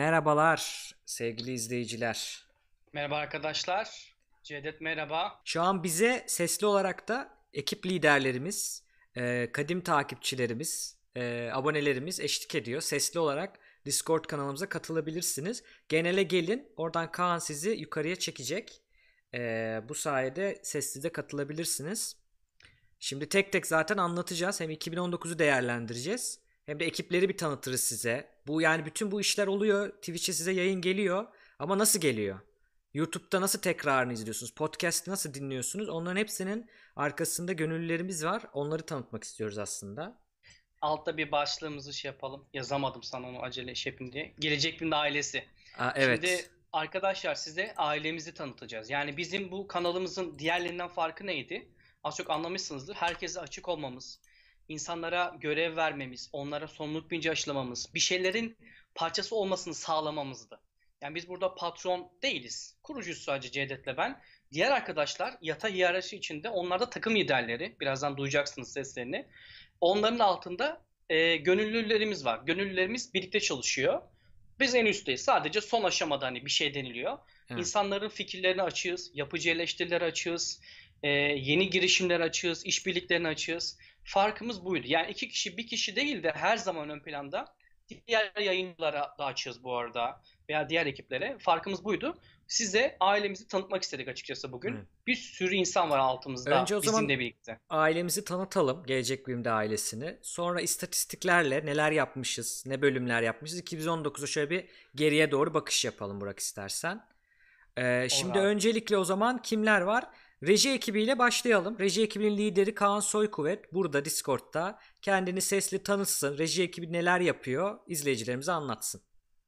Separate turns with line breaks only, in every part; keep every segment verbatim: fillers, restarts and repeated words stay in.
Merhabalar sevgili izleyiciler.
Merhaba arkadaşlar. Cevdet merhaba.
Şu an bize sesli olarak da ekip liderlerimiz, e, kadim takipçilerimiz, e, abonelerimiz eşlik ediyor. Sesli olarak Discord kanalımıza katılabilirsiniz. Genele gelin. Oradan Kaan sizi yukarıya çekecek. E, bu sayede sesli de katılabilirsiniz. Şimdi tek tek zaten anlatacağız. Hem iki bin on dokuzu değerlendireceğiz. Hem de ekipleri bir tanıtırız size. Bu yani bütün bu işler oluyor. Twitch'e size yayın geliyor. Ama nasıl geliyor? YouTube'da nasıl tekrarını izliyorsunuz? Podcast'ı nasıl dinliyorsunuz? Onların hepsinin arkasında gönüllülerimiz var. Onları tanıtmak istiyoruz aslında.
Altta bir başlığımızı şey yapalım. Yazamadım sana onu acele iş yapayım diye. Gelecek Günde ailesi.
Aa, evet.
Şimdi arkadaşlar size ailemizi tanıtacağız. Yani bizim bu kanalımızın diğerlerinden farkı neydi? Az çok anlamışsınızdır. Herkese açık olmamız, insanlara görev vermemiz, onlara sorumluluk bilinci aşılamamız, bir şeylerin parçası olmasını sağlamamızdı. Yani biz burada patron değiliz. Kurucuyuz sadece Cevdet'le ben. Diğer arkadaşlar yatay hiyerarşi içinde, onlar da takım liderleri. Birazdan duyacaksınız seslerini. Onların altında e, gönüllülerimiz var. Gönüllülerimiz birlikte çalışıyor. Biz en üstteyiz. Sadece son aşamada hani bir şey deniliyor.
Evet.
İnsanların fikirlerini açığız, yapıcı eleştirileri açığız, e, yeni girişimler açığız, işbirliklerini açığız. Farkımız buydu. Yani iki kişi bir kişi değil de her zaman ön planda. Diğer yayıncılara da açığız bu arada veya diğer ekiplere. Farkımız buydu. Size ailemizi tanıtmak istedik açıkçası bugün.
Evet.
Bir sürü insan var altımızda
Önce o zaman
bizimle birlikte.
ailemizi tanıtalım. Gelecek Bölümde ailesini. Sonra istatistiklerle neler yapmışız, ne bölümler yapmışız. iki bin on dokuza şöyle bir geriye doğru bakış yapalım Burak istersen. Ee, şimdi
abi.
öncelikle o zaman kimler var? Reji ekibiyle başlayalım. Reji ekibinin lideri Kaan Soykuvvet burada Discord'da. Kendini sesli tanıtsın. Reji ekibi neler yapıyor? İzleyicilerimize anlatsın.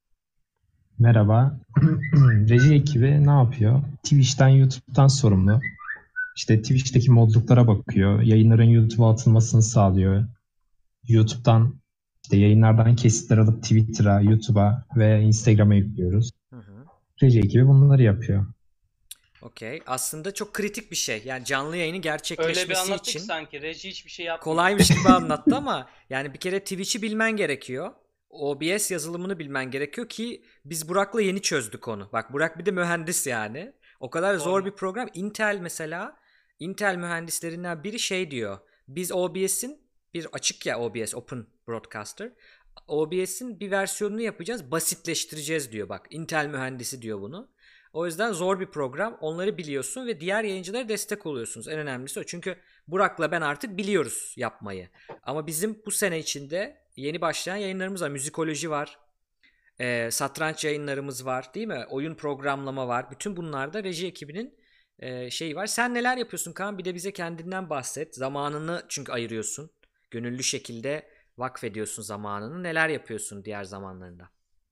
Merhaba. Reji ekibi ne yapıyor? Twitch'ten, YouTube'dan sorumlu. İşte Twitch'teki modluklara bakıyor. Yayınların YouTube'a atılmasını sağlıyor. YouTube'dan işte yayınlardan kesitler alıp Twitter'a, YouTube'a ve Instagram'a yüklüyoruz.
Hı hı.
Reji ekibi bunları yapıyor.
Okey. Aslında çok kritik bir şey. Yani canlı yayını
Öyle bir
gerçekleşmesi
anlattık
için
sanki. Reji hiçbir şey yapmıyor.
kolaymış gibi anlattı ama yani bir kere Twitch'i bilmen gerekiyor. O B S yazılımını bilmen gerekiyor ki biz Burak'la yeni çözdük onu. Bak Burak bir de mühendis yani. O kadar zor
Doğru.
bir program. Intel mesela, Intel mühendislerinden biri şey diyor. Biz O B S'in bir açık ya O B S Open Broadcaster. O B S'in bir versiyonunu yapacağız, basitleştireceğiz diyor bak. Intel mühendisi diyor bunu. O yüzden zor bir program. Onları biliyorsun ve diğer yayıncılara destek oluyorsunuz. En önemlisi o. Çünkü Burak'la ben artık biliyoruz yapmayı. Ama bizim bu sene içinde yeni başlayan yayınlarımız var. Müzikoloji var. E, satranç yayınlarımız var. Değil mi? Oyun programlama var. Bütün bunlarda reji ekibinin e, şeyi var. Sen neler yapıyorsun Kaan? Bir de bize kendinden bahset. Zamanını çünkü ayırıyorsun. Gönüllü şekilde vakfediyorsun zamanını. Neler yapıyorsun diğer zamanlarında?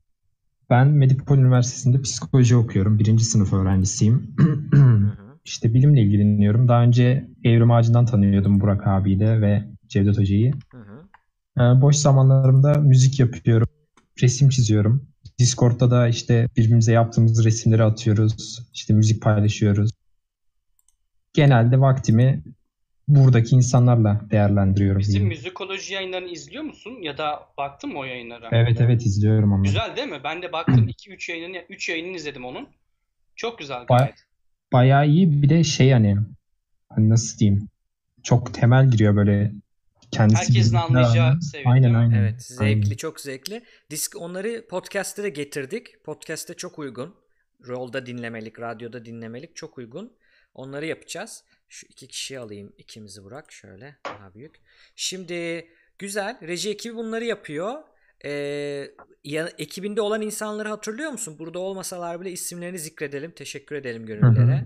Ben Medipol Üniversitesi'nde psikoloji okuyorum. Birinci sınıf öğrencisiyim.
Hı hı.
İşte bilimle ilgileniyorum. Daha önce Evrim Ağacı'ndan tanıyordum Burak abiyi de ve Cevdet Hoca'yı.
Hı hı.
Ee, Boş zamanlarımda müzik yapıyorum, resim çiziyorum. Discord'da da işte birbirimize yaptığımız resimleri atıyoruz, işte müzik paylaşıyoruz. Genelde vaktimi buradaki insanlarla değerlendiriyorum
Bizim
diyeyim.
müzikoloji yayınlarını izliyor musun? Ya da baktın mı o yayınlara?
Evet evet izliyorum onları.
Güzel değil mi? Ben de baktım iki üç yayınını, üç yayınını izledim onun. Çok güzel
Ba-
gayet.
bayağı iyi bir de şey hani, hani nasıl diyeyim, çok temel giriyor böyle kendisi
Herkesin
birbirine
anlayacağı
aynen
seviyede
aynen.
değil mi?
aynen.
Evet, zevkli,
Aynen.
çok zevkli. Disk onları podcast'te de getirdik. Podcast'te çok uygun. Rolda dinlemelik, radyoda dinlemelik çok uygun. Onları yapacağız. Şu iki kişiyi alayım, ikimizi bırak şöyle daha büyük. Şimdi güzel. Reji ekibi bunları yapıyor. Ee, ya, ekibinde olan insanları hatırlıyor musun? Burada olmasalar bile isimlerini zikredelim. Teşekkür edelim
Hı hı.
gönüllülere.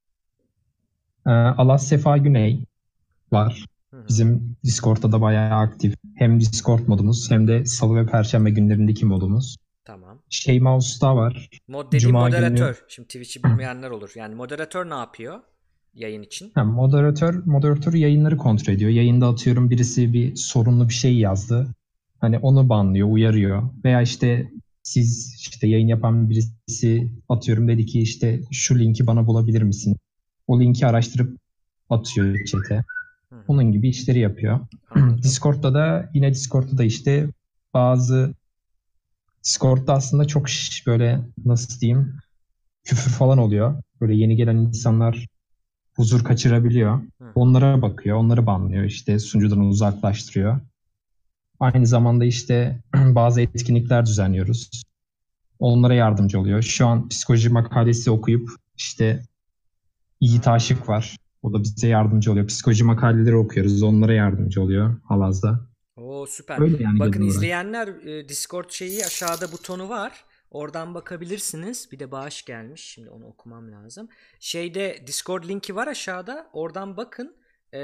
Ee, Alas Sefa Güney var.
Hı hı.
Bizim Discord'da da bayağı aktif. Hem Discord modumuz hem de Salı ve Perşembe günlerindeki modumuz.
Tamam.
Şeyma Usta var.
Mod dediğim
Cuma
moderatör.
günü
Şimdi Twitch'i bilmeyenler olur. Yani moderatör ne yapıyor yayın için?
ha, moderatör moderatör yayınları kontrol ediyor. Yayında atıyorum birisi bir sorunlu bir şey yazdı. Hani onu banlıyor, uyarıyor. Veya işte siz işte yayın yapan birisi atıyorum dedi ki işte şu linki bana bulabilir misin? O linki araştırıp atıyor chat'e.
Hı hı.
Onun gibi işleri yapıyor.
Anladım.
Discord'da da yine Discord'da da işte bazı Discord'da aslında çok şiş- böyle nasıl diyeyim küfür falan oluyor. Böyle yeni gelen insanlar huzur kaçırabiliyor.
Hı hı.
Onlara bakıyor, onları banlıyor, işte sunucudan uzaklaştırıyor. Aynı zamanda işte bazı etkinlikler düzenliyoruz. Onlara yardımcı oluyor. Şu an psikoloji makalesi okuyup işte Yiğit Aşık var. O da bize yardımcı oluyor. Psikoloji makaleleri okuyoruz. Onlara yardımcı oluyor Halaz'da.
Oo süper.
Öyle yani
Bakın
genel olarak.
izleyenler e, Discord şeyi aşağıda butonu var. Oradan bakabilirsiniz. Bir de bağış gelmiş. Şimdi onu okumam lazım. Şeyde Discord linki var aşağıda. Oradan bakın. Ee,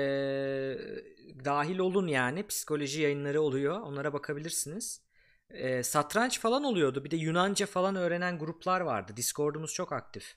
dahil olun yani. Psikoloji yayınları oluyor. Onlara bakabilirsiniz. Ee, satranç falan oluyordu. Bir de Yunanca falan öğrenen gruplar vardı. Discord'umuz çok aktif.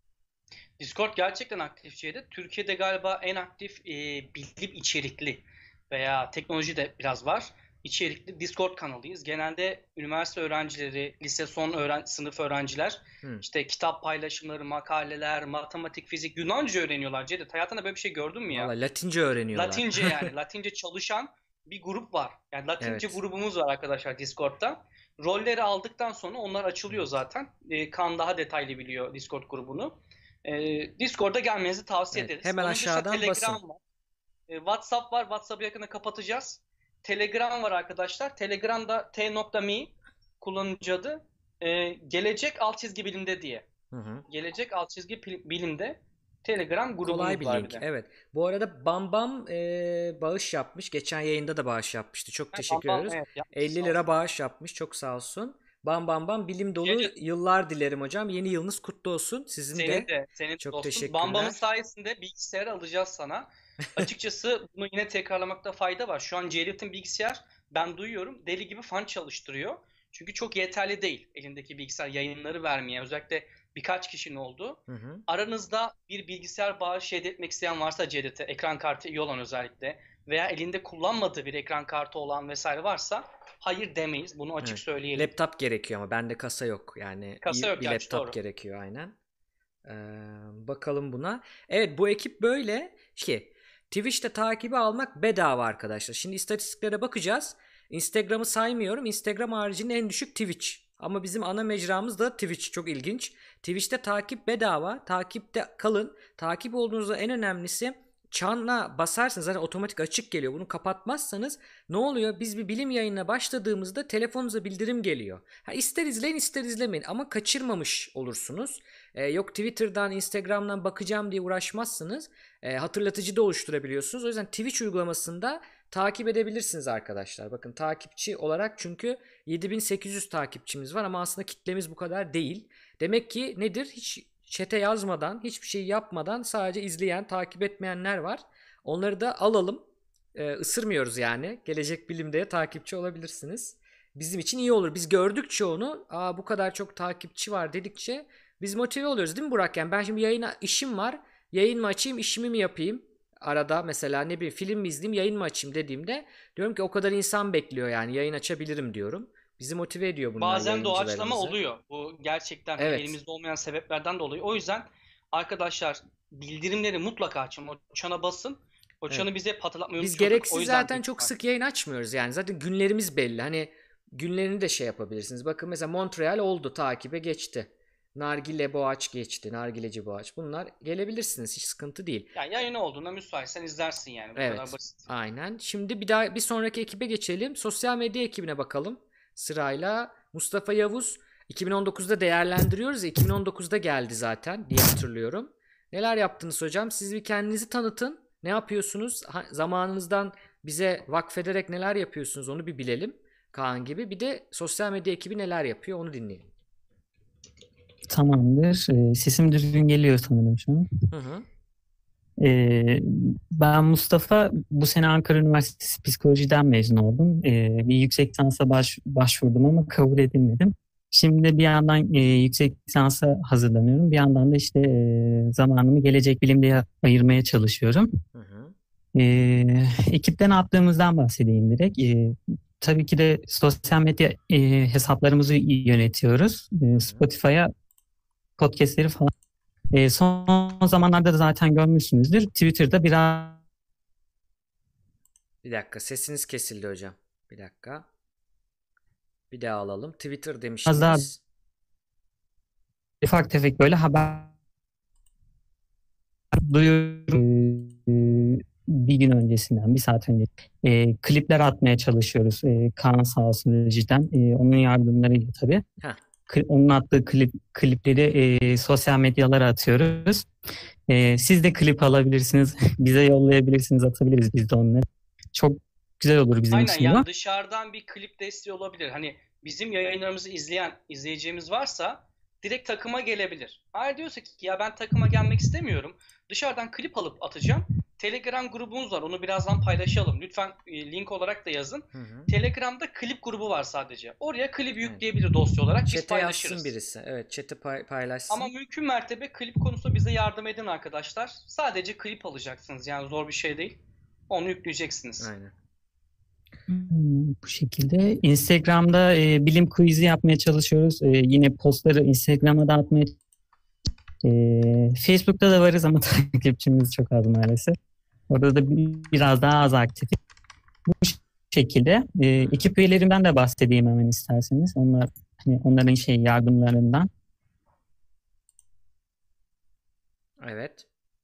Discord gerçekten aktif şeyde. Türkiye'de galiba en aktif e, bilim içerikli veya teknoloji de biraz var. İçerikli Discord kanalıyız. Genelde üniversite öğrencileri, lise son öğren sınıf öğrenciler
Hı.
işte kitap paylaşımları, makaleler, matematik, fizik, Yunanca öğreniyorlar. Cevdet, hayatında böyle bir şey gördün mü ya?
Valla Latince öğreniyorlar.
Latince yani. Latince çalışan bir grup var. Yani Latince
Evet.
grubumuz var arkadaşlar Discord'da. Rolleri aldıktan sonra onlar açılıyor zaten. E, Kaan daha detaylı biliyor Discord grubunu. E, Discord'a gelmenizi tavsiye
Evet.
ederiz.
Hemen
Onun dışında
aşağıdan
Telegram
basın.
var. E, WhatsApp var. WhatsApp'ı yakında kapatacağız. Telegram var arkadaşlar. Telegram'da t.me kullanıcı adı. E, gelecek alt çizgi bilimde diye.
Hı hı.
Gelecek alt çizgi pil- bilimde Telegram
Kolay
grubumuz
bir
var
link.
bir de.
Evet. Bu arada Bam Bam e, bağış yapmış. Geçen yayında da bağış yapmıştı. Çok
Ha,
teşekkür
tamam,
ediyoruz.
evet, yapmış,
elli
sağ
lira
olsun.
bağış yapmış. Çok sağ olsun. Bam Bam Bam bilim dolu
Cevdet,
yıllar dilerim hocam. Yeni yılınız kutlu olsun. Sizin
senin
de
de, senin de
çok
dostum. Bambam'ın
teşekkürler.
sayesinde bilgisayar alacağız sana. Açıkçası bunu yine tekrarlamakta fayda var. Şu an Cevdet'in bilgisayar, ben duyuyorum, deli gibi fan çalıştırıyor. Çünkü çok yeterli değil elindeki bilgisayar yayınları vermeye. Özellikle birkaç kişinin oldu.
Hı hı.
Aranızda bir bilgisayar bağışı hediye etmek isteyen varsa Cevdet'e, ekran kartı iyi olan özellikle veya elinde kullanmadığı bir ekran kartı olan vesaire varsa hayır demeyiz. Bunu açık
Evet.
söyleyelim.
Laptop gerekiyor ama bende kasa yok. Yani
Kasa
iyi
yok
bir
gerçi,
laptop
doğru.
gerekiyor aynen. Ee, bakalım buna. Evet bu ekip böyle ki Twitch'te takibi almak bedava arkadaşlar. Şimdi istatistiklere bakacağız. Instagram'ı saymıyorum. Instagram haricinde en düşük Twitch. Ama bizim ana mecramız da Twitch. Çok ilginç. Twitch'te takip bedava. Takipte kalın. Takip olduğunuzda en önemlisi çana basarsınız. Zaten otomatik açık geliyor. Bunu kapatmazsanız ne oluyor? Biz bir bilim yayınına başladığımızda telefonunuza bildirim geliyor. Ha, ister izleyin ister izlemeyin ama kaçırmamış olursunuz. Ee, yok Twitter'dan, Instagram'dan bakacağım diye uğraşmazsınız. Ee, hatırlatıcı da oluşturabiliyorsunuz. O yüzden Twitch uygulamasında takip edebilirsiniz arkadaşlar. Bakın takipçi olarak çünkü yedi bin sekiz yüz takipçimiz var ama aslında kitlemiz bu kadar değil. Demek ki nedir? Hiç chat'e yazmadan, hiçbir şey yapmadan sadece izleyen, takip etmeyenler var. Onları da alalım. Ee, ısırmıyoruz yani. Gelecek Bilim'de takipçi olabilirsiniz. Bizim için iyi olur. Biz gördükçe onu, aa bu kadar çok takipçi var dedikçe biz motive oluyoruz değil mi Burak? Yani ben şimdi yayına işim var. Yayın mı açayım, işimi mi yapayım? Arada mesela ne bileyim film mi izleyeyim, yayın mı açayım dediğimde diyorum ki o kadar insan bekliyor yani yayın açabilirim diyorum. Bizi motive ediyor bunlar
Bazen doğaçlama
yayıncılarımızı.
oluyor. Bu gerçekten hani
Evet.
elimizde olmayan sebeplerden dolayı. O yüzden arkadaşlar bildirimleri mutlaka açın. O çana basın. O
Evet.
çanı bize hep hatırlatmayı
Biz
unutuyorduk. O
gereksiz
yüzden
zaten
büyük
çok
ihtimal.
sık yayın açmıyoruz yani. Zaten günlerimiz belli. Hani günlerini de şey yapabilirsiniz. Bakın mesela Montreal oldu, takibe geçti. Nargile Boğaç geçti. Nargileci Boğaç. Bunlar gelebilirsiniz. Hiç sıkıntı değil.
Yani yayın olduğunda müsaitsen izlersin yani. Bu kadar
Evet.
basit.
Aynen. Şimdi bir daha bir sonraki ekibe geçelim. Sosyal medya ekibine bakalım. Sırayla Mustafa Yavuz iki bin on dokuzda değerlendiriyoruz ya. iki bin on dokuzda geldi zaten diye hatırlıyorum. Neler yaptınız hocam? Siz bir kendinizi tanıtın. Ne yapıyorsunuz? Ha- zamanınızdan bize vakfederek neler yapıyorsunuz onu bir bilelim. Kaan gibi. Bir de sosyal medya ekibi neler yapıyor onu dinleyelim.
Tamamdır. Ee, sesim düzgün geliyor sanırım şu an.
Hı hı.
Ee, ben Mustafa. Bu sene Ankara Üniversitesi Psikoloji'den mezun oldum. Ee, bir yüksek lisansa baş, başvurdum ama kabul edilmedim. Şimdi de bir yandan e, yüksek lisansa hazırlanıyorum. Bir yandan da işte e, zamanımı gelecek bilimde ayırmaya çalışıyorum.
Hı hı.
Ee, ekipten attığımızdan bahsedeyim direkt. Ee, tabii ki de sosyal medya e, hesaplarımızı yönetiyoruz. Ee, Spotify'a podcastleri falan. E, son zamanlarda da zaten görmüşsünüzdür. Twitter'da biraz
Bir dakika sesiniz kesildi hocam. Bir dakika. Bir daha alalım. Twitter
Az daha
demiştiniz.
ufak tefek böyle haber duyuyorum. Ee, bir gün öncesinden, bir saat önce e, klipler atmaya çalışıyoruz. E, Kaan sağ olsun rejiden. E, onun yardımlarıyla tabii.
Heh.
Kli- Onun attığı klip, klipleri e, sosyal medyalara atıyoruz. E, siz de klip alabilirsiniz. Bize yollayabilirsiniz. Atabiliriz biz de onları. Çok güzel olur bizim
Aynen,
için
yani
bu.
dışarıdan bir klip desteği olabilir. Hani bizim yayınlarımızı izleyen izleyeceğimiz varsa direkt takıma gelebilir. Eğer diyorsa ki ya ben takıma gelmek istemiyorum, dışarıdan klip alıp atacağım. Telegram grubumuz var. Onu birazdan paylaşalım. Lütfen e, link olarak da yazın.
Hı hı.
Telegram'da klip grubu var sadece. Oraya klip
Evet.
yükleyebilir dosya olarak. Biz
Chat'e yazsın
paylaşırız.
birisi. Evet, chat'e pay-
Ama
paylaşsın.
mümkün mertebe klip konusunda bize yardım edin arkadaşlar. Sadece klip alacaksınız. Yani zor bir şey değil. Onu yükleyeceksiniz.
Aynen.
Hmm, Bu şekilde. Instagram'da e, bilim quiz'i yapmaya çalışıyoruz. E, yine postları Instagram'a da atmaya e, Facebook'ta da varız ama takipçimiz çok az maalesef. Orada da bir- biraz daha az aktif. Bu şekilde. E, ekip üyelerimden de bahsedeyim hemen isterseniz. Onlar hani onların şey yardımlarından.
Evet.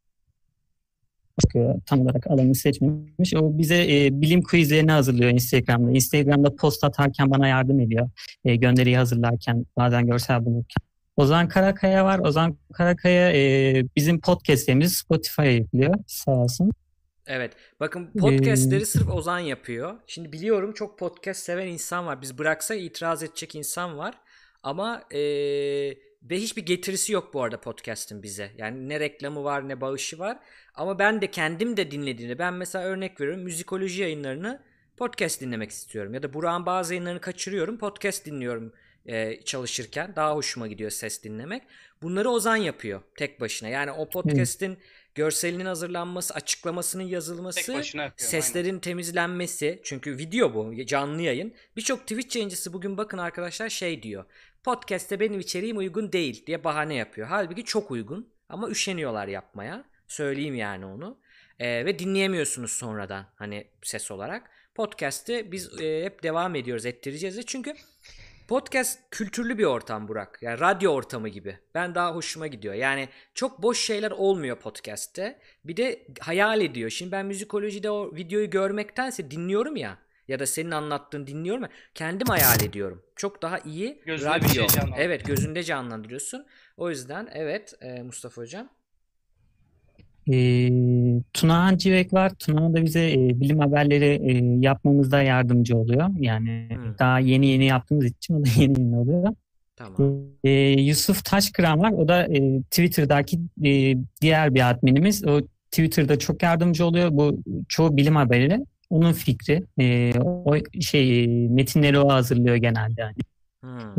Çünkü tam olarak alanı seçmemiş. O bize e, bilim quizlerini hazırlıyor Instagram'da. Instagram'da post atarken bana yardım ediyor. E, gönderiyi hazırlarken, bazen görsel bulurken. Ozan Karakaya var. Ozan Karakaya e, bizim podcastlerimizi Spotify'a yüklüyor. Sağ olsun.
Evet. Bakın
E,
podcastleri sırf Ozan yapıyor. Şimdi biliyorum çok podcast seven insan var. Biz bıraksak itiraz edecek insan var. Ama eee, ve hiçbir getirisi yok bu arada podcast'ın bize. Yani ne reklamı var ne bağışı var. Ama ben de kendim de dinlediğimde ben mesela örnek veriyorum müzikoloji yayınlarını podcast dinlemek istiyorum. Ya da Burak'ın bazı yayınlarını kaçırıyorum podcast dinliyorum eee, çalışırken. Daha hoşuma gidiyor ses dinlemek. Bunları Ozan yapıyor tek başına. Yani o
evet.
podcast'in görselinin hazırlanması, açıklamasının
Tek
yazılması,
başına yapıyor. Aynen.
seslerin temizlenmesi. Çünkü video bu, canlı yayın. Birçok Twitch yayıncısı bugün bakın arkadaşlar şey diyor. Podcast'te benim içeriğim uygun değil diye bahane yapıyor. Halbuki çok uygun ama üşeniyorlar yapmaya. Söyleyeyim yani onu. Ee, ve dinleyemiyorsunuz sonradan hani ses olarak. Podcast'te biz e, hep devam ediyoruz, ettireceğiz de. Çünkü podcast kültürlü bir ortam Burak. Yani radyo ortamı gibi. Ben daha hoşuma gidiyor. Yani çok boş şeyler olmuyor podcast'te. Bir de hayal ediyor. Şimdi ben müzikolojide o videoyu görmektense dinliyorum ya. Ya da senin anlattığını dinliyorum ya. Kendim hayal ediyorum. Çok daha iyi
Gözünde bir
radyo.
şey canlandırıyor.
Evet, gözünde canlandırıyorsun. O yüzden evet e, Mustafa Hocam.
E, Tunahan Civek var. Tunahan da bize e, bilim haberleri e, yapmamızda yardımcı oluyor. Yani
Hmm,
daha yeni yeni yaptığımız için o da yeni yeni oluyor.
tamam.
E, Yusuf Taşkıran var. O da e, Twitter'daki e, diğer bir adminimiz. O Twitter'da çok yardımcı oluyor. Bu çoğu bilim haberi onun fikri. E, o şey metinleri o hazırlıyor genelde yani.
Hmm,
E,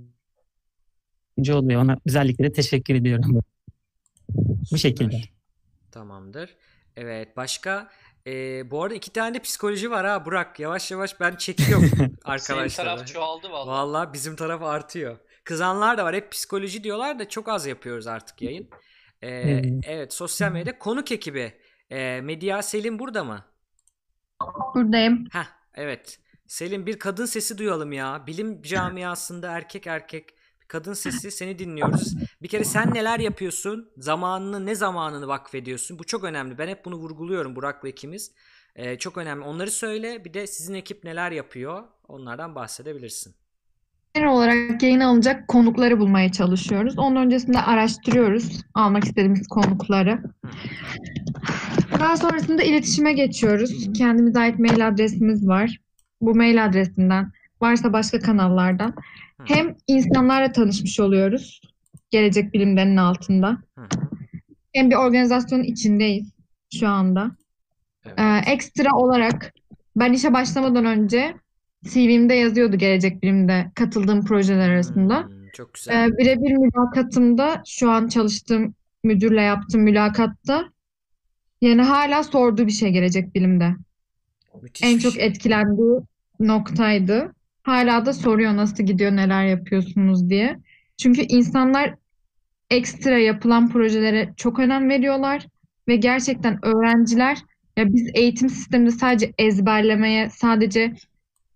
yardımcı oluyor. Ona özellikle de teşekkür ediyorum. Bu şekilde.
süper. Tamamdır. Evet, başka e, bu arada iki tane de psikoloji var ha Burak. Yavaş yavaş ben çekiyorum
Senin
arkadaşları.
taraf çoğaldı vallahi.
Vallahi bizim taraf artıyor. Kızanlar da var. Hep psikoloji diyorlar da çok az yapıyoruz artık yayın. Ee,
Evet.
evet, sosyal medyada konuk ekibi. Ee, Medya Selim burada mı?
Buradayım.
Heh, evet. Selim bir kadın sesi duyalım ya. Bilim camiasında erkek erkek bir kadın sesi seni dinliyoruz. Bir kere sen neler yapıyorsun? Zamanını ne zamanını vakfediyorsun? Bu çok önemli. Ben hep bunu vurguluyorum Burak'la ikimiz. Ee, çok önemli. Onları söyle. Bir de sizin ekip neler yapıyor? Onlardan bahsedebilirsin.
Genel olarak yayına alınacak konukları bulmaya çalışıyoruz. Onun öncesinde araştırıyoruz almak istediğimiz konukları.
Hı.
Daha sonrasında iletişime geçiyoruz. Kendimize ait mail adresimiz var. Bu mail adresinden, varsa başka kanallardan
Hı.
hem insanlarla tanışmış oluyoruz. Gelecek Bilim'denin altında.
Hı hı.
Hem bir organizasyonun içindeyiz şu anda.
Evet.
Ee, ekstra olarak ben işe başlamadan önce C V'mde yazıyordu Gelecek Bilim'de katıldığım projeler arasında.
Hmm, çok güzel.
Ee, birebir mülakatımda şu an çalıştığım müdürle yaptığım mülakatta yani hala sorduğu bir şey Gelecek Bilim'de.
Müthiş
En
bir
çok
şey.
etkilendiği noktaydı. Hala da soruyor nasıl gidiyor, neler yapıyorsunuz diye. Çünkü insanlar ekstra yapılan projelere çok önem veriyorlar ve gerçekten öğrenciler ya biz eğitim sisteminde sadece ezberlemeye, sadece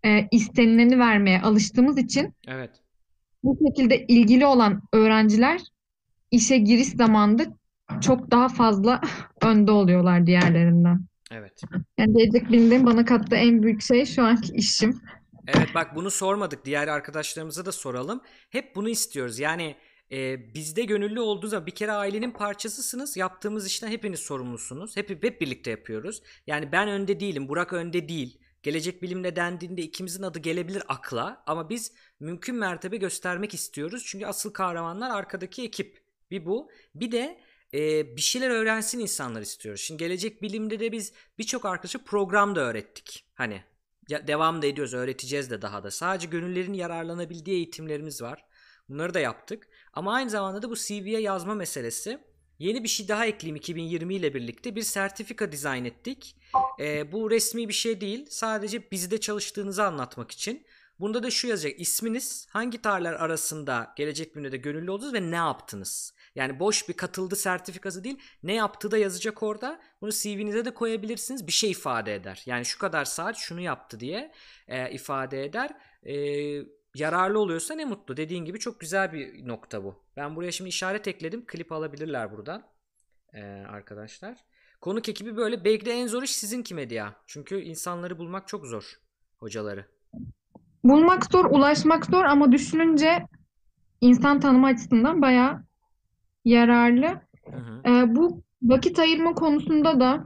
e, istenileni vermeye alıştığımız için
Evet.
bu şekilde ilgili olan öğrenciler işe giriş zamanında çok daha fazla önde oluyorlar diğerlerinden.
Evet.
Yani gelecek bilimlerin bana kattığı en büyük şey şu anki işim.
Evet, bak bunu sormadık. Diğer arkadaşlarımıza da soralım. Hep bunu istiyoruz. Yani e, bizde gönüllü olduğu zaman bir kere ailenin parçasısınız. Yaptığımız işten hepiniz sorumlusunuz. Hep, hep birlikte yapıyoruz. Yani ben önde değilim. Burak önde değil. Gelecek bilimle dendiğinde ikimizin adı gelebilir akla. Ama biz mümkün mertebe göstermek istiyoruz. Çünkü asıl kahramanlar arkadaki ekip. Bir bu. Bir de e, bir şeyler öğrensin insanlar istiyoruz. Şimdi gelecek bilimde de biz birçok arkadaşa program da öğrettik. Hani ya, devam da ediyoruz, öğreteceğiz de daha da. Sadece gönüllerin yararlanabildiği eğitimlerimiz var. Bunları da yaptık. Ama aynı zamanda da bu C V'ye yazma meselesi. Yeni bir şey daha ekleyeyim iki bin yirmi ile birlikte. Bir sertifika dizayn ettik. Ee, bu resmi bir şey değil. Sadece bizde çalıştığınızı anlatmak için. Bunda da şu yazacak. İsminiz, hangi tarihler arasında gelecek bilimde de gönüllü oldunuz ve ne yaptınız? Yani boş bir katıldı sertifikası değil. Ne yaptığı da yazacak orada. Bunu C V'nize de koyabilirsiniz. Bir şey ifade eder. Yani şu kadar saat şunu yaptı diye e, ifade eder. E, yararlı oluyorsa ne mutlu. Dediğin gibi çok güzel bir nokta bu. Ben buraya şimdi işaret ekledim. Klip alabilirler buradan e, arkadaşlar. Konuk ekibi böyle. Belki de en zor iş sizinki Medya. Çünkü insanları bulmak çok zor. Hocaları.
Bulmak zor, ulaşmak zor ama düşününce insan tanıma açısından bayağı yararlı.
Hı hı.
Ee, bu vakit ayırma konusunda da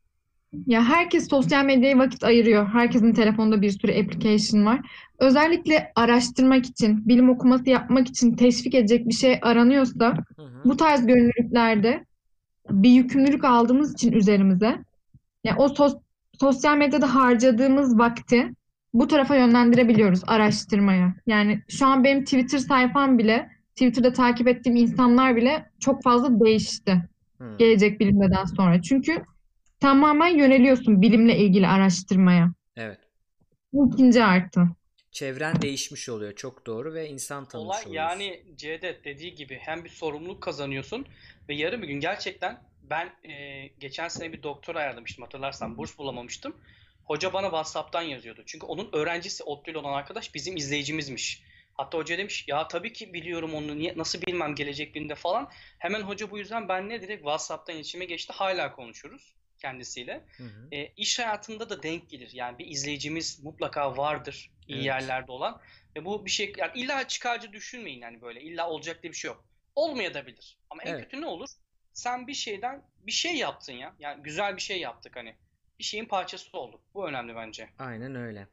ya herkes sosyal medyaya vakit ayırıyor. Herkesin telefonunda bir sürü application var. Özellikle araştırmak için, bilim okuması yapmak için teşvik edecek bir şey aranıyorsa
Hı hı.
bu tarz gönüllülüklerde bir yükümlülük aldığımız için üzerimize yani o sos- sosyal medyada harcadığımız vakti bu tarafa yönlendirebiliyoruz araştırmaya. Yani şu an benim Twitter sayfam bile, Twitter'da takip ettiğim insanlar bile çok fazla değişti
Hı.
gelecek bilimden sonra. Çünkü tamamen yöneliyorsun bilimle ilgili araştırmaya.
Evet.
Bu ikinci artı.
Çevren değişmiş oluyor. Çok doğru ve insan tanımış
Olay
oluyorsun.
yani Cevdet dediği gibi hem bir sorumluluk kazanıyorsun ve yarın bir gün gerçekten ben e, geçen sene bir doktora ayarlamıştım, hatırlarsan burs bulamamıştım. Hoca bana WhatsApp'tan yazıyordu. Çünkü onun öğrencisi ODTÜ'lü olan arkadaş bizim izleyicimizmiş. Hatta hoca demiş ya tabii ki biliyorum onu, niye, nasıl bilmem gelecek birinde falan. Hemen hoca bu yüzden benle direkt WhatsApp'tan iletişime geçti. Hala konuşuruz kendisiyle.
Hı hı.
E, iş hayatında da denk gelir. Yani bir izleyicimiz mutlaka vardır iyi
Evet.
yerlerde olan. Ve bu bir şey, yani illa çıkarcı düşünmeyin, yani böyle illa olacak diye bir şey yok. Olmayabilir. Ama en
Evet.
kötü ne olur? Sen bir şeyden bir şey yaptın ya. Yani güzel bir şey yaptık hani. Bir şeyin parçası olduk. Bu önemli bence.
Aynen öyle.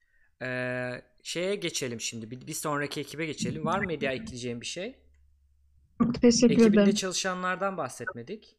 Ee, şeye geçelim şimdi. Bir, bir sonraki ekibe geçelim. Var mı Medya ekleyeceğim bir şey?
Çok teşekkür
Ekibinde
ederim.
çalışanlardan bahsetmedik.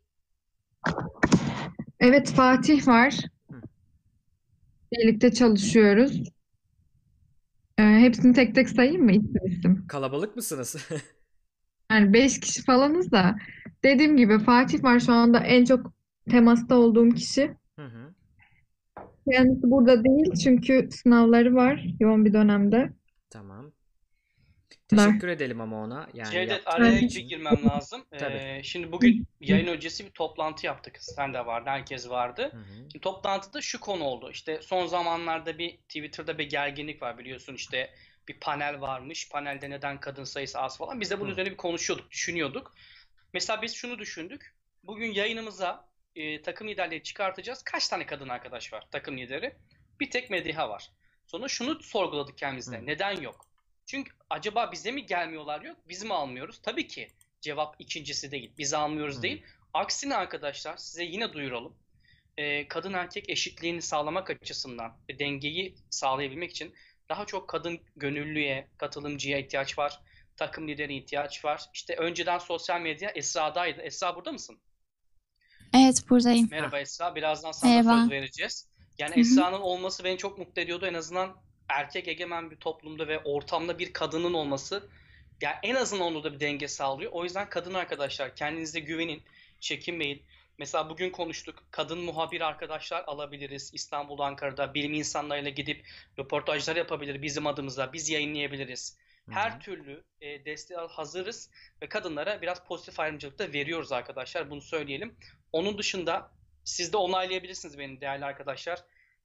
Evet, Fatih var.
Hı.
Birlikte çalışıyoruz. Ee, hepsini tek tek sayayım mı isim isim?
Kalabalık mısınız?
Yani beş kişi falanız da dediğim gibi Fatih var şu anda en çok temasta olduğum kişi.
Hı hı.
Kendisi burada değil çünkü sınavları var yoğun bir dönemde.
Tamam.
Der.
Teşekkür edelim ama ona. Yani
Cevdet,
yaptığı
araya
için.
bir girmem lazım.
Tabii.
Ee, şimdi bugün yayın öncesi bir toplantı yaptık. Sen de vardı, herkes vardı.
Hı hı.
Şimdi toplantıda şu konu oldu. İşte son zamanlarda bir Twitter'da bir gerginlik var, biliyorsun işte bir panel varmış. Panelde neden kadın sayısı az falan. Biz de bunun
Hı.
üzerine bir konuşuyorduk, düşünüyorduk. Mesela biz şunu düşündük. Bugün yayınımıza e, takım liderleri çıkartacağız. Kaç tane kadın arkadaş var takım lideri? Bir tek Mediha var. Sonra şunu sorguladık kendimizde.
Hı.
Neden yok? Çünkü acaba bize mi gelmiyorlar, yok biz mi almıyoruz? Tabii ki cevap ikincisi değil. Biz almıyoruz
Hı.
değil. Aksine arkadaşlar size yine duyuralım. Ee, kadın erkek eşitliğini sağlamak açısından ve dengeyi sağlayabilmek için daha çok kadın gönüllüye, katılımcıya ihtiyaç var. Takım lideri ihtiyaç var. İşte önceden sosyal medya Esra'daydı. Esra burada mısın?
Evet, buradayım.
Merhaba Esra. Birazdan sana da
Merhaba.
söz vereceğiz. Yani
Hı hı.
Esra'nın olması beni çok mutlu ediyordu. En azından erkek egemen bir toplumda ve ortamda bir kadının olması, yani en azından onda da bir denge sağlıyor. O yüzden kadın arkadaşlar kendinize güvenin, çekinmeyin. Mesela bugün konuştuk. Kadın muhabir arkadaşlar alabiliriz. İstanbul, Ankara'da bilim insanlarıyla gidip röportajlar yapabilir bizim adımıza. Biz yayınlayabiliriz.
Hı hı.
Her türlü e, desteğe hazırız ve kadınlara biraz pozitif ayrımcılık da veriyoruz arkadaşlar. Bunu söyleyelim. Onun dışında siz de onaylayabilirsiniz benim değerli arkadaşlar.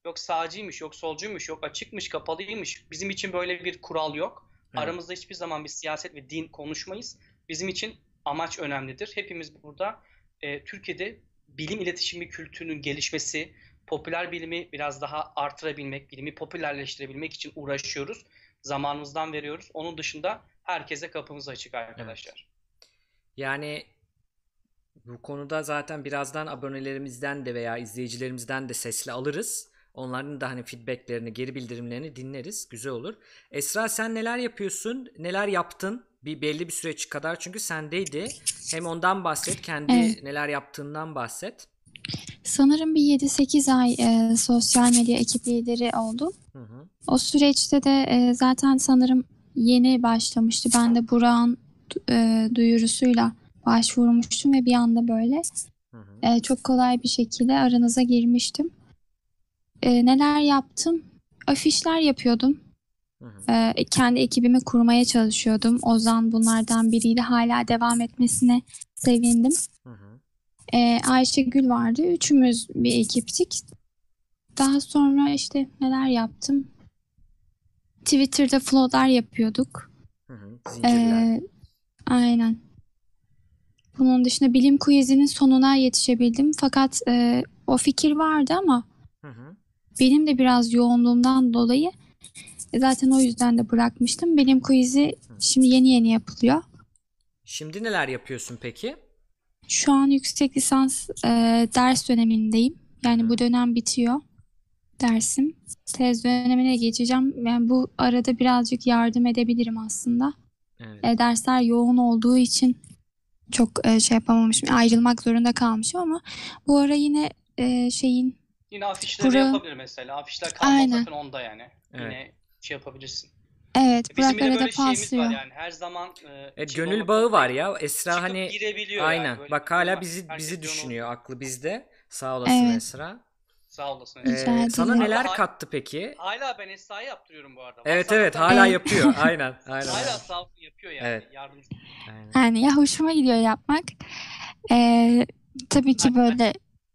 yok sağcıymış, yok solcuymuş, yok açıkmış, kapalıymış. Bizim için böyle bir kural yok.
Evet.
Aramızda hiçbir zaman bir siyaset ve din konuşmayız. Bizim için amaç önemlidir. Hepimiz burada e, Türkiye'de bilim iletişimi kültürünün gelişmesi, popüler bilimi biraz daha artırabilmek, bilimi popülerleştirebilmek için uğraşıyoruz. Zamanımızdan veriyoruz. Onun dışında herkese kapımız açık arkadaşlar.
Yani bu konuda zaten birazdan abonelerimizden de veya izleyicilerimizden de sesli alırız. Onların da hani feedbacklerini, geri bildirimlerini dinleriz. Güzel olur. Esra, sen neler yapıyorsun? Neler yaptın? Bir belli bir süreç kadar çünkü sendeydi. Hem ondan bahset, kendi
Evet.
neler yaptığından bahset.
Sanırım bir yedi sekiz ay e, sosyal medya ekip lideri oldum.
Hı hı.
O süreçte de e, zaten sanırım yeni başlamıştı. Ben de Burak'ın e, duyurusuyla başvurmuştum ve bir anda böyle
Hı hı.
e, çok kolay bir şekilde aranıza girmiştim. E, neler yaptım? Afişler yapıyordum.
Hı hı.
E, kendi ekibimi kurmaya çalışıyordum. Ozan bunlardan biriyle hala devam etmesine sevindim.
Hı hı.
E, Ayşegül vardı. Üçümüz bir ekiptik. Daha sonra işte neler yaptım? Twitter'da flow'lar yapıyorduk.
Hı hı. Zincirler.
Ee, aynen. Bunun dışında bilim quizinin sonuna yetişebildim. Fakat e, o fikir vardı ama
Hı hı.
benim de biraz yoğunluğumdan dolayı e, zaten o yüzden de bırakmıştım. Bilim quiz'i şimdi yeni yeni yapılıyor.
Şimdi neler yapıyorsun peki?
Şu an yüksek lisans e, ders dönemindeyim. Yani bu dönem bitiyor dersim. Tez dönemine geçeceğim. Yani bu arada birazcık yardım edebilirim aslında.
Evet.
E, dersler yoğun olduğu için çok e, şey yapamamışım. Ayrılmak zorunda kalmışım ama bu ara yine e, şeyin
Yine afişleri
Burak-
yapabilir mesela. Afişler kalmaz
Aynen.
zaten onda yani.
Evet.
Yine şey yapabilirsin.
evet
Bizim
Burak
yine
arada
böyle şeyimiz
paslıyor.
var yani. Her zaman e,
Evet,
içinde
gönül
olmak
bağı
zorunda
var
değil.
ya. Esra
Çıkıp
hani
girebiliyor
aynen.
yani. Böyle
Bak
bir durum
hala
var.
bizi
Herkes
bizi
yoğun
düşünüyor.
olduğu-
Aklı bizde. Sağ olasın
Evet.
Esra.
Sağ olasın.
Ee,
Rica ederim.
sana
Bu arada
neler
ha-
kattı peki?
Hala ben Esra'yı yaptırıyorum bu arada.
Evet
WhatsApp'ta
evet
falan
hala
Evet.
yapıyor. Aynen. Aynen.
hala
aynen.
sağ olsun yapıyor yani.
Evet.
Yardımcı.
Aynen.
Yani ya hoşuma gidiyor yapmak. Ee, tabii ki böyle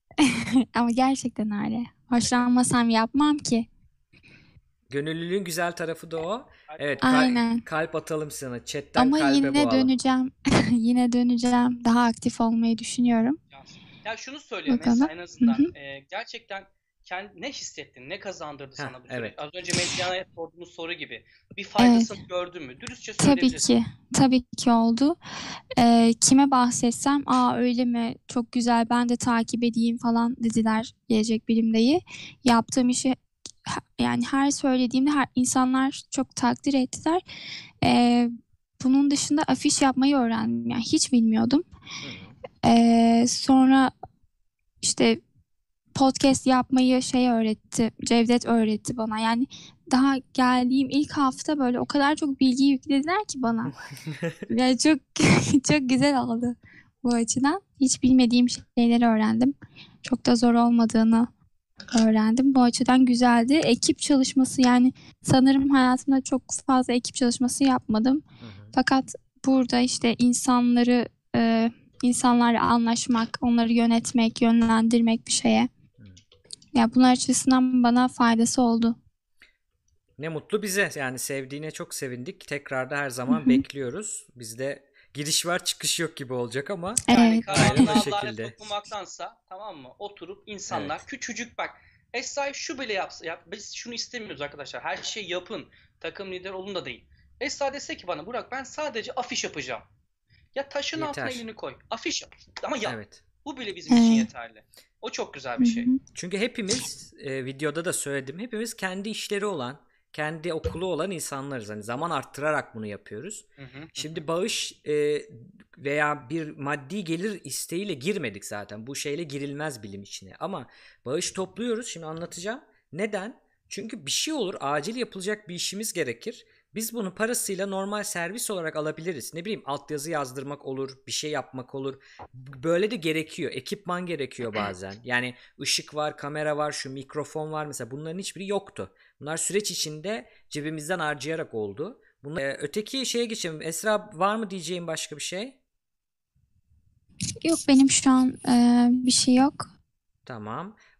ama gerçekten öyle. Hoşlanmasam yapmam ki.
Gönüllülüğün güzel tarafı da o. Evet, ka-
Aynen.
kalp atalım sana. Chatten
Ama
kalbe
yine
boğalım.
döneceğim. Yine döneceğim. Daha aktif olmayı düşünüyorum.
Ya şunu söyleyeyim
Bakalım.
mesela en azından
Hı hı.
e, gerçekten kendi ne hissettin, ne kazandırdı
Heh,
sana bu süreç?
evet.
Az önce Medya'ya sorduğumuz soru gibi. Bir faydasını gördün mü? Dürüstçe
Tabii
söyleyebilirsin.
ki. Tabii ki oldu. Ee, kime bahsetsem, aa öyle mi? Çok güzel, ben de takip edeyim falan dediler Gelecek Bilim'deyi. Yaptığım işi yani her söylediğimde her insanlar çok takdir ettiler. Ee, bunun dışında afiş yapmayı öğrendim. Yani hiç bilmiyordum.
Hı hı.
Ee, sonra işte podcast yapmayı şey öğretti. Cevdet öğretti bana. Yani daha geldiğim ilk hafta böyle o kadar çok bilgi yüklediler ki bana. Ve çok çok güzel oldu bu açıdan. Hiç bilmediğim şeyleri öğrendim. Çok da zor olmadığını öğrendim. Bu açıdan güzeldi. Ekip çalışması yani sanırım hayatımda çok fazla ekip çalışması yapmadım.
Hı hı.
Fakat burada işte insanları e, insanlarla anlaşmak, onları yönetmek, yönlendirmek bir şeye. Ya bunlar açısından bana faydası oldu.
Ne mutlu bize. Yani sevdiğine çok sevindik. Tekrar da her zaman
Hı hı.
bekliyoruz. Bizde giriş var çıkış yok gibi olacak ama
Yani
Evet.
aynen o
karanlığa
şekilde.
lanet okumaktansa tamam mı? Oturup insanlar
Evet.
küçücük bak. Esra şu bile yapsa yap, biz şunu istemiyoruz arkadaşlar. Her şey yapın. Takım lider olun da değil. Esra dese ki bana Burak ben sadece afiş yapacağım. Ya taşın
Yeter.
altına elini koy. Afiş yap. Ama yap.
Evet.
Bu bile bizim için
Evet.
yeterli. O çok güzel
Hı
bir şey.
hı.
Çünkü hepimiz e, videoda da söyledim. Hepimiz kendi işleri olan, kendi okulu olan insanlarız. Hani zaman arttırarak bunu yapıyoruz.
Hı hı.
Şimdi bağış e, veya bir maddi gelir isteğiyle girmedik zaten. Bu şeyle girilmez bilim içine. Ama bağış topluyoruz. Şimdi anlatacağım. Neden? Çünkü bir şey olur. Acil yapılacak bir işimiz gerekir. Biz bunu parasıyla normal servis olarak alabiliriz. Ne bileyim altyazı yazdırmak olur, bir şey yapmak olur. Böyle de gerekiyor. Ekipman gerekiyor bazen. Yani ışık var, kamera var, şu mikrofon var. Mesela bunların hiçbiri yoktu. Bunlar süreç içinde cebimizden harcayarak oldu. Bunlar, Ee, öteki şeye geçelim. Esra, var mı diyeceğim başka bir şey?
Yok benim şu an e, bir şey yok.
Tamam.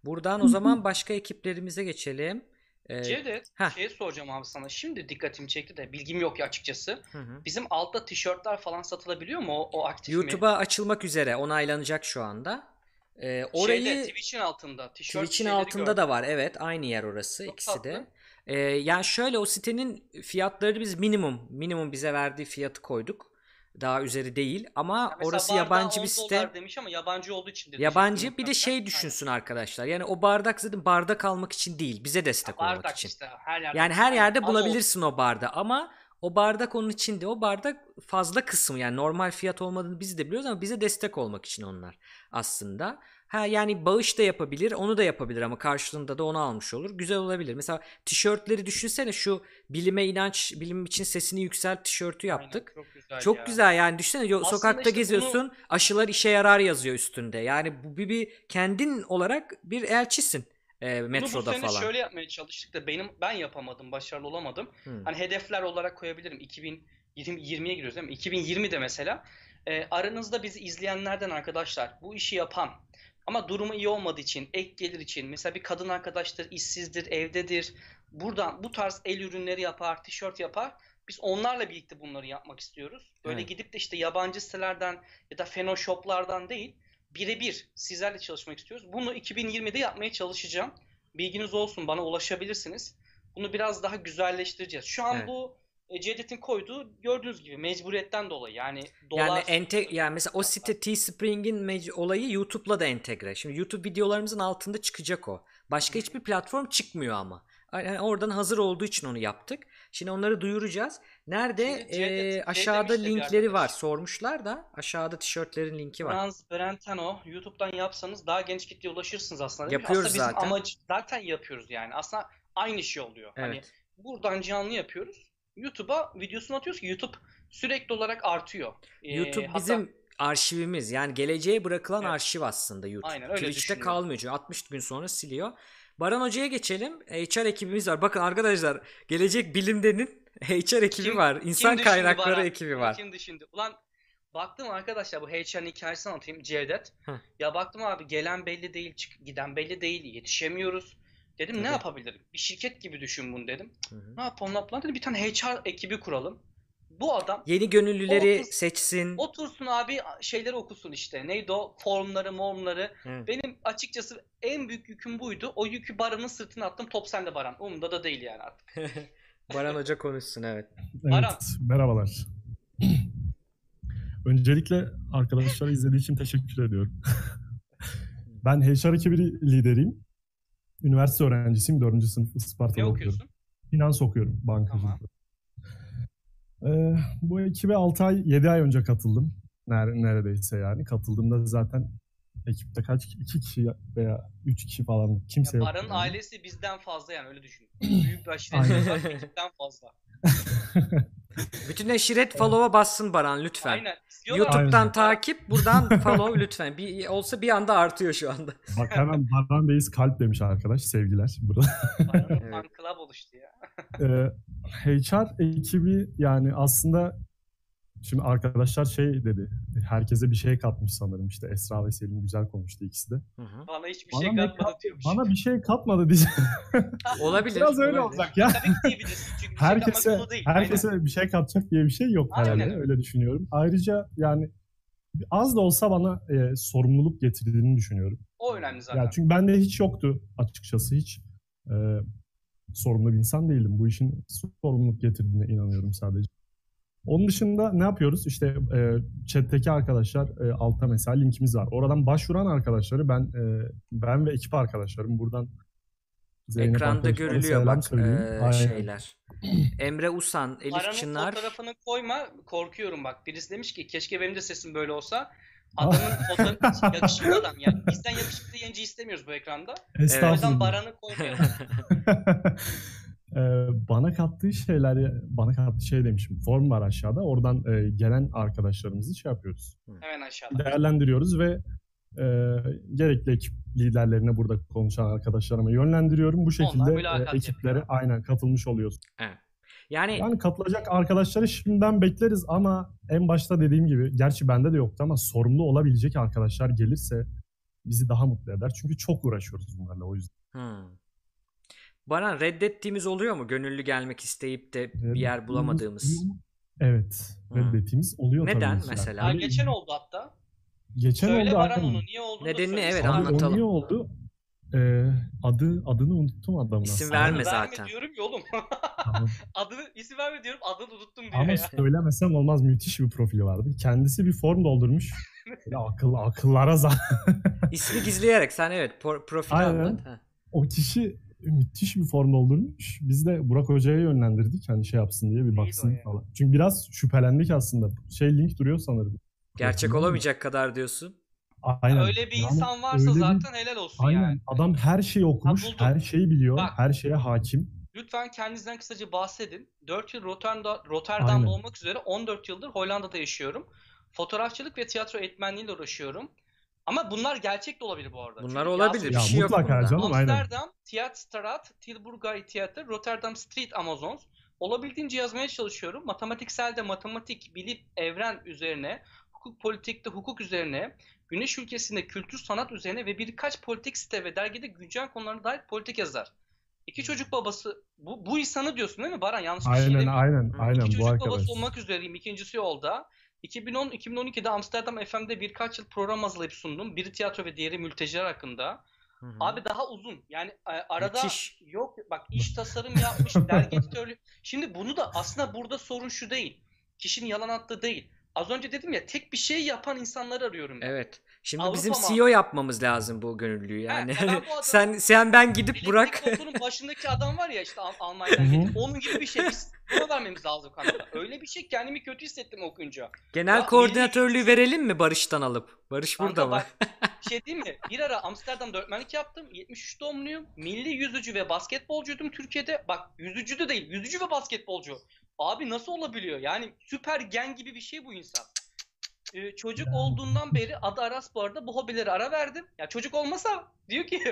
Buradan o zaman başka ekiplerimize geçelim. Ee,
Cevdet,
heh.
şey soracağım abi sana. Şimdi dikkatimi çekti de bilgim yok ya açıkçası.
Hı hı.
Bizim altta tişörtler falan satılabiliyor mu? O, o aktif mi?
YouTube'a açılmak üzere, onaylanacak şu anda. Ee, orayı
Şeyde, Twitch'in altında. Tişört
Twitch'in
şeyleri
altında
gördüm.
da var. Evet, aynı yer orası,
Çok
ikisi de.
tatlı.
Ee, yani şöyle, o sitenin fiyatları biz minimum minimum bize verdiği fiyatı koyduk. Daha üzeri değil ama
Ya mesela
orası
bardağı
yabancı
on
bir site.
dolar demiş ama yabancı olduğu için dedi.
Yabancı, bir de şey düşünsün arkadaşlar. Yani o bardak zaten bardak almak için değil, bize destek olmak
Bardak
için.
işte her yerde.
Yani her yerde
Ama
bulabilirsin o bardağı ama o bardak onun içinde. O bardak fazla kısmı, yani normal fiyat olmadığını biz de biliyoruz ama bize destek olmak için onlar aslında. Ha yani bağış da yapabilir, onu da yapabilir ama karşılığında da onu almış olur. Güzel olabilir. Mesela tişörtleri düşünsene, şu bilime inanç, bilim için sesini yükselt tişörtü
Aynen,
yaptık.
çok güzel
Çok
ya.
güzel yani, düşünsene yo-
Aslında
sokakta
işte
geziyorsun,
bunu-
aşılar işe yarar yazıyor üstünde. Yani bu bir, bir kendin olarak bir elçisin e,
Bunu bu
metroda
sene
falan.
şöyle yapmaya çalıştık da benim ben yapamadım, başarılı olamadım.
Hmm.
Hani hedefler olarak koyabilirim. iki bin yirmiye giriyoruz değil mi? iki bin yirmide mesela e, aranızda bizi izleyenlerden arkadaşlar, bu işi yapan ama durumu iyi olmadığı için, ek gelir için, mesela bir kadın arkadaştır, işsizdir, evdedir. Buradan bu tarz el ürünleri yapar, tişört yapar. Biz onlarla birlikte bunları yapmak istiyoruz. Böyle
Evet.
gidip de işte yabancı sitelerden ya da fenoshoplardan değil, birebir sizlerle çalışmak istiyoruz. Bunu iki bin yirmide yapmaya çalışacağım. Bilginiz olsun, bana ulaşabilirsiniz. Bunu biraz daha güzelleştireceğiz. Şu an
Evet.
bu e, Cevdet'in koyduğu gördüğünüz gibi mecburiyetten dolayı. Yani
Yani
dolar
ente yani mesela o site Teespring'in mec- olayı YouTube'la da entegre. Şimdi YouTube videolarımızın altında çıkacak o. Başka hiçbir platform çıkmıyor ama. Yani oradan hazır olduğu için onu yaptık. Şimdi onları duyuracağız. Nerede?
Şimdi Cevdet,
Ee,
şey
aşağıda
demişti bir
linkleri var.
arkadaş.
Sormuşlar da aşağıda tişörtlerin linki var.
Franz Brentano YouTube'dan yapsanız daha geniş kitleye ulaşırsınız aslında. demiş.
Yapıyoruz
aslında bizim
zaten.
amacı zaten yapıyoruz yani. Aslında aynı şey oluyor. Hani
Evet.
buradan canlı yapıyoruz. YouTube'a videosunu atıyoruz ki YouTube sürekli olarak artıyor. Ee,
YouTube
hatta
bizim arşivimiz. Yani geleceğe bırakılan
Evet.
arşiv aslında YouTube.
Aynen, öyle
Twitch'te
düşünüyorum.
kalmıyor çünkü altmış gün sonra siliyor. Baran Hoca'ya geçelim. H R ekibimiz var. Bakın arkadaşlar, Gelecek Bilim'denin H R ekibi
Kim-
var.
kim
İnsan
düşündü
kaynakları
Baran?
ekibi
Bunu
var.
Kim düşündü? Ulan baktım arkadaşlar, bu H R'ın hikayesini anlatayım, Cevdet.
Heh.
Ya baktım abi, gelen belli değil, çık- giden belli değil, yetişemiyoruz. Dedim
Tabii.
ne yapabilirim? Bir şirket gibi düşün bunu dedim.
Hı hı.
Ne yapalım ne yapalım dedim, bir tane H R ekibi kuralım. Bu adam
Yeni gönüllüleri
Otur-
seçsin.
otursun abi, şeyleri okusun işte. Neydi o? Formları, formları.
Evet.
Benim açıkçası en büyük yüküm buydu. O yükü Baran'ın sırtına attım. Top sende Baran. Umurumda da değil yani artık.
Baran Hoca konuşsun, evet.
Baran.
Evet, merhabalar. Öncelikle arkadaşlara izlediği için teşekkür ediyorum. Ben H R ekibi lideriyim. Üniversite öğrencisiyim. dördüncü sınıf Isparta'da
Ne
okuyorum.
okuyorsun?
Finans okuyorum, bankacılık.
Tamam.
Ee, bu ekibe altı ay, yedi ay önce katıldım. Ner- neredeyse yani. Katıldığımda zaten ekipte kaç kişi? iki kişi veya üç kişi falan. Kimse
Ya
yok.
Baran'ın
yani.
ailesi bizden fazla yani, öyle düşün. Büyük bir aşiretimiz var, ekipten fazla.
Bütün aşiret follow'a bassın Baran lütfen.
Aynen. İstiyorlar
YouTube'dan
Aynen.
takip, buradan follow lütfen. Bir olsa bir anda artıyor şu anda.
Bak hemen Baran Reis kalp demiş arkadaş. Sevgiler. Burada.
Baran'ın
Evet.
fan club oluştu ya.
Ee, H R ekibi yani aslında şimdi arkadaşlar şey dedi. Herkese bir şey katmış sanırım. İşte Esra ve Selin güzel konuştu ikisi de.
Hı hı.
Bana hiçbir
Bana
şey
ne
katmadı
kat-
diyormuş.
Bana bir şey katmadı diyeceğim.
Olabilir.
Biraz öyle
olabilir.
olacak ya.
Tabii ki diyebilirsin çünkü bir şey katmak
Herkese
zorunda değil. Aynen.
herkese bir şey katacak diye bir şey yok
Aynen
herhalde.
öyle.
Öyle düşünüyorum. Ayrıca yani az da olsa bana e, sorumluluk getirdiğini düşünüyorum.
O önemli zaten.
Ya çünkü bende hiç yoktu açıkçası, hiç e, sorumlu bir insan değildim. Bu işin sorumluluk getirdiğine inanıyorum sadece. Onun dışında ne yapıyoruz? İşte e, chat'teki arkadaşlar, e, altta mesela linkimiz var. Oradan başvuran arkadaşları ben e, ben ve ekip arkadaşlarım buradan Zeynep
Ekranda
arkadaşıma
görülüyor
selam
bak
söyleyeyim.
e,
Aynen.
şeyler. Emre Usan, Elif
Baran'ın
Çınar.
fotoğrafını koyma, korkuyorum bak. Birisi demiş ki keşke benim de sesim böyle olsa. Adamın fotoğrafı yakışıklı adam yani. Bizden yakışıklı yayıncı istemiyoruz bu ekranda. O yüzden
Estağfurullah.
Baran'ı koymayalım.
Ee, bana kattığı şeyler, bana kattığı şey demişim. Form var aşağıda. Oradan e, gelen arkadaşlarımızı şey yapıyoruz.
Hemen aşağıda.
Değerlendiriyoruz ve e, gerekli ekip liderlerine, burada konuşan arkadaşlarıma yönlendiriyorum. Bu şekilde
mülakat
e, ekiplere
yapıyor.
aynen katılmış oluyoruz.
Evet. Yani
Yani katılacak arkadaşları şimdiden bekleriz ama en başta dediğim gibi, gerçi bende de yoktu ama sorumlu olabilecek arkadaşlar gelirse bizi daha mutlu eder. Çünkü çok uğraşıyoruz bunlarla o yüzden.
Hmm. Baran, reddettiğimiz oluyor mu? Gönüllü gelmek isteyip de bir yer bulamadığımız.
Evet.
Hmm.
Reddettiğimiz oluyor tabii.
Neden
ki.
mesela?
Ha,
Yani
geçen oldu hatta.
geçen
Söyle
oldu
Baran
aynen.
onu. Niye olduğunu
Nedenini
söyle.
evet,
Sana-
Abi
anlatalım.
o niye oldu? Ee, adı adını unuttum adamın
İsim
aslında.
verme
Adını
zaten.
verme diyorum ya oğlum.
Tamam.
Adını isim verme diyorum, adını unuttum diyor
Ama
ya.
söylemesem olmaz, müthiş bir profili vardı. Kendisi bir form doldurmuş. Böyle akıl akıllara zaten.
İsmi gizleyerek sen evet por- profili
Aynen.
anlat. Ha.
O kişi müthiş bir form doldurmuş. Biz de Burak Hoca'ya yönlendirdik hani şey yapsın diye, bir
Neydi o
baksın
ya?
falan. Çünkü biraz şüphelendik aslında. Şey link duruyor sanırım.
Gerçek
Profilde.
olamayacak kadar diyorsun.
Aynen.
Öyle bir
Yani
insan varsa
öyle bir-
zaten helal olsun
Aynen.
yani.
Adam her şeyi okumuş,
Ha, buldum.
her şeyi biliyor,
Bak.
her şeye hakim.
Lütfen kendinizden kısaca bahsedin. dört yıl Rotterdam,
Aynen.
Rotterdam'da olmak üzere on dört yıldır Hollanda'da yaşıyorum. Fotoğrafçılık ve tiyatro eğitmenliğiyle uğraşıyorum. Ama bunlar gerçek de olabilir bu arada.
Bunlar
Çünkü
olabilir. Bir
Ya
şey yok
mutlaka
bunda.
canım. aynen.
Amsterdam, Theaterstraat, Tilburg Theater, Rotterdam Street Amazons. Olabildiğince yazmaya çalışıyorum. Matematikselde matematik, bilim, evren üzerine, hukuk politikte hukuk üzerine, Güneş ülkesinde kültür sanat üzerine ve birkaç politik site ve dergide güncel konularına dair politik yazar. İki çocuk babası, bu, bu insanı diyorsun değil mi Baran? Yanlış bir şey
Aynen
demiyorum.
aynen
Hı.
aynen
İki
bu
çocuk
arkadaş.
babası olmak üzereyim. İkincisi yolda. iki bin on iki bin on ikide Amsterdam F M'de birkaç yıl program hazırlayıp sundum. Biri tiyatro ve diğeri mülteciler hakkında.
Hı hı.
Abi daha uzun. Yani e, arada
Müthiş.
yok bak iş tasarım yapmış, dergi editörlüğü. Şimdi bunu da aslında burada sorun şu değil. Kişinin yalan attığı değil. Az önce dedim ya, tek bir şey yapan insanları arıyorum ben.
Evet. Şimdi
Avrupa
bizim
mı?
C E O yapmamız lazım bu gönüllüyü yani.
ya ben bu adamı-
sen sen ben gidip
Elektrik
Burak
motorun başındaki adam var ya işte Al- Almanya'dan
Hı hı.
getirip onun gibi bir şey. Biz buna vermemiz lazım kanala. Öyle bir şey, kendimi kötü hissettim okuyunca.
genel
Ya,
koordinatörlüğü
milli-
verelim mi Barış'tan alıp? Barış burada
Kanka
mı?
bak, bir şey değil mi? Bir ara Amsterdam'da öğretmenlik yaptım. yetmiş üç doğumluyum. Milli yüzücü ve basketbolcuydum Türkiye'de. Bak yüzücü de değil. Yüzücü ve basketbolcu. Abi nasıl olabiliyor? Yani süper gen gibi bir şey bu insan. Ee, çocuk olduğundan beri adı Aras bu arada, bu hobileri ara verdim. Ya çocuk olmasa diyor ki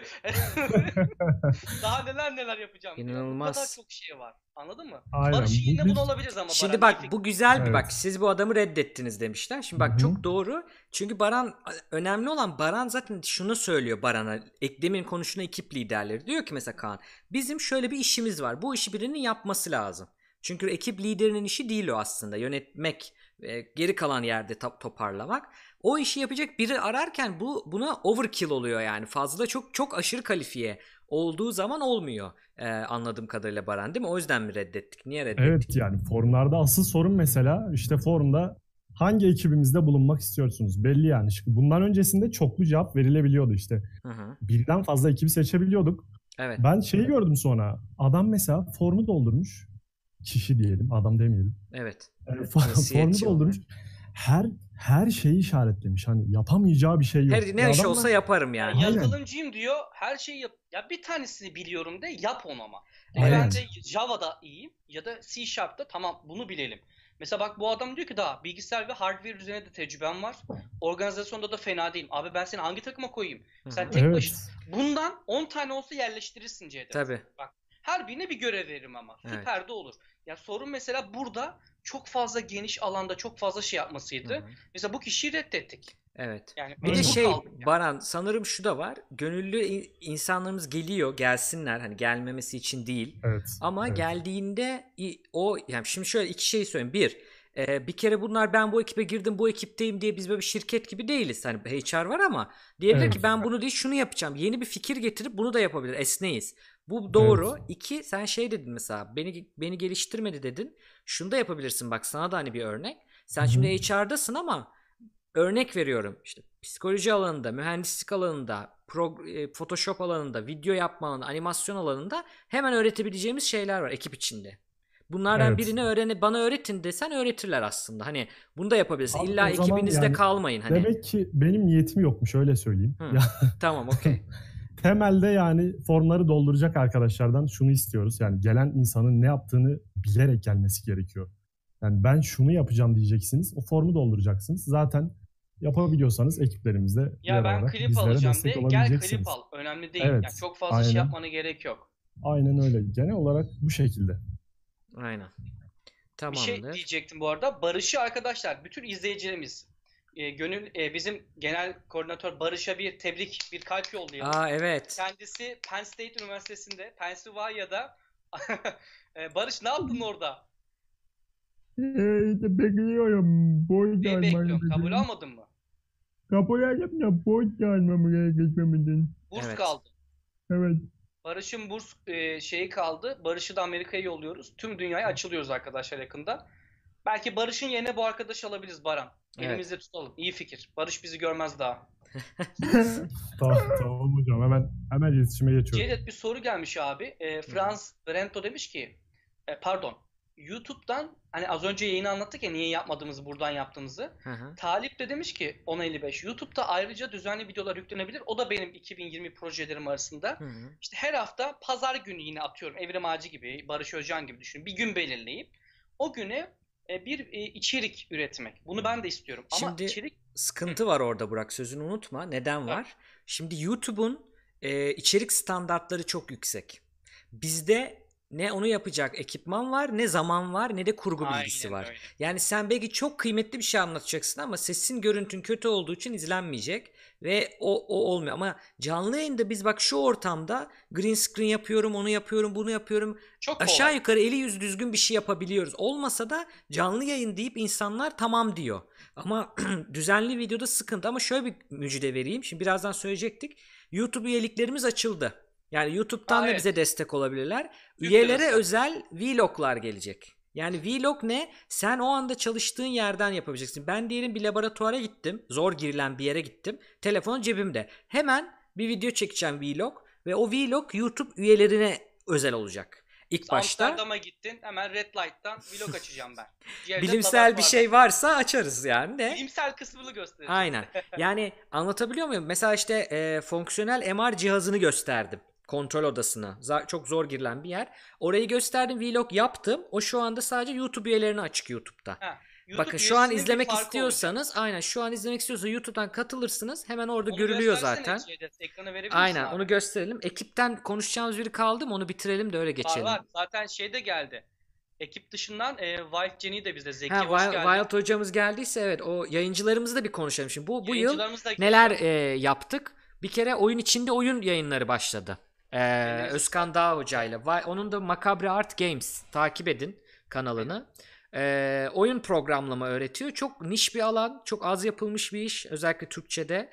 daha neler neler yapacağım diyor. Bu
İnanılmaz.
kadar çok şey var. Anladın mı?
Aynen.
Barış'ın
Bu
yine
bir-
bunu olabiliriz ama
Şimdi
Baran, iyi
bak
fikir.
bu güzel bir
Evet.
bak siz bu adamı reddettiniz demişler. Şimdi bak
Hı hı.
çok doğru. Çünkü Baran, önemli olan Baran zaten şunu söylüyor Baran'a. Eklem'in konuştuğu ekip liderleri. Diyor ki mesela Kaan, bizim şöyle bir işimiz var. Bu işi birinin yapması lazım. Çünkü ekip liderinin işi değil o aslında. Yönetmek, e, geri kalan yerde to- toparlamak. O işi yapacak biri ararken bu buna overkill oluyor yani. Fazla çok çok aşırı kalifiye olduğu zaman olmuyor. Ee, anladığım kadarıyla Baran, değil mi? O yüzden mi reddettik? Niye reddettik?
Evet, yani forumlarda asıl sorun mesela işte forumda hangi ekibimizde bulunmak istiyorsunuz? Belli yani. Çünkü bundan öncesinde çoklu cevap verilebiliyordu işte.
Hı hı.
Birden fazla ekibi seçebiliyorduk.
Evet.
Ben şeyi gördüm sonra. Adam mesela formu doldurmuş. Kişi diyelim, adam demeyelim.
Evet.
E, formu
Cinsiyetçi
doldurmuş. Her her şeyi işaretlemiş. Hani yapamayacağı bir şey yok.
Her ne
Ve
iş
adamlar-
olsa yaparım yani.
Aynen.
Yazılımcıyım diyor. Her şeyi yap. Ya bir tanesini biliyorum de yap onu ama. E
Aynen.
ben de Java'da iyiyim ya da C Sharp'ta, tamam bunu bilelim. Mesela bak bu adam diyor ki daha bilgisayar ve hardware üzerine de tecrübem var. Organizasyonda da fena değilim. Abi ben seni hangi takıma koyayım? Sen tek
Evet.
başına. Bundan on tane olsa yerleştirirsin Ceyda.
Tabii.
Bak her birine bir görev veririm ama.
Evet.
Süper de olur. Ya sorun mesela burada çok fazla geniş alanda çok fazla şey yapmasıydı.
Hı hı.
Mesela bu kişiyi reddettik.
Evet.
Yani
Bir de
mecbur
şey
kaldık yani.
Baran, sanırım şu da var. Gönüllü in- insanlarımız geliyor, gelsinler, hani gelmemesi için değil.
Evet.
Ama
evet.
geldiğinde i- o yani şimdi şöyle iki şey söyleyeyim. Bir, e, bir kere bunlar ben bu ekibe girdim, bu ekipteyim diye biz böyle bir şirket gibi değiliz. Hani H R var ama diyebilir
Evet.
ki ben bunu değil şunu yapacağım. Yeni bir fikir getirip bunu da yapabilir. Esneyiz. Bu doğru. İki, sen şey dedin mesela, beni beni geliştirmedi dedin. Şunu da yapabilirsin, bak sana da hani bir örnek. Sen
Hı hı.
şimdi H R'dasın ama örnek veriyorum işte psikoloji alanında, mühendislik alanında, pro- e, Photoshop alanında, video yapma alanında, animasyon alanında hemen öğretebileceğimiz şeyler var ekip içinde. Bunlardan
Evet.
birini öğrene bana öğretin desen öğretirler aslında. Hani bunu da yapabilirsin.
Abi
İlla
o zaman
ekibinizde
yani
kalmayın hani.
Demek ki benim niyetim yokmuş, öyle söyleyeyim.
Hı.
Ya,
Tamam, okey.
temelde yani formları dolduracak arkadaşlardan şunu istiyoruz. Yani gelen insanın ne yaptığını bilerek gelmesi gerekiyor. Yani ben şunu yapacağım diyeceksiniz. O formu dolduracaksınız. Zaten yapabiliyorsanız ekiplerimizde
Ya
yer
ben
alarak
klip
bizlere
alacağım de
destek
gel
olabileceksiniz.
klip al. Önemli değil.
Evet,
Yani çok fazla
aynen.
şey yapmana gerek yok.
Aynen öyle. Genel olarak bu şekilde.
Aynen.
Bir şey
Tamamdır.
diyecektim bu arada. Barış'ı arkadaşlar bütün izleyicilerimiz e, gönül e, bizim genel koordinatör Barış'a bir tebrik, bir kalp yollayalım.
Aa evet.
Kendisi Penn State Üniversitesi'nde, Pennsylvania'da. E, Barış ne yaptın orada?
Ee, işte bekliyorum. Boy
Neyi
gelmem
bekliyorsun? Kabul
için.
almadın mı?
Kabul aldım da boy gelmem gerekmem için.
Burs
Evet.
kaldı.
Evet.
Barış'ın burs e, şeyi kaldı. Barış'ı da Amerika'ya yolluyoruz. Tüm dünyaya açılıyoruz arkadaşlar yakında. Belki Barış'ın yerine bu arkadaşı alabiliriz Baran.
Evet.
Elimizde tutalım. İyi fikir. Barış bizi görmez daha.
Tamam, tamam hocam. Hemen hemen iletişime geçiyorum.
Cevdet bir soru gelmiş abi. E, Frans Brento demiş ki e, pardon YouTube'dan hani az önce yayını anlattık ya niye yapmadığımızı buradan yaptığımızı.
Hı hı.
Talip de demiş ki on elli beş YouTube'da ayrıca düzenli videolar yüklenebilir. O da benim iki bin yirmi projelerim arasında.
Hı hı.
İşte her hafta pazar günü yine atıyorum Evrim Ağacı gibi, Barış Özcan gibi düşünün. Bir gün belirleyip o güne e, bir e, içerik üretmek. Bunu ben de istiyorum. Ama
Şimdi
içerik
sıkıntı var orada Burak, sözünü unutma. Neden var? Şimdi YouTube'un e, içerik standartları çok yüksek. Bizde ne onu yapacak ekipman var, ne zaman var, ne de kurgu bilgisi
aynen
var.
öyle.
Yani sen belki çok kıymetli bir şey anlatacaksın ama sesin görüntün kötü olduğu için izlenmeyecek ve o, o olmuyor. Ama canlı yayında biz bak şu ortamda green screen yapıyorum, onu yapıyorum, bunu yapıyorum.
Çok
Aşağı
kolay.
yukarı eli yüzü düzgün bir şey yapabiliyoruz. Olmasa da canlı yayın deyip insanlar tamam diyor. Ama düzenli videoda sıkıntı. Ama şöyle bir müjde vereyim. Şimdi birazdan söyleyecektik. YouTube üyeliklerimiz açıldı. Yani YouTube'dan
Aa,
da
evet.
bize destek olabilirler.
Türk
Üyelere
lirası.
özel vloglar gelecek. Yani vlog ne? Sen o anda çalıştığın yerden yapabileceksin. Ben diyelim bir laboratuvara gittim. Zor girilen bir yere gittim. Telefon cebimde. Hemen bir video çekeceğim vlog. Ve o vlog YouTube üyelerine özel olacak. İlk başta
Amsterdam'a gittin hemen Red Light'tan vlog açacağım ben. Cevdet
bilimsel bir
laboratuvarda.
şey varsa açarız yani de.
Bilimsel kısmını göstereceğim.
Aynen. Yani anlatabiliyor muyum? Mesela işte e, fonksiyonel M R cihazını gösterdim. Kontrol odasına. Z- çok zor girilen bir yer. Orayı gösterdim. Vlog yaptım. O şu anda sadece YouTube üyelerine açık YouTube'da.
Ha, YouTube
Bakın şu an
üyesinin bir
izlemek
farkı
istiyorsanız
olacak.
aynen şu an izlemek istiyorsanız YouTube'dan katılırsınız. Hemen orada
Onu
görülüyor
göstersene
zaten.
Cevdet, ekranı verebilir
Aynen
misin abi?
onu gösterelim. Ekipten konuşacağımız biri kaldı mı? Onu bitirelim de öyle
Var
geçelim.
var. Zaten şey de geldi. Ekip dışından e, Wild Jenny de bizde. Zeki
Ha,
hoş
Wild,
geldin.
Wild hocamız geldiyse evet o yayıncılarımızı da bir konuşalım. Şimdi bu bu yıl
Yayıncılarımız da
neler
geliyor.
e, yaptık? Bir kere oyun içinde oyun yayınları başladı. Ee,
Ellerinize
Özkan Dağ hocayla. Vay- Onun da Macabre Art Games. Takip edin kanalını. Ee, oyun programlama öğretiyor. Çok niş bir alan. Çok az yapılmış bir iş. Özellikle Türkçe'de.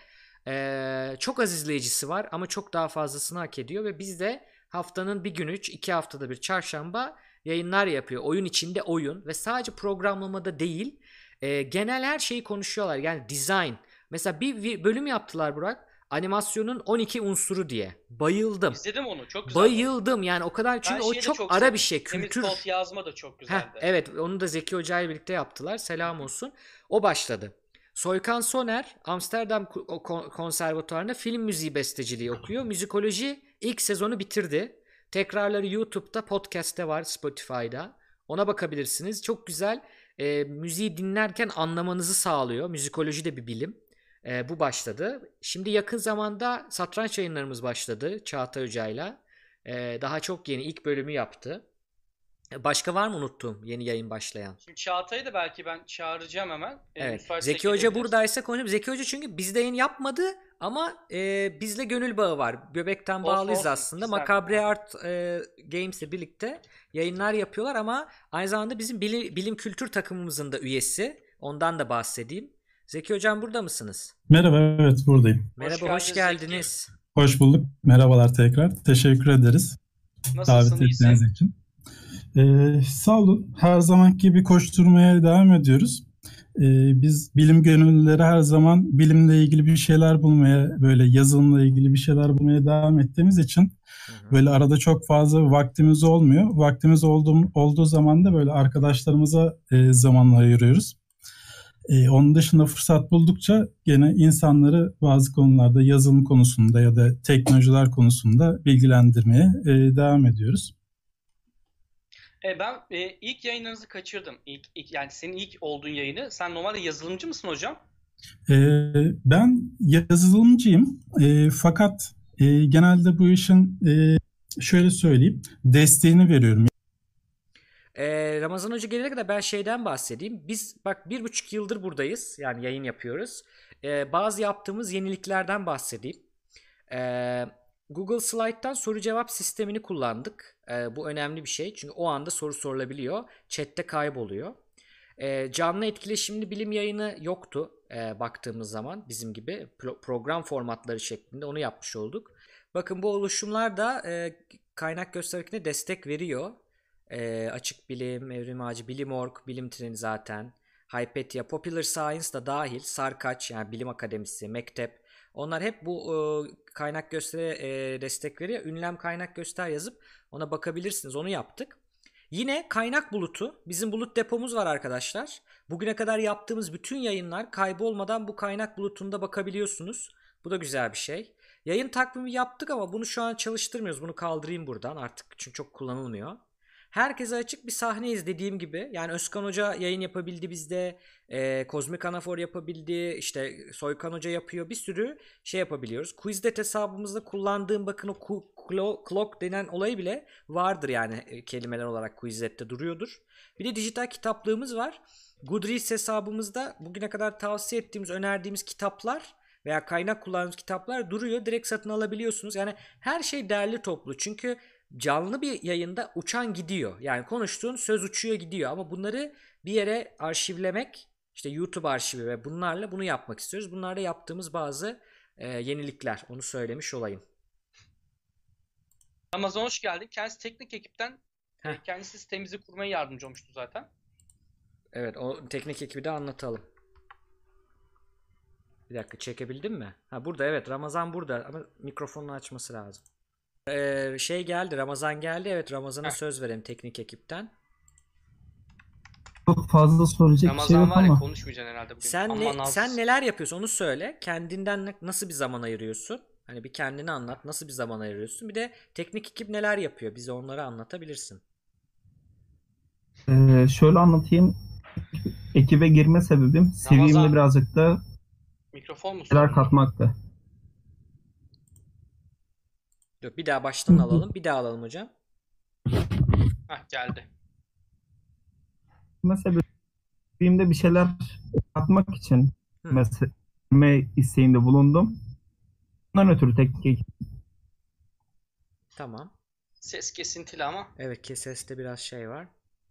Ee, çok az izleyicisi var ama çok daha fazlasını hak ediyor. Ve biz de haftanın bir günü, iki haftada bir çarşamba yayınlar yapıyor. Oyun içinde oyun. Ve sadece programlamada değil. e, genel her şeyi konuşuyorlar. Yani design. Mesela bir vi- bölüm yaptılar Burak. Animasyonun on iki unsuru diye. Bayıldım.
İzledim onu. Çok güzeldi.
Bayıldım yani o kadar çünkü
Ben
o
şeyi de
çok,
çok
ara
sevdim.
bir şey,
Temiz
kültür.
kod yazma da çok güzeldi.
Heh, evet onu da Zeki Hoca ile birlikte yaptılar. Selam olsun. O başladı. Soykan Soner Amsterdam Ko- Ko- Konservatuvarı'nda film müziği besteciliği okuyor. Müzikoloji ilk sezonu bitirdi. Tekrarları YouTube'da, podcast'te var, Spotify'da. Ona bakabilirsiniz. Çok güzel. E, müziği dinlerken anlamanızı sağlıyor. Müzikoloji de bir bilim. E, bu başladı. Şimdi yakın zamanda satranç yayınlarımız başladı Çağatay Hoca'yla. E, daha çok yeni ilk bölümü yaptı. E, Başka var mı unuttuğum yeni yayın başlayan?
Şimdi Çağatay'ı da belki ben çağıracağım hemen. Ee,
Evet.
müsaitse
Zeki Hoca
gelebiliriz.
buradaysa konuşalım. Zeki Hoca çünkü bizde yayın yapmadı ama e, bizle gönül bağı var. Göbekten
Olsun,
bağlıyız
olsun.
aslında.
Güzel.
Macabre Art e, Games'le birlikte yayınlar yapıyorlar ama aynı zamanda bizim bilim, bilim kültür takımımızın da üyesi. Ondan da bahsedeyim. Zeki Hocam burada mısınız?
Merhaba, evet buradayım.
Merhaba, hoş
geldiniz
geldiniz.
Hoş bulduk. Merhabalar tekrar. Teşekkür ederiz
Nasılsın?
davet
İyisin?
ettiğiniz için. Ee, sağ olun. Her zamanki gibi koşturmaya devam ediyoruz. Ee, biz bilim gönüllüleri her zaman bilimle ilgili bir şeyler bulmaya, böyle yazılımla ilgili bir şeyler bulmaya devam ettiğimiz için
Hı hı.
böyle arada çok fazla vaktimiz olmuyor. Vaktimiz olduğu, olduğu zaman da böyle arkadaşlarımıza e, zaman ayırıyoruz. Ee, onun dışında fırsat buldukça gene insanları bazı konularda yazılım konusunda ya da teknolojiler konusunda bilgilendirmeye e, devam ediyoruz.
E, ben e, ilk yayınlarınızı kaçırdım. İlk, ilk, yani senin ilk olduğun yayını. Sen normalde yazılımcı mısın hocam?
Ee, ben yazılımcıyım e, fakat e, genelde bu işin e, şöyle söyleyeyim desteğini veriyorum.
E, Ramazan Hoca gelene kadar ben şeyden bahsedeyim. Biz bak bir buçuk yıldır buradayız. Yani yayın yapıyoruz. Ee, bazı yaptığımız yeniliklerden bahsedeyim. Ee, Google Slide'dan soru cevap sistemini kullandık. Ee, bu önemli bir şey. Çünkü o anda soru sorulabiliyor. Chat'te kayboluyor. Ee, canlı etkileşimli bilim yayını yoktu e, baktığımız zaman bizim gibi pro- program formatları şeklinde onu yapmış olduk. Bakın bu oluşumlar da e, kaynak gösterirken destek veriyor. E, Açık Bilim, Evrim Ağacı, Bilim nokta org, Bilim Treni zaten, Hypatia, Popular Science da dahil, Sarkaç yani Bilim Akademisi, Mektep. Onlar hep bu e, kaynak göstere e, destek veriyor. Ünlem kaynak göster yazıp ona bakabilirsiniz. Onu yaptık. Yine kaynak bulutu. Bizim bulut depomuz var arkadaşlar. Bugüne kadar yaptığımız bütün yayınlar kaybolmadan bu kaynak bulutunda bakabiliyorsunuz. Bu da güzel bir şey. Yayın takvimi yaptık ama bunu şu an çalıştırmıyoruz. Bunu kaldırayım buradan artık çünkü çok kullanılmıyor. Herkese açık bir sahneyiz dediğim gibi. Yani Özkan Hoca yayın yapabildi bizde. E, Kozmik Anafor yapabildi. İşte Soykan Hoca yapıyor. Bir sürü şey yapabiliyoruz. Quizlet hesabımızda kullandığım bakın o clock denen olayı bile vardır yani kelimeler olarak Quizlet'te duruyordur. Bir de dijital kitaplığımız var. Goodreads hesabımızda bugüne kadar tavsiye ettiğimiz, önerdiğimiz kitaplar veya kaynak kullandığımız kitaplar duruyor. Direkt satın alabiliyorsunuz. Yani her şey derli toplu. Çünkü canlı bir yayında uçan gidiyor. Yani konuştuğun söz uçuyor gidiyor. Ama bunları bir yere arşivlemek, işte YouTube arşivi ve bunlarla bunu yapmak istiyoruz. Bunlarla yaptığımız bazı e, yenilikler. Onu söylemiş olayım.
Ramazan hoş geldin. Kendisi teknik ekipten
Heh.
kendisi sitemizi kurmaya yardımcı olmuştu zaten.
Evet, o teknik ekibi de anlatalım. Bir dakika, çekebildin mi? Ha burada, evet, Ramazan burada ama mikrofonunu açması lazım. Ee, şey geldi, Ramazan geldi. Evet, Ramazan'a söz verelim teknik ekipten.
Çok fazla soracak bir şey
Ramazan
yok
var ya,
ama
konuşmayacaksın herhalde bugün.
Sen
Aman
ne,
az-
sen neler yapıyorsun onu söyle. Kendinden ne- nasıl bir zaman ayırıyorsun? Hani bir kendini anlat. Nasıl bir zaman ayırıyorsun? Bir de teknik ekip neler yapıyor? Bize onları anlatabilirsin.
e, şöyle anlatayım. Ekibe girme sebebim C V'imde
Ramazan.
birazcık da
Mikrofon mu
şeyler
sorun?
katmaktı.
Dur, bir daha baştan alalım. Bir daha alalım hocam.
Heh, geldi.
Girme sebebim C V'imde bir şeyler katmak için
Hı.
mesela girme isteğinde bulundum. Bundan ötürü teknik ekip.
Tamam.
Ses kesintili ama.
Evet, ki seste biraz şey var.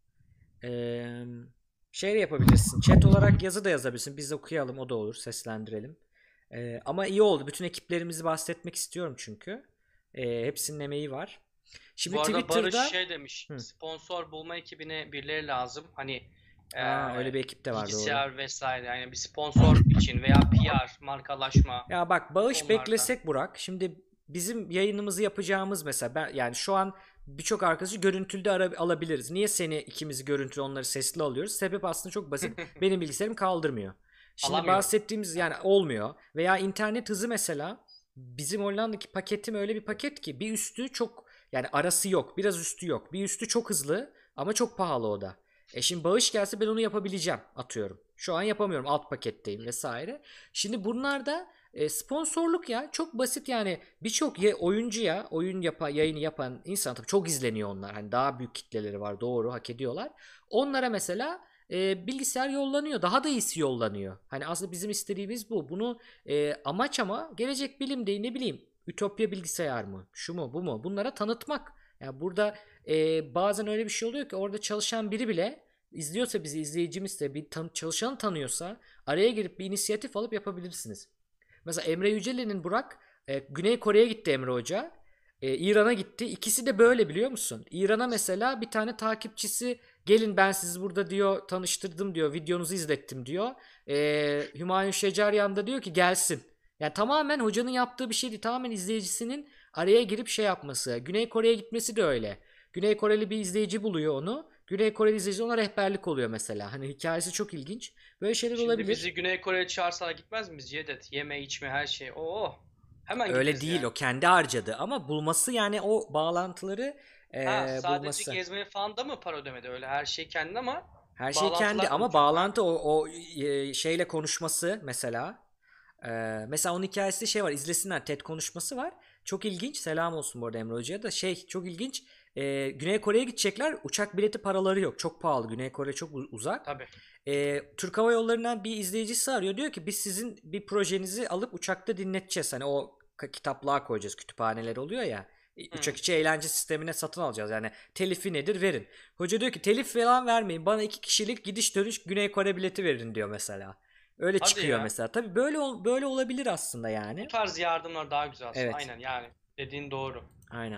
Ee, şey de yapabilirsin. Chat olarak yazı da yazabilirsin. Biz de okuyalım, o da olur. Seslendirelim. Ee, ama iyi oldu. Bütün ekiplerimizi bahsetmek istiyorum çünkü. Ee, hepsinin emeği var. Şimdi
Bu arada
Twitter'da...
Barış şey demiş.
Hı.
Sponsor bulma ekibine birileri lazım. Hani
Aa,
eee,
öyle bir ekip de var, doğru.
bilgisayar vesaire. Yani bir sponsor için veya P R, markalaşma.
Ya bak, bağış
Onlardan.
beklesek Burak. Şimdi bizim yayınımızı yapacağımız mesela ben yani şu an birçok arkadaşı görüntülü de ara- alabiliriz. Niye seni ikimizi görüntülü onları sesli alıyoruz? Sebep aslında çok basit. Benim bilgisayarım kaldırmıyor. Şimdi
Alamıyor.
bahsettiğimiz yani olmuyor. Veya internet hızı mesela bizim Hollanda'daki paketim öyle bir paket ki bir üstü çok yani arası yok. Biraz üstü yok. Bir üstü çok hızlı ama çok pahalı o da. E şimdi bağış gelse ben onu yapabileceğim atıyorum. Şu an yapamıyorum, alt paketteyim vesaire. Şimdi bunlar da e, sponsorluk ya, çok basit yani birçok ya, oyuncuya oyun yapa, yayını yapan insan tabii çok izleniyor onlar. Hani daha büyük kitleleri var, doğru, hak ediyorlar. Onlara mesela e, bilgisayar yollanıyor, daha da iyisi yollanıyor. Hani aslında bizim istediğimiz bu. Bunu e, amaç ama gelecek bilim değil, ne bileyim Ütopya bilgisayar mı, şu mu bu mu, bunlara tanıtmak. Yani burada e, bazen öyle bir şey oluyor ki orada çalışan biri bile izliyorsa, bizi izleyicimiz de bir tan- çalışanı tanıyorsa araya girip bir inisiyatif alıp yapabilirsiniz. Mesela Emre Yücel'in Burak e, Güney Kore'ye gitti Emre Hoca. E, İran'a gitti. İkisi de böyle, biliyor musun? İran'a mesela bir tane takipçisi gelin ben sizi burada diyor tanıştırdım diyor. Videonuzu izlettim diyor. E, Hümayun Şeceryan da diyor ki gelsin. Yani tamamen hocanın yaptığı bir şey değil. Tamamen izleyicisinin araya girip şey yapması. Güney Kore'ye gitmesi de öyle. Güney Koreli bir izleyici buluyor onu. Güney Koreli izleyici ona rehberlik oluyor mesela. Hani hikayesi çok ilginç. Böyle şeyler
Şimdi
olabilir.
bizi Güney Kore'ye çağırsalar gitmez miyiz Cevdet? Yeme içme her şey. Oo. Hemen
Öyle
gideriz
değil,
yani.
o kendi harcadı ama bulması yani o bağlantıları e,
Ha, sadece
bulması.
gezmeye falan da mı para ödemedi? Öyle her şey kendi ama
Her şey
bağlantılar
kendi ama
konuşuyor.
bağlantı o, o e, şeyle konuşması mesela. E, mesela onun hikayesi şey var, izlesinler, TED konuşması var. Çok ilginç, selam olsun bu arada Emre Hoca'ya da, şey çok ilginç. Ee, Güney Kore'ye gidecekler. Uçak bileti paraları yok. Çok pahalı. Güney Kore çok u- uzak.
Tabii.
Ee, Türk Hava Yolları'ndan bir izleyicisi arıyor. Diyor ki biz sizin bir projenizi alıp uçakta dinleteceğiz. Hani o k- kitaplığa koyacağız. Kütüphaneler oluyor ya.
Hı.
Uçak içi eğlence sistemine satın alacağız. Yani telifi nedir verin. Hoca diyor ki telif falan vermeyin. Bana iki kişilik gidiş dönüş Güney Kore bileti verin diyor mesela. Öyle
Hadi
çıkıyor
ya.
mesela. Tabii böyle ol- böyle olabilir aslında
Bu
yani.
tarz yardımlar daha güzel aslında.
Evet.
Aynen yani. Dediğin doğru.
Aynen.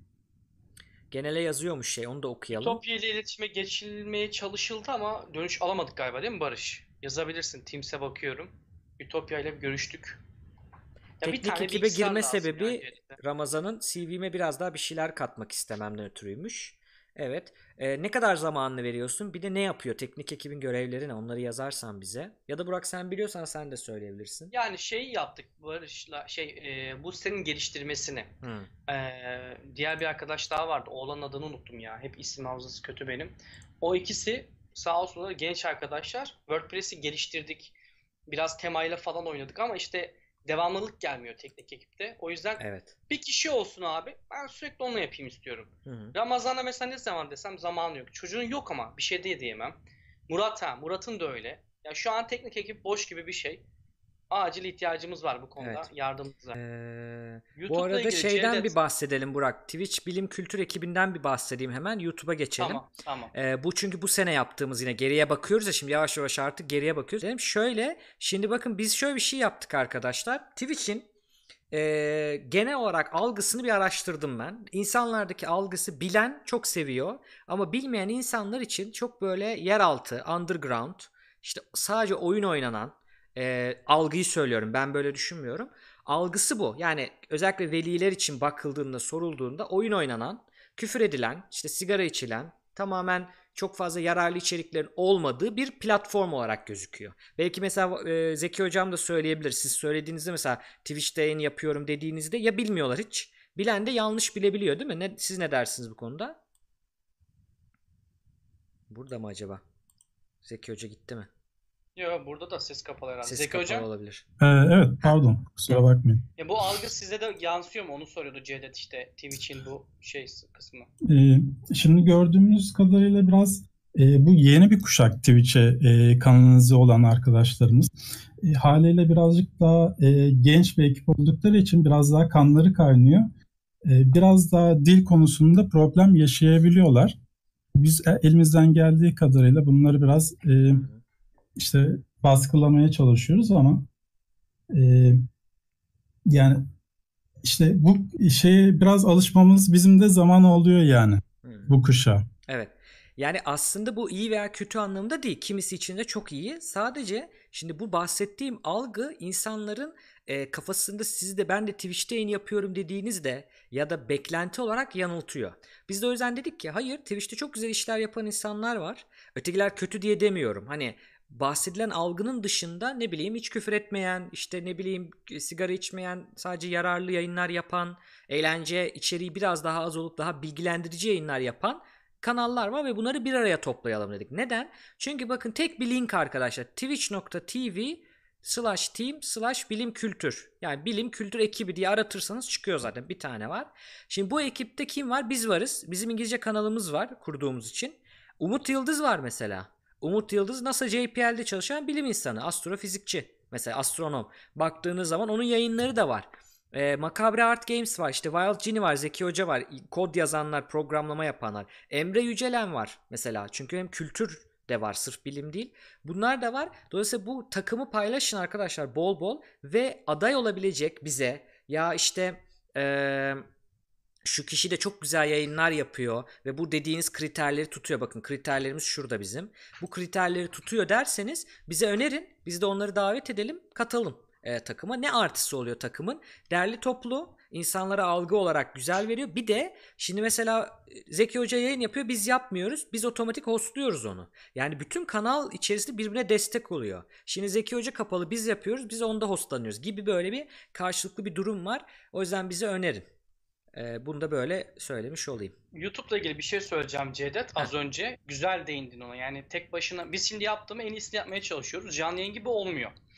Genele yazıyormuş şey. Onu da okuyalım.
Ütopya ile iletişime geçilmeye çalışıldı ama dönüş alamadık galiba değil mi Barış? Yazabilirsin. Teams'e bakıyorum. Ütopya ile görüştük. Ya bir
Teknik
tane
ekibe
bilgisayar
girme
lazım
sebebi
yani gerçekten.
Ramazan'ın C V'me biraz daha bir şeyler katmak istememden ötürüymüş. Evet. Ee, ne kadar zamanını veriyorsun? Bir de ne yapıyor? Teknik ekibin görevleri ne? Onları yazarsan bize. Ya da Burak sen biliyorsan sen de söyleyebilirsin.
Yani şey yaptık Barış'la şey e, bu sitenin geliştirmesini.
Hı.
E, diğer bir arkadaş daha vardı. Oğlanın adını unuttum ya. Hep isim hafızası kötü benim. O ikisi sağ olsunlar genç arkadaşlar. WordPress'i geliştirdik. Biraz temayla falan oynadık ama işte devamlılık gelmiyor teknik ekipte. O yüzden
Evet.
bir kişi olsun abi. Ben sürekli onunla yapayım istiyorum.
Hı hı.
Ramazan'da mesela ne zaman desem zamanı yok. Çocuğun yok ama bir şey de diyemem. Murat ha, Murat'ın da öyle. Ya şu an teknik ekip boş gibi bir şey. Acil ihtiyacımız var bu konuda.
Evet.
Yardımınıza.
Ee, bu
YouTube'la
arada
ilgili
şeyden
Cevdet.
bir bahsedelim Burak. Twitch Bilim Kültür ekibinden bir bahsedeyim hemen. YouTube'a geçelim.
Tamam, tamam.
Ee, bu çünkü bu sene yaptığımız yine geriye bakıyoruz ya şimdi yavaş yavaş artık geriye bakıyoruz. Dedim şöyle şimdi bakın biz şöyle bir şey yaptık arkadaşlar. Twitch'in e, genel olarak algısını bir araştırdım ben. İnsanlardaki algısı bilen çok seviyor ama bilmeyen insanlar için çok böyle yeraltı, underground, işte sadece oyun oynanan e, algıyı söylüyorum. Ben böyle düşünmüyorum. Algısı bu. Yani özellikle veliler için bakıldığında, sorulduğunda oyun oynanan, küfür edilen, işte sigara içilen, tamamen çok fazla yararlı içeriklerin olmadığı bir platform olarak gözüküyor. Belki mesela e, Zeki Hocam da söyleyebilir. Siz söylediğinizde mesela Twitch'te yayın yapıyorum dediğinizde ya bilmiyorlar hiç. Bilen de yanlış bilebiliyor değil mi? Ne, siz ne dersiniz bu konuda? Burada mı acaba? Zeki Hoca gitti mi?
Yok burada da ses kapalı herhalde.
Ses
Zeki
kapalı
Hocam.
olabilir.
Ee, evet pardon kusura bakmayın.
Ya bu algı size de yansıyor mu? Onu soruyordu Cevdet işte Twitch'in bu şey kısmı.
Ee, şimdi gördüğümüz kadarıyla biraz e, bu yeni bir kuşak Twitch'e e, kanalize olan arkadaşlarımız. E, haliyle birazcık daha e, genç bir ekip oldukları için biraz daha kanları kaynıyor. E, biraz daha dil konusunda problem yaşayabiliyorlar. Biz e, elimizden geldiği kadarıyla bunları biraz e, işte baskılamaya çalışıyoruz ama e, yani işte bu şeye biraz alışmamız bizim de zaman oluyor yani
Hmm.
bu kuşa.
Evet. Yani aslında bu iyi veya kötü anlamda değil. Kimisi için de çok iyi. Sadece şimdi bu bahsettiğim algı insanların e, kafasında siz de ben de Twitch'te yayın yapıyorum dediğinizde ya da beklenti olarak yanıltıyor. Biz de o yüzden dedik ki hayır Twitch'te çok güzel işler yapan insanlar var. Ötekiler kötü diye demiyorum. Hani bahsedilen algının dışında ne bileyim hiç küfür etmeyen, işte ne bileyim sigara içmeyen, sadece yararlı yayınlar yapan, eğlence içeriği biraz daha az olup daha bilgilendirici yayınlar yapan kanallar var ve bunları bir araya toplayalım dedik. Neden? Çünkü bakın tek bir link arkadaşlar. twitch nokta tv slash team slash bilim kültür. Yani bilim kültür ekibi diye aratırsanız çıkıyor zaten. Bir tane var. Şimdi bu ekipte kim var? Biz varız. Bizim İngilizce kanalımız var kurduğumuz için. Umut Yıldız var mesela. Umut Yıldız NASA J P L'de çalışan bilim insanı. Astrofizikçi. Mesela astronom. Baktığınız zaman onun yayınları da var. E, Macabre Art Games var. İşte Wild Genie var. Zeki Hoca var. Kod yazanlar, programlama yapanlar. Emre Yücelen var mesela. Çünkü hem kültür de var. Sırf bilim değil. Bunlar da var. Dolayısıyla bu takımı paylaşın arkadaşlar bol bol. Ve aday olabilecek bize ya işte eee şu kişi de çok güzel yayınlar yapıyor ve bu dediğiniz kriterleri tutuyor. Bakın kriterlerimiz şurada bizim. Bu kriterleri tutuyor derseniz bize önerin. Biz de onları davet edelim, katalım e, takıma. Ne artısı oluyor takımın? Derli toplu, insanlara algı olarak güzel veriyor. Bir de şimdi mesela Zeki Hoca yayın yapıyor, biz yapmıyoruz. Biz otomatik hostluyoruz onu. Yani bütün kanal içerisinde birbirine destek oluyor. Şimdi Zeki Hoca kapalı, biz yapıyoruz, biz onda hostlanıyoruz gibi böyle bir karşılıklı bir durum var. O yüzden bize önerin. Ee, bunu da böyle söylemiş olayım.
YouTube'la ilgili bir şey söyleyeceğim Cevdet. Az
Heh.
önce güzel değindin ona. Yani tek başına biz şimdi yaptığımı en iyisini yapmaya çalışıyoruz. Canlı yayın gibi olmuyor.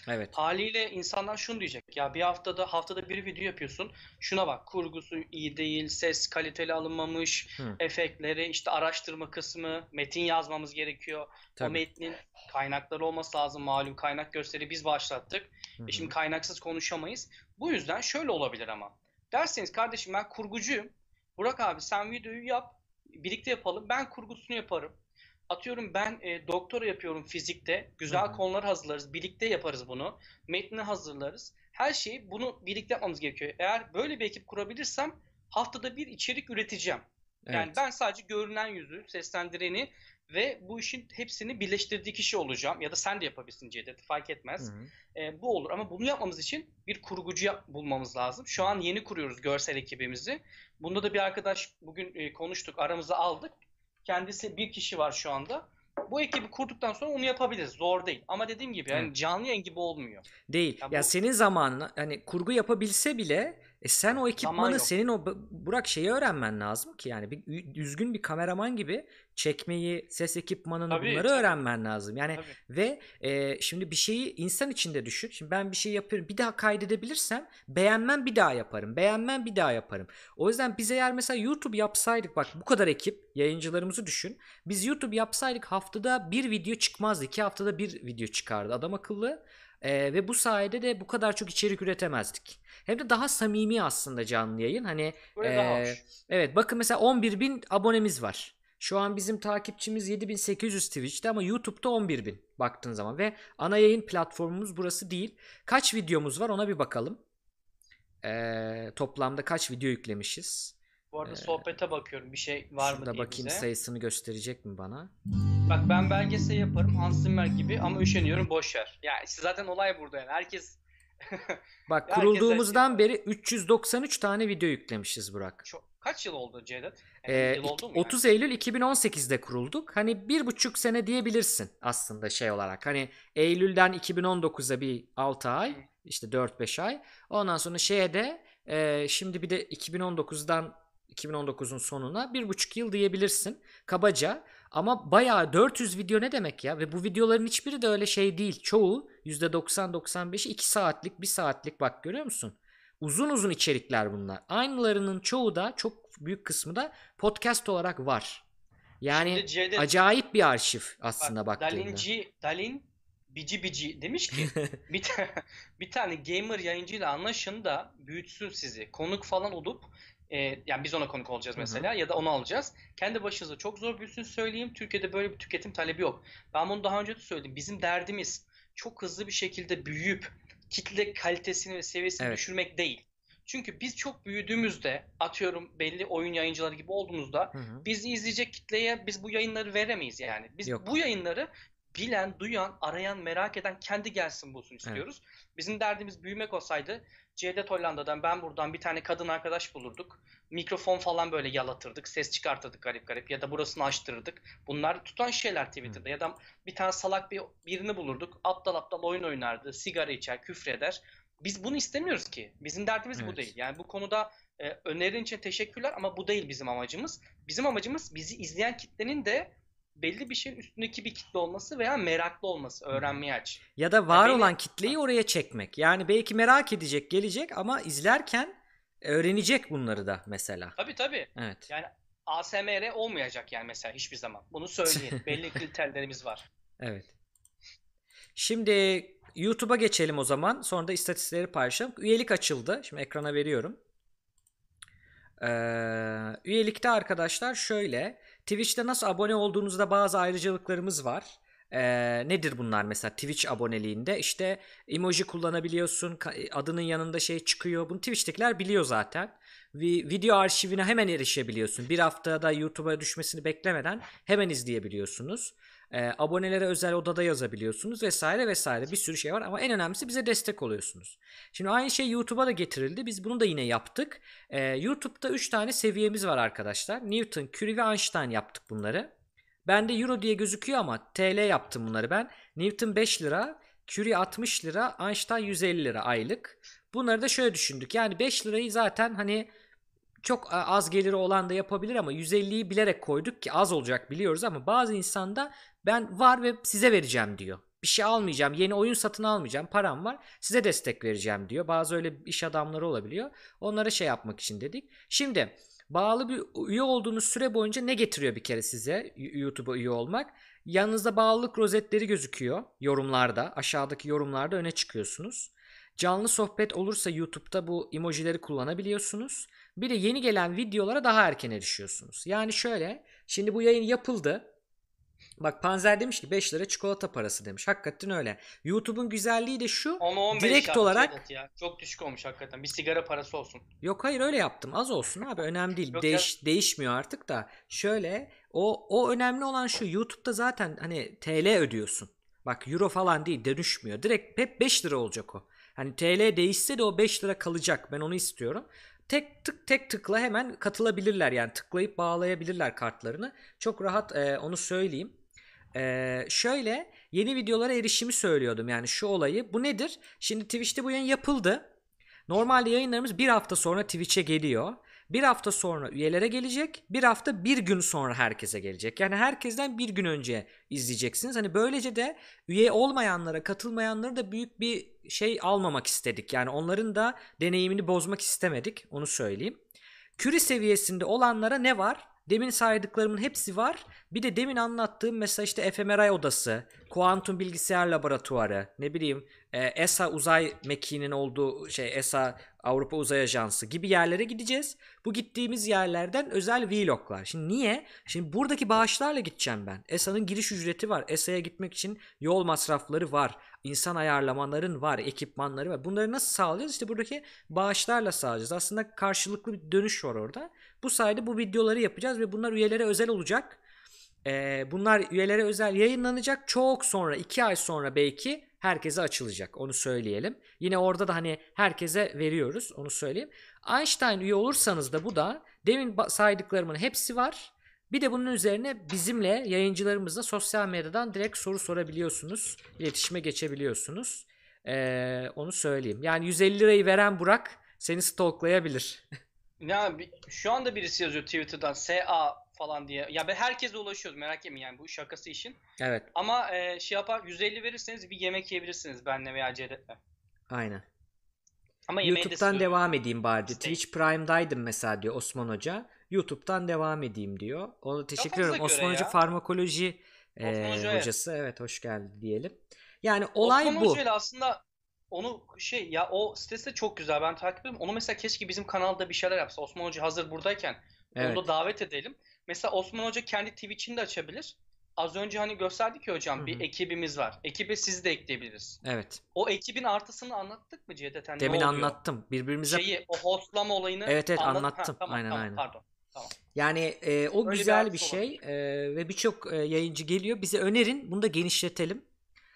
Evet.
Haliyle insanlar şunu diyecek. Ya bir haftada haftada bir video yapıyorsun. Şuna bak, kurgusu iyi değil, ses kaliteli alınmamış,
Hı.
efektleri, işte araştırma kısmı, metin yazmamız gerekiyor.
Tabii.
O metnin kaynakları olması lazım. Malum kaynak gösteri biz başlattık.
Hı
E şimdi
hı.
kaynaksız konuşamayız. Bu yüzden şöyle olabilir ama. Derseniz kardeşim ben kurgucuyum. Burak abi sen videoyu yap. Birlikte yapalım. Ben kurgusunu yaparım. Atıyorum ben e, doktora yapıyorum fizikte. Güzel
Hı hı.
konuları hazırlarız. Birlikte yaparız bunu. Metni hazırlarız. Her şeyi bunu birlikte yapmamız gerekiyor. Eğer böyle bir ekip kurabilirsem haftada bir içerik üreteceğim. Yani
Evet.
ben sadece görünen yüzü, seslendireni ve bu işin hepsini birleştirdiği kişi olacağım. Ya da sen de yapabilirsin Cevdet, fark
Hı
etmez.
hı.
E, bu olur ama bunu yapmamız için bir kurgucu yap- bulmamız lazım. Şu an yeni kuruyoruz görsel ekibimizi. Bunda da bir arkadaş bugün e, konuştuk, aramıza aldık. Kendisi bir kişi var şu anda. Bu ekibi kurduktan sonra onu yapabiliriz. Zor değil. Ama dediğim gibi yani
Evet.
canlı yayın gibi olmuyor.
Değil.
Ya
Ya
bu
senin zamanına hani kurgu yapabilse bile e sen o
zaman
ekipmanı,
yok.
senin o B- Burak şeyi öğrenmen lazım ki yani bir ü- düzgün bir kameraman gibi çekmeyi, ses ekipmanını
Tabii
bunları
tabii
öğrenmen lazım. Yani
tabii.
ve e, şimdi bir şeyi insan içinde düşün. Şimdi ben bir şey yapıyorum, bir daha kaydedebilirsem beğenmem, bir daha yaparım. Beğenmem, bir daha yaparım. O yüzden biz eğer mesela YouTube yapsaydık, bak bu kadar ekip yayıncılarımızı düşün. Biz YouTube yapsaydık haftada bir video çıkmazdı. iki haftada bir video çıkardı adam akıllı. Ee, ve bu sayede de bu kadar çok içerik üretemezdik. Hem de daha samimi aslında canlı yayın. Hani
Böyle daha
ee,
hoş.
evet bakın mesela on bir bin abonemiz var. Şu an bizim takipçimiz yedi bin sekiz yüz Twitch'te ama YouTube'da on bir bin baktığın zaman. Ve ana yayın platformumuz burası değil. Kaç videomuz var ona bir bakalım. Ee, toplamda kaç video yüklemişiz?
Bu arada
Ee,
sohbete bakıyorum bir şey var mı
Şurada
diye
bakayım,
bize.
sayısını gösterecek mi bana?
Bak ben belgesel yaparım Hans Zimmer gibi ama üşeniyorum, boş ver. Ya işte zaten olay burada yani. Herkes
Bak
herkes her şeyi
kurulduğumuzdan
yapar.
beri üç yüz doksan üç tane video yüklemişiz Burak.
Çok, kaç yıl oldu Cevdet? Yani
Ee,
yıl
ik-
oldu mu yani?
otuz Eylül iki bin on sekizde kurulduk. Hani bir buçuk sene diyebilirsin aslında şey olarak. Hani Eylül'den iki bin on dokuza bir altı
Hı.
ay, işte dört beş ay. Ondan sonra şeye de e, şimdi bir de iki bin on dokuzdan iki bin on dokuzun sonuna bir buçuk yıl diyebilirsin kabaca. Ama bayağı dört yüz video ne demek ya? Ve bu videoların hiçbiri de öyle şey değil. Çoğu yüzde doksan doksan beşi iki saatlik, bir saatlik, bak görüyor musun? Uzun uzun içerikler bunlar. Aynılarının çoğu da, çok büyük kısmı da podcast olarak var. Yani
Şimdi Cevdet
acayip bir arşiv aslında
bak
baktığında.
Dalinci, Dalin Bici Bici demiş ki bir, ta- bir tane gamer yayıncıyla anlaşın da büyütsün sizi. Konuk falan olup e, yani biz ona konuk olacağız
Hı hı.
mesela ya da onu alacağız. Kendi başınıza çok zor büyüsün söyleyeyim. Türkiye'de böyle bir tüketim talebi yok. Ben bunu daha önce de söyledim. Bizim derdimiz çok hızlı bir şekilde büyüyüp kitle kalitesini ve seviyesini
Evet.
düşürmek değil. Çünkü biz çok büyüdüğümüzde, atıyorum belli oyun yayıncıları gibi olduğumuzda
Hı hı.
bizi izleyecek kitleye biz bu yayınları veremeyiz yani. Biz
Yok.
bu yayınları bilen, duyan, arayan, merak eden kendi gelsin bulsun
Evet.
istiyoruz. Bizim derdimiz büyümek olsaydı Cevdet Hollanda'dan, ben buradan bir tane kadın arkadaş bulurduk. Mikrofon falan böyle yalatırdık. Ses çıkartırdık garip garip ya da burasını açtırırdık. Bunlar tutan şeyler
Hı.
Twitter'da. Ya da bir tane salak bir birini bulurduk. Aptal aptal oyun oynardı. Sigara içer, küfreder. Biz bunu istemiyoruz ki. Bizim derdimiz bu
Evet.
değil. Yani bu konuda e, önerin için teşekkürler ama bu değil bizim amacımız. Bizim amacımız bizi izleyen kitlenin de belli bir şeyin üstündeki bir kitle olması veya meraklı olması,
Hı hı.
öğrenmeye aç.
Ya da
Ya
var
beni
olan kitleyi oraya çekmek. Yani belki merak edecek, gelecek ama izlerken öğrenecek bunları da mesela.
tabii tabii.
Evet.
Yani A S M R olmayacak yani mesela hiçbir zaman. Bunu söyleyin. Belli kriterlerimiz var.
Evet. Şimdi YouTube'a geçelim o zaman. Sonra da istatistikleri paylaşalım. Üyelik açıldı. Şimdi ekrana veriyorum. Ee, üyelikte arkadaşlar şöyle. Twitch'te nasıl abone olduğunuzda bazı ayrıcalıklarımız var. Ee, nedir bunlar mesela Twitch aboneliğinde? İşte emoji kullanabiliyorsun. ka- Adının yanında şey çıkıyor. Bunu Twitch'tekiler biliyor zaten. Vi- Video arşivine hemen erişebiliyorsun. Bir haftada YouTube'a düşmesini beklemeden hemen izleyebiliyorsunuz. Ee, abonelere özel odada yazabiliyorsunuz vesaire vesaire, bir sürü şey var ama en önemlisi bize destek oluyorsunuz. Şimdi aynı şey YouTube'a da getirildi. Biz bunu da yine yaptık. Ee, YouTube'da üç tane seviyemiz var arkadaşlar. Newton, Curie ve Einstein yaptık bunları. Bende Euro diye gözüküyor ama T L yaptım bunları ben. Newton beş lira, Curie altmış lira, Einstein yüz elli lira aylık. Bunları da şöyle düşündük. Yani beş lirayı zaten hani çok az geliri olan da yapabilir ama yüz elliyi bilerek koyduk ki az olacak biliyoruz ama bazı insan da ben var ve size vereceğim diyor. bir şey almayacağım, yeni oyun satın almayacağım, param var, size destek vereceğim diyor. Bazı öyle iş adamları olabiliyor. Onlara şey yapmak için dedik. Şimdi bağlı bir üye olduğunuz süre boyunca ne getiriyor bir kere size YouTube'a üye olmak? Yanınızda bağlılık rozetleri gözüküyor yorumlarda. Aşağıdaki yorumlarda öne çıkıyorsunuz. Canlı sohbet olursa YouTube'da bu emojileri kullanabiliyorsunuz. Bir de yeni gelen videolara daha erken erişiyorsunuz. Yani şöyle, şimdi bu yayın yapıldı. Bak Panzer demiş ki beş lira çikolata parası demiş. Hakikaten öyle. YouTube'un güzelliği de şu.
on on beş
direkt olarak
evet ya. Çok düşük olmuş hakikaten. Bir sigara parası olsun.
Yok hayır öyle yaptım. Az olsun abi, önemli değil.
Yok
Değiş, değişmiyor artık da. Şöyle o o önemli olan şu, YouTube'da zaten hani T L ödüyorsun. Bak euro falan değil, dönüşmüyor. Direkt hep beş lira olacak o. Hani T L değişse de o beş lira kalacak. Ben onu istiyorum. Tek tık tek tıkla hemen katılabilirler, yani tıklayıp bağlayabilirler kartlarını. Çok rahat, e, onu söyleyeyim. Ee, şöyle yeni videolara erişimi söylüyordum, yani şu olayı. Bu nedir? Şimdi Twitch'te bu yayın yapıldı. Normalde yayınlarımız bir hafta sonra Twitch'e geliyor. Bir hafta sonra üyelere gelecek. Bir hafta bir gün sonra herkese gelecek. Yani herkesten bir gün önce izleyeceksiniz. Hani böylece de üye olmayanlara, katılmayanlara da büyük bir şey almamak istedik. Yani onların da deneyimini bozmak istemedik. Onu söyleyeyim. Curie seviyesinde olanlara ne var? Demin saydıklarımın hepsi var. Bir de demin anlattığım mesela işte F M R I odası, kuantum bilgisayar laboratuvarı, ne bileyim e, E S A uzay mekiğinin olduğu şey, E S A Avrupa Uzay Ajansı gibi yerlere gideceğiz. Bu gittiğimiz yerlerden özel vloglar. Şimdi niye? Şimdi buradaki bağışlarla gideceğim ben. E S A'nın giriş ücreti var. E S A'ya gitmek için yol masrafları var. İnsan ayarlamaların var, ekipmanları var. Bunları nasıl sağlayacağız? İşte buradaki bağışlarla sağlayacağız. Aslında karşılıklı bir dönüş var orada. Bu sayede bu videoları yapacağız ve bunlar üyelere özel olacak. Ee, bunlar üyelere özel yayınlanacak. Çok sonra, iki ay sonra belki herkese açılacak. Onu söyleyelim. Yine orada da hani herkese veriyoruz. Onu söyleyeyim. Einstein üye olursanız da bu da demin saydıklarımın hepsi var. Bir de bunun üzerine bizimle, yayıncılarımızla sosyal medyadan direkt soru sorabiliyorsunuz. İletişime geçebiliyorsunuz. Ee, onu söyleyeyim. Yani yüz elli lirayı veren Burak seni stalklayabilir.
Ya bir- şu anda birisi yazıyor Twitter'dan S A falan diye. Ya ben herkese ulaşıyoruz, merak etmeyin, yani bu şakası işin.
Evet.
Ama e, şey yapar, yüz elli verirseniz bir yemek yiyebilirsiniz benle veya Cevdet'le.
Aynen.
Ama yemeği de
YouTube'dan
söylüyorum.
devam edeyim bari diyor.
Steak.
Twitch Prime'daydım mesela diyor Osman Hoca. YouTube'dan devam edeyim diyor. Ona teşekkür
Kafanıza
ederim.
göre
Osman Hoca
ya.
farmakoloji e,
Osman Hoca, evet.
hocası. Evet, hoş geldi diyelim. Yani olay
Osman
bu.
Hoca ile aslında onu şey ya, o sitesi de çok güzel, ben takip ediyorum. Onu mesela keşke bizim kanalda bir şeyler yapsa. Osman Hoca hazır buradayken
Evet.
onu da davet edelim. Mesela Osman Hoca kendi Twitch'ini de açabilir. Az önce hani gösterdik ya hocam,
Hı hı.
bir ekibimiz var. Ekibe sizi de ekleyebiliriz.
Evet.
O ekibin artısını anlattık mı Cevdet? Hani ne
Demin
oluyor?
anlattım. Birbirimize
Şeyi, o hostlama olayını
Evet, evet,
anlat-
anlattım.
Ha, tamam,
Aynen,
tamam,
aynen.
pardon. Tamam.
Yani e, o
Öyle bir
güzel bir
artısı
şey
olabilir.
e, ve birçok e, yayıncı geliyor. Bize önerin, bunu da genişletelim.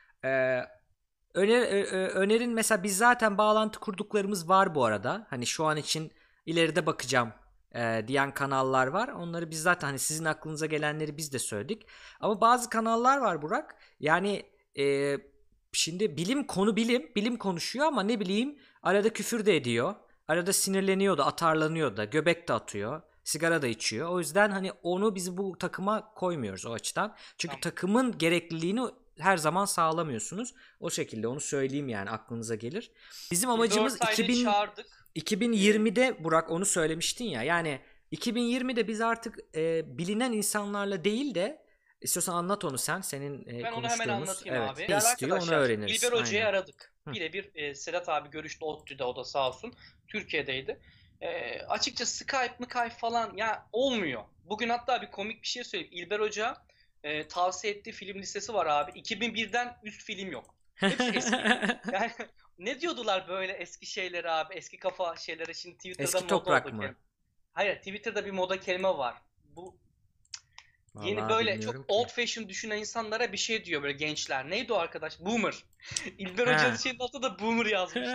E, öner, ö- ö- önerin mesela, biz zaten bağlantı kurduklarımız var bu arada. Hani şu an için ileride bakacağım e, diyen kanallar var. Onları biz zaten, hani sizin aklınıza gelenleri biz de söyledik. Ama bazı kanallar var Burak. Yani e, şimdi bilim konu bilim, bilim konuşuyor ama ne bileyim arada küfür de ediyor. Arada sinirleniyor da, atarlanıyor da, göbek de atıyor. Sigara da içiyor. O yüzden hani onu biz bu takıma koymuyoruz o açıdan. Çünkü
Tamam.
takımın gerekliliğini her zaman sağlamıyorsunuz. O şekilde onu söyleyeyim, yani aklınıza gelir. Bizim amacımız
dört ayda
iki bin
çağırdık.
iki bin yirmide Burak, onu söylemiştin ya. Yani iki bin yirmide biz artık e, bilinen insanlarla değil de, istiyorsan anlat onu sen. Senin e,
Ben onu hemen
konuştuğumuz.
anlatayım
Evet,
abi.
ne
Değerli
istiyor onu
arkadaşlar,
öğreniriz.
İlber Hoca'yı
Aynen.
aradık.
Hı.
Birebir e, Sedat abi görüştü ODTÜ'de, o da sağ olsun. Türkiye'deydi. E, açıkçası Skype mı Skype falan ya olmuyor. Bugün hatta bir komik bir şey söyleyeyim. İlber Hoca e, tavsiye ettiği film listesi var abi. iki bin birden üst film yok. Hepsi eski. Yani ne diyordular böyle eski şeyleri abi, eski kafa şeyleri, şimdi Twitter'da
Eski
moda
toprak
oldu
mı?
kelime. Hayır, Twitter'da bir moda kelime var. Bu yeni
Vallahi
böyle
bilmiyorum
çok
ki.
old fashion düşünen insanlara bir şey diyor böyle gençler. Neydi o arkadaş? Boomer. İlber
Ha.
Hoca'nın şeyin altında da Boomer yazmış.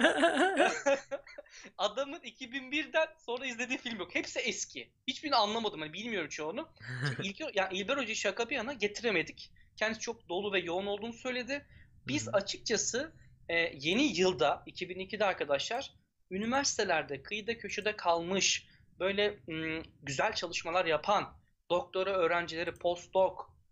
Adamın iki bin birden sonra izlediği film yok. Hepsi eski. Hiçbirini anlamadım. Hani bilmiyorum çoğunu. Şimdi İlker, yani İlber Hoca'yı şaka bir yana getiremedik. Kendisi çok dolu ve yoğun olduğunu söyledi. Biz
Hı hı.
açıkçası e, yeni yılda iki bin ikide arkadaşlar üniversitelerde kıyıda köşede kalmış böyle ım, güzel çalışmalar yapan doktora öğrencileri, postdoc,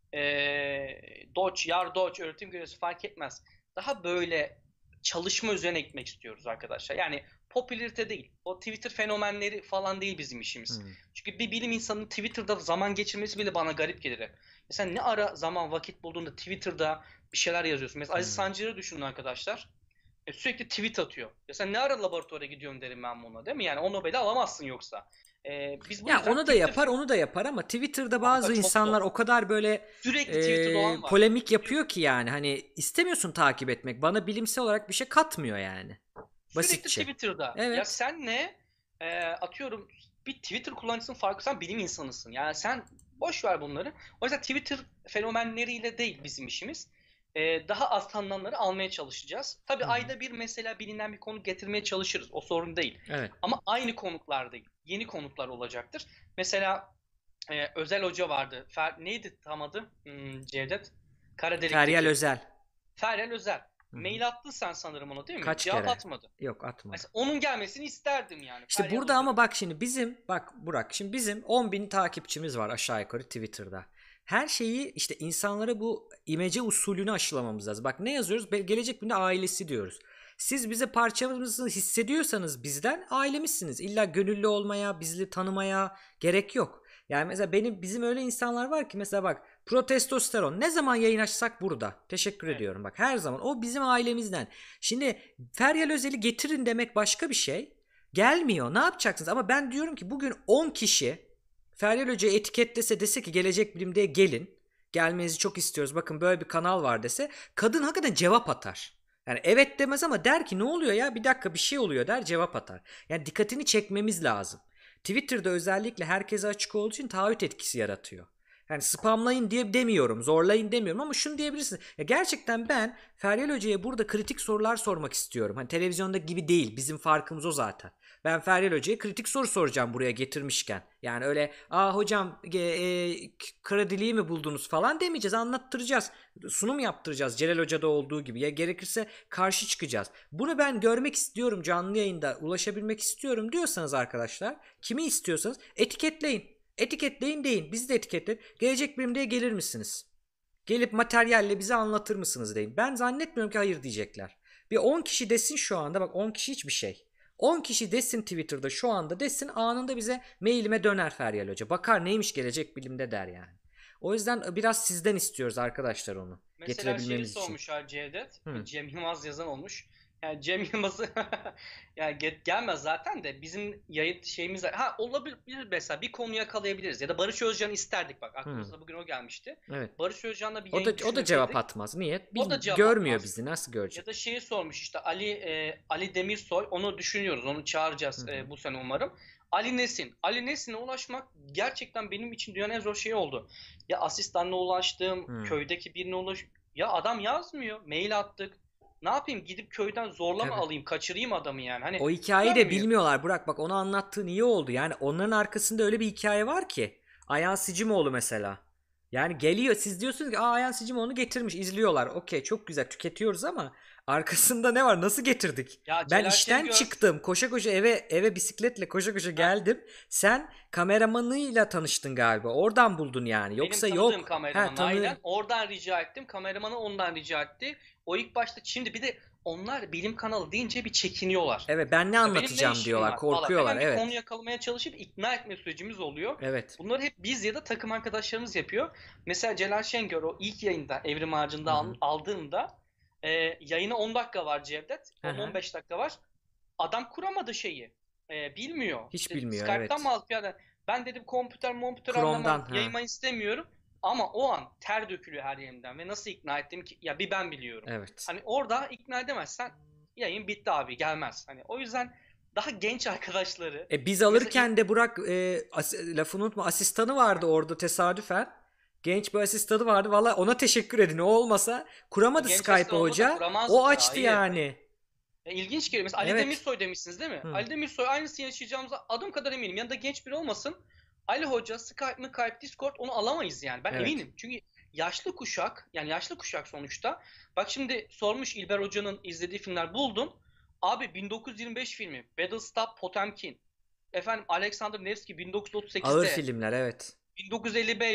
Ee, Doç, Yar Doç, öğretim görevlisi fark etmez. Daha böyle çalışma üzerine gitmek istiyoruz arkadaşlar. Yani popülarite değil. O Twitter fenomenleri falan değil bizim işimiz.
Hmm.
Çünkü bir bilim insanının Twitter'da zaman geçirmesi bile bana garip gelir hep. Mesela ne ara zaman vakit bulduğunda Twitter'da bir şeyler yazıyorsun. Mesela Aziz
Hmm.
Sancar'ı düşünün arkadaşlar. E, sürekli tweet atıyor. Ya sen ne ara laboratuvara gidiyorsun derim ben buna, değil mi? Yani o Nobel'i alamazsın yoksa. E, biz bu
Ya
yüzden
onu da
Twitter
yapar, onu da yapar ama Twitter'da
Kanka
bazı
çok
insanlar
zor.
o kadar böyle
Sürekli Twitter'da
e,
olan var.
polemik yapıyor ki yani hani istemiyorsun takip etmek. Bana bilimsel olarak bir şey katmıyor yani.
Sürekli
Basitçe.
Twitter'da. Ya
Evet.
sen ne? E, atıyorum bir Twitter kullanıcısının farkı, sen bilim insanısın. Yani sen boş ver bunları. O yüzden Twitter fenomenleriyle değil bizim işimiz. E, daha az tanınanları almaya çalışacağız. Tabii
Hı hı.
ayda bir mesela bilinen bir konu getirmeye çalışırız. O sorun değil.
Evet.
Ama aynı konuklar değil. Yeni konuklar olacaktır. Mesela e, Özel Hoca vardı. Fer, neydi tam adı? Hmm, Cevdet. Karadelik'teki.
Feryal Özel.
Feryal Özel.
Hı hı.
Mail attın sen sanırım ona, değil mi?
Kaç
Cevap
kere?
atmadı.
Yok, atmadı.
Mesela onun gelmesini isterdim yani.
İşte
Feryal
burada
Hoca.
ama bak şimdi bizim bak Burak şimdi bizim on bin takipçimiz var aşağı yukarı Twitter'da. Her şeyi işte insanlara bu imece usulünü aşılamamız lazım. Bak ne yazıyoruz? Be- Gelecek günde ailesi diyoruz. Siz bize parçamızı hissediyorsanız bizden ailemizsiniz. İlla gönüllü olmaya, bizi tanımaya gerek yok. Yani mesela benim bizim öyle insanlar var ki mesela bak protestosteron ne zaman yayın açsak burada. Teşekkür
Evet.
ediyorum bak her zaman. O bizim ailemizden. Şimdi Feryal Özel'i getirin demek başka bir şey. Gelmiyor. Ne yapacaksınız? Ama ben diyorum ki bugün on kişi Feryal Hoca'yı etiketlese dese ki Gelecek Bilim'de gelin. Gelmenizi çok istiyoruz. Bakın böyle bir kanal var dese. Kadın hakikaten cevap atar. Yani evet demez ama der ki ne oluyor ya bir dakika bir şey oluyor der cevap atar. Yani dikkatini çekmemiz lazım. Twitter'da özellikle herkese açık olduğu için taahhüt etkisi yaratıyor. Yani spamlayın diye demiyorum, zorlayın demiyorum ama şunu diyebilirsiniz. Ya gerçekten ben Feryal Hoca'ya burada kritik sorular sormak istiyorum. Hani televizyonda gibi değil. Bizim farkımız o zaten. Ben Feryal Hoca'ya kritik soru soracağım buraya getirmişken. Yani öyle aa hocam e, e, kara deliği mi buldunuz falan demeyeceğiz. Anlattıracağız. Sunum yaptıracağız Celal Hoca'da olduğu gibi. Ya gerekirse karşı çıkacağız. Bunu ben görmek istiyorum canlı yayında ulaşabilmek istiyorum diyorsanız arkadaşlar kimi istiyorsanız etiketleyin. Etiketleyin deyin. Bizi de etiketleyin. Gelecek Bilim'de gelir misiniz? Gelip materyalle bize anlatır mısınız deyin. Ben zannetmiyorum ki hayır diyecekler. Bir on kişi desin şu anda. Bak on kişi hiçbir şey. on kişi desin Twitter'da şu anda desin anında bize mailime döner Feryal Hoca. Bakar neymiş Gelecek Bilim'de der yani. O yüzden biraz sizden istiyoruz arkadaşlar onu.
Mesela şeyi
Getirebilmemiz için.
sormuşlar Cevdet.
Hı.
Cem Yılmaz yazan olmuş. Yani Cem Yılmaz'ı yani get, gelmez zaten de bizim yayın şeyimiz ha olabilir mesela bir konu yakalayabiliriz ya da Barış Özcan'ı isterdik bak aklımıza bugün o gelmişti.
Evet.
Barış Özcan'la bir
O
yayın
da o da
düşünebilirdik.
cevap atmaz. Niye? Bil-
O da cevap
görmüyor
atmaz.
bizi. Nasıl görecek?
Ya da şeyi sormuş işte Ali e, Ali Demirsoy, onu düşünüyoruz, onu çağıracağız
Hı hı.
e, bu sene umarım. Ali Nesin. Ali Nesin'e ulaşmak gerçekten benim için dünyanın en zor şeyi oldu. Ya asistanla ulaştım,
Hı.
köydeki birine ulaş. Ya adam yazmıyor. Mail attık. Ne yapayım? Gidip köyden zorla mı
Tabii.
alayım? Kaçırayım adamı yani. Hani
O hikayeyi de
görmüyor.
bilmiyorlar. Burak bak onu anlattığın iyi oldu. Yani onların arkasında öyle bir hikaye var ki. Ayhan Sicimoğlu mesela. Yani geliyor siz diyorsunuz ki aa Ayhan Sicimoğlu getirmiş izliyorlar. Okey çok güzel tüketiyoruz ama arkasında ne var? Nasıl getirdik?
Ya
Ben
Celal
işten
Şengör-
çıktım. Koşa koşa eve eve bisikletle koşa koşa geldim. Sen kameramanıyla tanıştın galiba. Oradan buldun yani. Yoksa
Benim
yok.
tanıdığım kameraman
Ha, tanı-
aynen. Oradan rica ettim. Kameramanı ondan rica etti. O ilk başta şimdi bir de onlar bilim kanalı deyince bir çekiniyorlar.
Evet ben ne
Ya benim ne
anlatacağım
işim
diyorlar.
var falan.
Korkuyorlar
Hemen bir
evet.
konu yakalamaya çalışıp ikna etme sürecimiz oluyor.
Evet.
Bunları hep biz ya da takım arkadaşlarımız yapıyor. Mesela Celal Şengör o ilk yayında Evrim Ağacı'nda
Hı hı.
al- aldığımda e, yayına on dakika var Cevdet.
Hı hı.
on beş dakika var. Adam kuramadı şeyi. E, bilmiyor.
Hiç
İşte
bilmiyor,
Skype'tan
evet.
mı aldık yani? Ben dedim kompüter kompüter
Chrome'dan,
anlamam.
ha.
Yaymayı istemiyorum. Ama o an ter dökülüyor her yerimden. Ve nasıl ikna ettim ki? Ya bir ben biliyorum.
Evet.
Hani orada ikna edemezsen yayın bitti abi, gelmez. Hani o yüzden daha genç arkadaşları
E biz alırken de Burak e, as- lafını unutma asistanı vardı orada tesadüfen. Genç bir asistanı vardı. Valla ona teşekkür edin. O olmasa kuramadı
Genç
Skype
asistan olmasa
hoca.
kuramazdı
O
da,
açtı
hayır.
yani.
Ya ilginç geliyor. Mesela Ali
Evet.
Demirsoy demişsiniz değil mi?
Hı.
Ali Demirsoy aynısını yaşayacağımıza adım kadar eminim. Yanında genç biri olmasın. Ali Hoca, Skype mı Skype, Discord onu alamayız yani. Ben
Evet.
eminim. Çünkü yaşlı kuşak, yani yaşlı kuşak sonuçta. Bak şimdi sormuş İlber Hoca'nın izlediği filmler buldum. Abi bin dokuz yüz yirmi beş filmi. Battlestar Potemkin. Efendim Alexander Nevsky bin dokuz yüz otuz sekizde.
Ağır filmler evet.
bin dokuz yüz elli beş.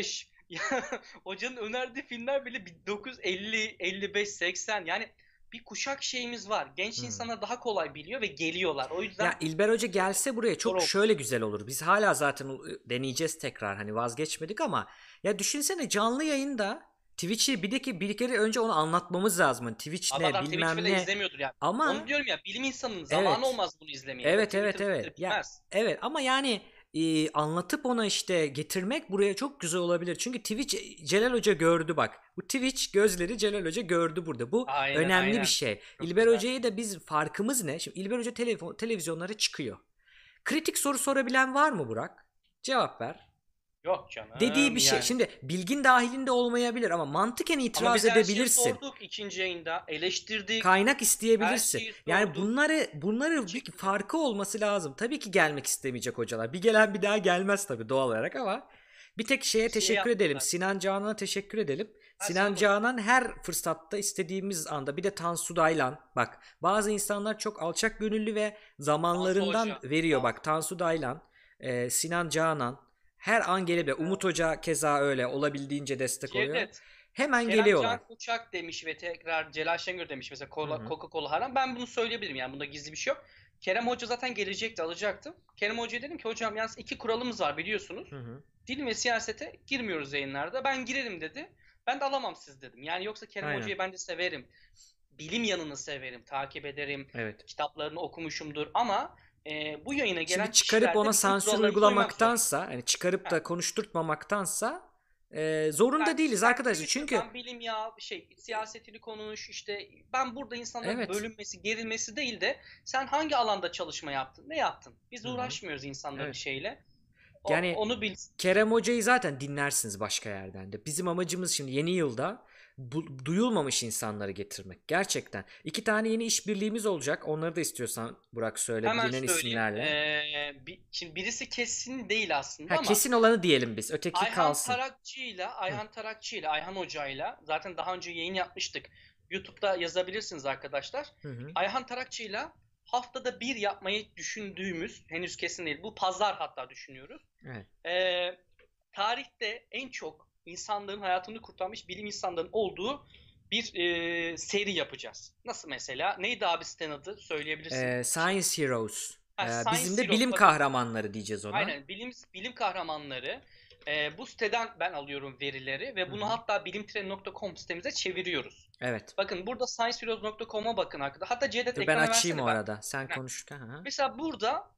Ya, hocanın önerdiği filmler bile bin dokuz yüz elli, elli beş, seksen yani bir kuşak şeyimiz var. Genç
Hmm.
insanlar daha kolay biliyor ve geliyorlar. O yüzden
Ya İlber Hoca gelse buraya çok
Doğru.
şöyle güzel olur. Biz hala zaten deneyeceğiz tekrar, hani vazgeçmedik ama ya düşünsene canlı yayında Twitch'i bir de ki bir kere önce onu anlatmamız lazım. Hani Twitch
abi
ne
adam Twitch
bilmem
bile
ne.
izlemiyordur yani.
Ama
Onu diyorum ya, bilim insanının zamanı
evet.
olmaz bunu izlemeye.
Evet
Twitter,
evet evet.
Twitter
Ya
bilmez.
evet ama yani e, anlatıp ona işte getirmek buraya çok güzel olabilir. Çünkü Twitch Celal Hoca gördü bak. Bu Twitch gözleri Celal Hoca gördü burada. Bu
Aynen,
önemli
aynen.
bir şey.
Çok
İlber
güzel.
Hoca'yı da biz farkımız ne? Şimdi İlber Hoca telefon, televizyonlara çıkıyor. Kritik soru sorabilen var mı Burak? Cevap ver.
Yok canım.
Dediği bir şey.
yani.
Şimdi bilgin dahilinde olmayabilir ama mantıken
Ama
itiraz
biz her şeyi
edebilirsin.
sorduk ikinci yayında. Eleştirdik.
Kaynak
Her
isteyebilirsin.
şeyi
Yani
sorduk.
bunları bunları bir
Çıktı.
farkı olması lazım. Tabii ki gelmek istemeyecek hocalar. Bir gelen bir daha gelmez tabii doğal olarak ama bir tek şeye
Şey
teşekkür edelim.
yaptılar.
Sinan Canan'a teşekkür edelim.
Ha,
Sinan
sen de-
Canan her fırsatta istediğimiz anda, bir de Tansu Daylan, bak bazı insanlar çok alçak gönüllü ve zamanlarından
Tansu Hoca.
veriyor.
Tansu.
Bak Tansu Daylan, e, Sinan Canan her an gelebilir. Umut Hoca keza öyle olabildiğince destek oluyor.
Cevdet.
Hemen
Kerem
geliyorlar.
Can Uçak demiş ve tekrar Celal Şengör demiş mesela
Hı hı.
Coca- Coca-Cola haram. Ben bunu söyleyebilirim yani, bunda gizli bir şey yok. Kerem Hoca zaten gelecekti, alacaktım. Kerem Hoca'ya dedim ki hocam yalnız iki kuralımız var biliyorsunuz.
Hı hı.
Din ve siyasete girmiyoruz yayınlarda. Ben girerim dedi. Ben de alamam siz dedim. Yani yoksa Kerem
Aynen.
Hoca'yı ben de severim. Bilim yanını severim, takip ederim.
Evet.
Kitaplarını okumuşumdur ama e, bu yayına gelen
Şimdi çıkarıp
kişilerde
ona
bizim
sansür
kurallarımıza uymak zor.
uygulamaktansa, hani çıkarıp da konuşturtmamaktansa e, zorunda
Ben-
değiliz
ben
arkadaşlar.
Twitter'dan
Çünkü
bilim ya şey siyasetini konuş işte, ben burada insanların
Evet.
bölünmesi, gerilmesi değil de sen hangi alanda çalışma yaptın, ne yaptın? Biz
Hı hı.
uğraşmıyoruz insanların
Evet.
şeyle. O-
Yani
onu bil.
Kerem Hoca'yı zaten dinlersiniz başka yerden de. Bizim amacımız şimdi yeni yılda bu, duyulmamış insanları getirmek. Gerçekten. İki tane yeni işbirliğimiz olacak. Onları da istiyorsan Burak söyle,
Hemen
bilinen
söyleyeyim.
isimlerle.
Ee, bir- şimdi birisi kesin değil aslında
Ha,
ama
kesin olanı diyelim biz. Öteki
Ayhan
kalsın.
Tarakçı'yla, Ayhan Tarakçı'yla, Ayhan Hoca'yla zaten daha önce yayın yapmıştık. YouTube'da yazabilirsiniz arkadaşlar.
Hı hı.
Ayhan Tarakçı'yla haftada bir yapmayı düşündüğümüz, henüz kesin değil, bu pazar hatta düşünüyoruz.
Evet.
Ee, tarihte en çok insanların hayatını kurtarmış bilim insanlarının olduğu bir e, seri yapacağız. Nasıl mesela? Neydi abi sitenin adı? Söyleyebilirsin.
Ee, Science Heroes.
Ha,
Ee,
Science
bizim de
Heroes,
bilim
bakın.
kahramanları diyeceğiz ona.
Aynen, bilim bilim kahramanları. Ee, bu siteden ben alıyorum verileri ve bunu
Hı hı.
hatta bilimtren nokta com sitemize çeviriyoruz.
Evet.
Bakın burada science heroes nokta com'a bakın arkadaşlar. Hatta Cevdet
Dur ben
ekrana
açayım
versene
o
ben.
arada. Sen
Ha.
konuşurken. Hı hı.
Mesela burada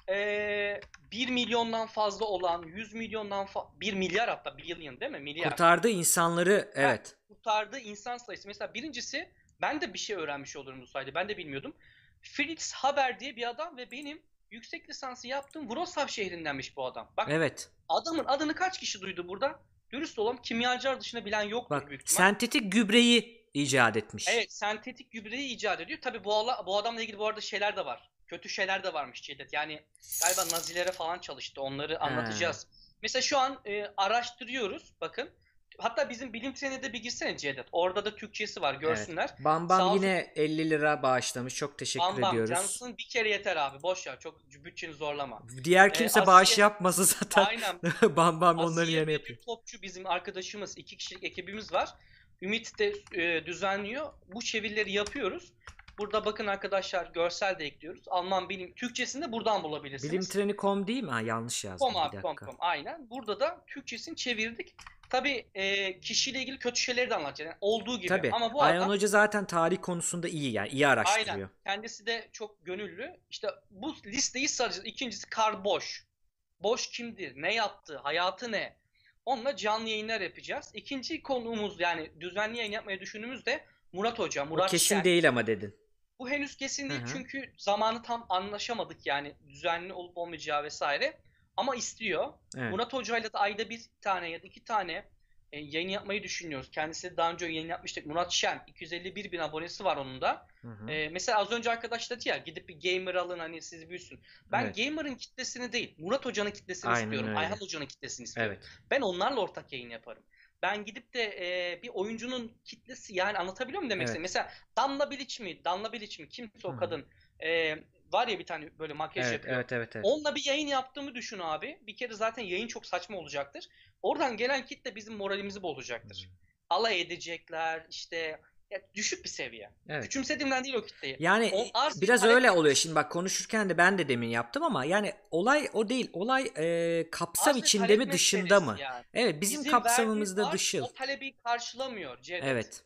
eee bir milyondan fazla olan, yüz milyondan fa- bir milyar, hatta billion değil mi? Milyar.
Kurtardığı insanları, evet.
Kurtardığı insan sayısı. Mesela birincisi, ben de bir şey öğrenmiş olurum bu sayede. Ben de bilmiyordum. Fritz Haber diye bir adam ve benim yüksek lisansı yaptığım Wrocław şehrindenmiş bu adam. Bak,
Evet.
adamın adını kaç kişi duydu burada? Dürüst olalım, kimyacılar dışında bilen yoktur
Bak,
büyük ihtimal.
sentetik gübreyi icat etmiş.
Evet, sentetik gübreyi icat ediyor. Tabii bu, ala- bu adamla ilgili bu arada şeyler de var. Kötü şeyler de varmış Cevdet. Yani galiba Nazilere falan çalıştı. Onları anlatacağız. Mesela şu an e, araştırıyoruz. Bakın. Hatta bizim bilim trenine de bir girsene Cevdet. Orada da Türkçesi var. Görsünler.
Evet. Bam Bam
Sağ olsun.
yine elli lira bağışlamış. Çok teşekkür
Bam bam.
ediyoruz.
Cansın bir kere yeter abi. Boş ver. Çok bütçeni zorlama.
Diğer kimse
Asiye-
bağış yapmasa zaten
Aynen.
Bam Bam onların
Asiye
yerine
Betül
yapıyor.
Topçu bizim arkadaşımız. İki kişilik ekibimiz var. Ümit de e, düzenliyor. Bu çevirileri yapıyoruz. Burada bakın arkadaşlar, görsel de ekliyoruz. Alman bilim Türkçesini de buradan bulabilirsiniz.
Bilimtreni nokta com değil mi? Ha, yanlış yazdım.
Com
Bir
abi, com,
dakika.
com. Aynen. Burada da Türkçesini çevirdik. Tabii e, kişiyle ilgili kötü şeyleri de anlatacağız. Yani olduğu gibi.
Tabii.
Ama bu
Ayhan
adam
Hoca zaten tarih konusunda iyi yani. iyi araştırıyor.
aynen. Kendisi de çok gönüllü. İşte bu listeyi saracağız. İkincisi Karl Bosch. Bosch kimdir? Ne yaptı? Hayatı ne? Onunla canlı yayınlar yapacağız. İkinci konuğumuz, yani düzenli yayın yapmayı düşündüğümüz de Murat Hoca.
O
Murat
kesin
Şen.
değil ama dedin.
Bu henüz kesin değil
Hı hı.
çünkü zamanı tam anlaşamadık, yani düzenli olup olmayacağı vesaire. Ama istiyor.
Evet.
Murat Hoca'yla da ayda bir tane ya da iki tane e, yayın yapmayı düşünüyoruz. Kendisi de daha önce yayın yapmıştık. Murat Şen. iki yüz elli bir bin abonesi var onun da.
Hı hı.
E, mesela az önce arkadaş dedi ya, gidip bir gamer alın hani sizi büyüsün. Ben
Evet.
gamer'ın kitlesini değil, Murat Hoca'nın kitlesini
Aynen
istiyorum.
öyle.
Ayhan Hoca'nın kitlesini istiyorum.
Evet.
Ben onlarla ortak yayın yaparım. Ben gidip de e, bir oyuncunun kitlesi, yani anlatabiliyor muyum demek
Evet.
istediğim? Mesela Damla Bilic mi? Damla Bilic mi? Kimse o
Hı hı.
kadın. E, var ya bir tane böyle makyaj
Evet,
yapıyor.
evet, evet, evet.
Onunla bir yayın yaptığımı düşün abi. Bir kere zaten yayın çok saçma olacaktır. Oradan gelen kitle bizim moralimizi bozacaktır. Alay edecekler işte, ya düşük bir seviye.
Evet.
Küçümsediğimden değil o kitleyi.
Yani
O arz
biraz
talep
öyle oluyor.
meselesi.
Şimdi bak konuşurken de ben de demin yaptım ama yani olay o değil. Olay e, kapsam
Arz ve
içinde
talep
mi dışında mı?
meselesi yani.
Evet, bizim
Bizim
kapsamımızda
verdiğimiz arz
dışı.
o talebi karşılamıyor Cevdet.
Evet.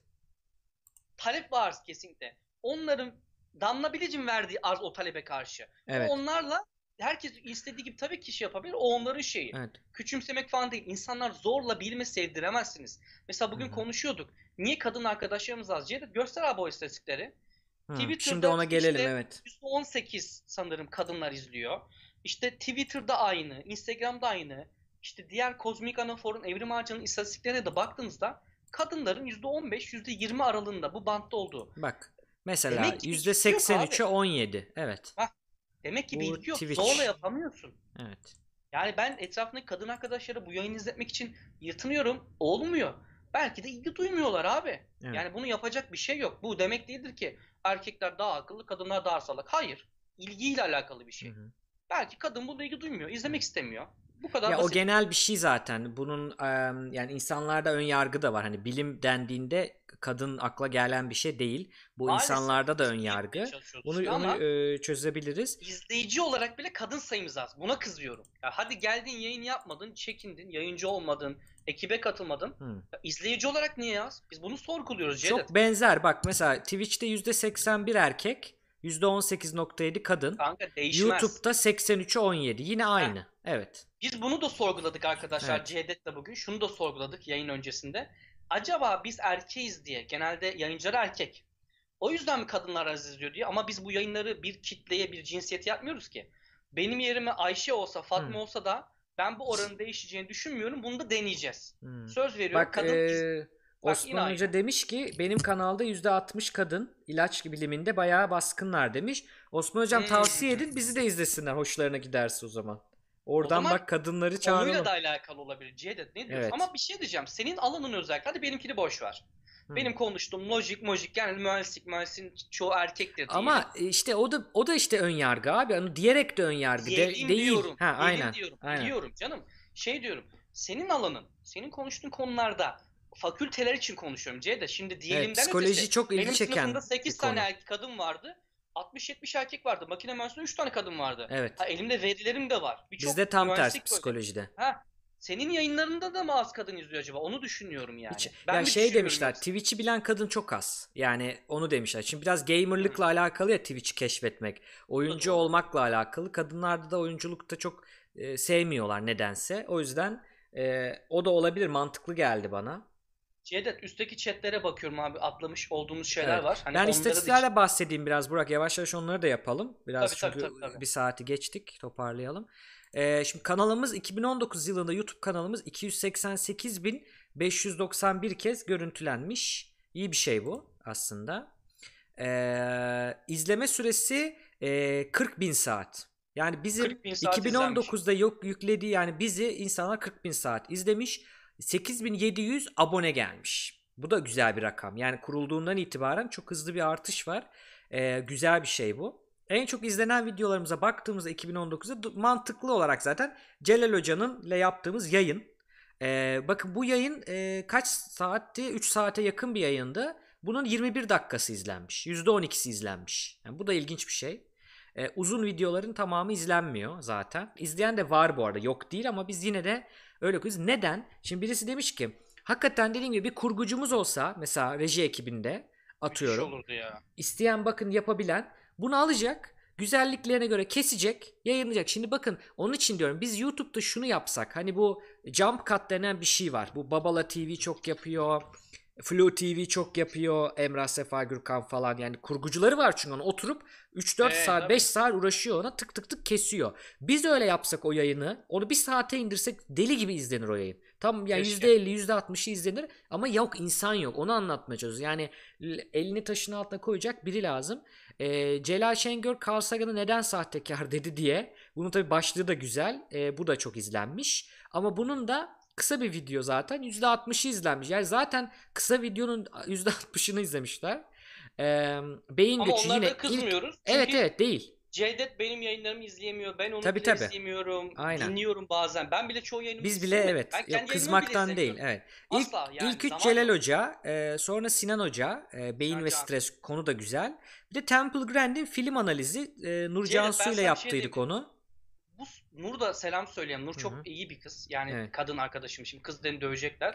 Talep ve arz kesinlikle. Onların Damla Bilic'in verdiği arz o talebe karşı.
Evet.
O onlarla herkes istediği gibi tabii ki şey yapabilir. O onların şeyi.
Evet.
Küçümsemek falan değil. İnsanlar zorla bilme sevdiremezsiniz. Mesela bugün
Hı hı.
konuşuyorduk. Niye kadın arkadaşlarımız az? Cevdet göster abi o istatistikleri.
Hı,
Twitter'da
Şimdi ona gelelim,
işte
evet.
yüzde on sekiz sanırım kadınlar izliyor. İşte Twitter'da aynı, Instagram'da aynı. İşte diğer Kozmik Anafor'un, Evrim Ağacı'nın istatistiklerine de baktığınızda kadınların yüzde on beş yüzde yirmi aralığında bu bantta olduğu.
Bak mesela
Demek ki
yüzde
bir bilgi yok
seksen
abi.
üçe on yedi. Evet.
Hah, demek ki
Bu
bilgi yok.
Twitch.
Zorla yapamıyorsun.
Evet.
Yani ben etrafındaki kadın arkadaşlara bu yayını izletmek için yırtınıyorum. Olmuyor. Belki de ilgi duymuyorlar abi.
Evet.
Yani bunu yapacak bir şey yok. Bu demek değildir ki erkekler daha akıllı, kadınlar daha salak. Hayır. İlgiyle alakalı bir şey.
Hı hı.
Belki kadın buna ilgi duymuyor, izlemek istemiyor. Bu kadar
Ya o
basit.
genel bir şey zaten. Bunun em, yani insanlarda ön yargı da var. Hani bilim dendiğinde kadın akla gelen bir şey değil. Bu
Maalesef
insanlarda da
biz
ön
bunu yapmaya
yargı.
çalışıyoruz
Bunu
işte
onu
ama
e, çözebiliriz.
izleyici olarak bile kadın sayımız az. Buna kızıyorum. Ya hadi geldin yayın yapmadın, çekindin, yayıncı olmadın, ekibe katılmadın.
Hı.
Ya izleyici olarak niye az? Biz bunu sorguluyoruz Cevdet.
Çok benzer. Bak mesela Twitch'te yüzde seksen bir erkek, yüzde on sekiz nokta yedi kadın.
Kanka değişmez.
YouTube'da seksen üçe on yedi. Yine aynı. Evet.
Biz bunu da sorguladık arkadaşlar
Evet.
Cevdet'le bugün. Şunu da sorguladık yayın öncesinde. Acaba biz erkeğiz diye, genelde yayıncılar erkek. O yüzden mi kadınlar az izliyor diye, ama biz bu yayınları bir kitleye, bir cinsiyete yapmıyoruz ki. Benim yerime Ayşe olsa, Fatma
Hı.
olsa da ben bu oranın değişeceğini düşünmüyorum. Bunu da deneyeceğiz.
Hmm.
Söz veriyorum.
Bak
kadın iz-
e,
Bak yine
Osman Hoca
aynı.
demiş ki benim kanalda yüzde altmış kadın ilaç biliminde bayağı baskınlar demiş. Osman Hocam
Hmm.
tavsiye edin, bizi de izlesinler, hoşlarına giderse o zaman. Oradan
zaman
bak kadınları
Konuyla
çağıralım.
da alakalı olabilir Cevdet. Ne diyorsun?
Evet.
Ama bir şey diyeceğim. Senin alanın özel. Hadi benimkini boş ver.
Hı.
Benim konuştuğum lojik, mojik, yani mühendislik, mühendisin çoğu erkektir diyelim.
Ama işte o da o da işte ön yargı abi. Onu diyerek de ön yargı de,
Diyelim
değil.
diyorum.
Ha
diyelim
aynen.
diyorum.
Aynen.
Biliyorum canım. Şey diyorum. Senin alanın, senin konuştuğun konularda fakülteler için konuşuyorum Cevdet. Şimdi diyelimden
Evet, psikoloji
ötesi.
çok ilgi
Benim
çeken
sınıfımda sekiz
bir
tane
konu.
erkek kadın vardı. altmış yetmiş erkek vardı. Makine mühendisliğinde üç tane kadın vardı.
Evet.
Ha, elimde verilerim de var. Birçok
Bizde tam tersi
mühendislik böyle.
psikolojide.
Ha, senin yayınlarında da mı az kadın izliyor acaba? Onu düşünüyorum yani.
Hiç,
Ben
ya
mi
şey
düşünüyorum
demişler,
yoksa?
Twitch'i bilen kadın çok az. Yani onu demişler. Şimdi biraz gamerlıkla alakalı ya Twitch'i keşfetmek. Oyuncu
doğru.
olmakla alakalı. Kadınlarda da oyunculukta çok e, sevmiyorlar nedense. O yüzden e, o da olabilir. Mantıklı geldi bana.
Cevdet, üstteki chatlere bakıyorum abi. Atlamış olduğumuz şeyler
Evet.
var. Hani
Ben
onları da
istatistiklerle bahsedeyim biraz Burak. Yavaş yavaş onları da yapalım. Biraz
Tabii, tabii,
çünkü
tabii, tabii.
bir saati geçtik. Toparlayalım. Ee, şimdi kanalımız iki bin on dokuz yılında YouTube kanalımız iki yüz seksen sekiz bin beş yüz doksan bir kez görüntülenmiş. İyi bir şey bu aslında. Ee, izleme süresi e, kırk bin saat. Yani bizim
kırk bin saat
iki bin on dokuzda yok yüklediği, yani bizi insanlar kırk bin saat izlemiş. sekiz bin yedi yüz abone gelmiş. Bu da güzel bir rakam. Yani kurulduğundan itibaren çok hızlı bir artış var. Ee, güzel bir şey bu. En çok izlenen videolarımıza baktığımızda iki bin on dokuzda mantıklı olarak zaten Celal Hoca'nın ile yaptığımız yayın. Ee, bakın bu yayın e, kaç saatti? üç saate yakın bir yayındı. Bunun yirmi bir dakikası izlenmiş. yüzde on ikisi izlenmiş. Yani bu da ilginç bir şey. Ee, uzun videoların tamamı izlenmiyor zaten. İzleyen de var bu arada. Yok değil ama biz yine de öyle koyuyoruz. Neden? Şimdi birisi demiş ki hakikaten dediğim gibi bir kurgucumuz olsa mesela reji ekibinde atıyorum.
Müthiş olurdu ya.
İsteyen bakın yapabilen bunu alacak. Güzelliklerine göre kesecek, yayınlayacak. Şimdi bakın onun için diyorum biz YouTube'da şunu yapsak. Hani bu jump cut denen bir şey var. Bu Babala T V çok yapıyor. Flu T V çok yapıyor. Emrah Sefa Gürkan falan, yani kurgucuları var çünkü ona oturup üç dört
Evet,
saat
tabii.
beş saat uğraşıyor, ona tık tık tık kesiyor. Biz öyle yapsak o yayını, onu bir saate indirsek deli gibi izlenir o yayın. Tam yani
Keşke.
yüzde elli yüzde altmışı izlenir ama yok, insan yok, onu anlatmaya çalışıyoruz. Yani elini taşın altına koyacak biri lazım. Ee, Celal Şengör Carl Sagan'ı neden sahtekar dedi diye. Bunun tabi başlığı da güzel. Ee, bu da çok izlenmiş. Ama bunun da kısa bir video zaten yüzde altmışı izlenmiş. Yani zaten kısa videonun yüzde altmışını izlemişler. Ee, beyin
Ama
göçü
onlara
yine
da kızmıyoruz.
ilk... Evet
Çünkü
evet değil.
Cevdet benim yayınlarımı izleyemiyor. Ben onu
Tabii,
bile
tabii.
izleyemiyorum.
Aynen.
Dinliyorum bazen. Ben bile çoğu yayınımı
Biz bile
izleyemedim.
evet.
Ben
Yok,
kendi yayınımı bile
kızmaktan değil.
izlemiyorum.
Evet. İlk
Asla yani.
ilk üç
Zaman
Celal
yok.
Hoca, e, sonra Sinan Hoca, e, Beyin
Sinan
ve
Can.
Stres konu da güzel. Bir de Temple Grandin film analizi, e, Nur
Cevdet,
Cansu
ben
ile
sana bir şey
yaptıydık
diyeyim mi?
onu.
Bu Nur da selam söyleyeyim. Nur
Hı
çok
hı.
iyi bir kız. Yani
Evet.
kadın arkadaşım. Şimdi kız beni dövecekler.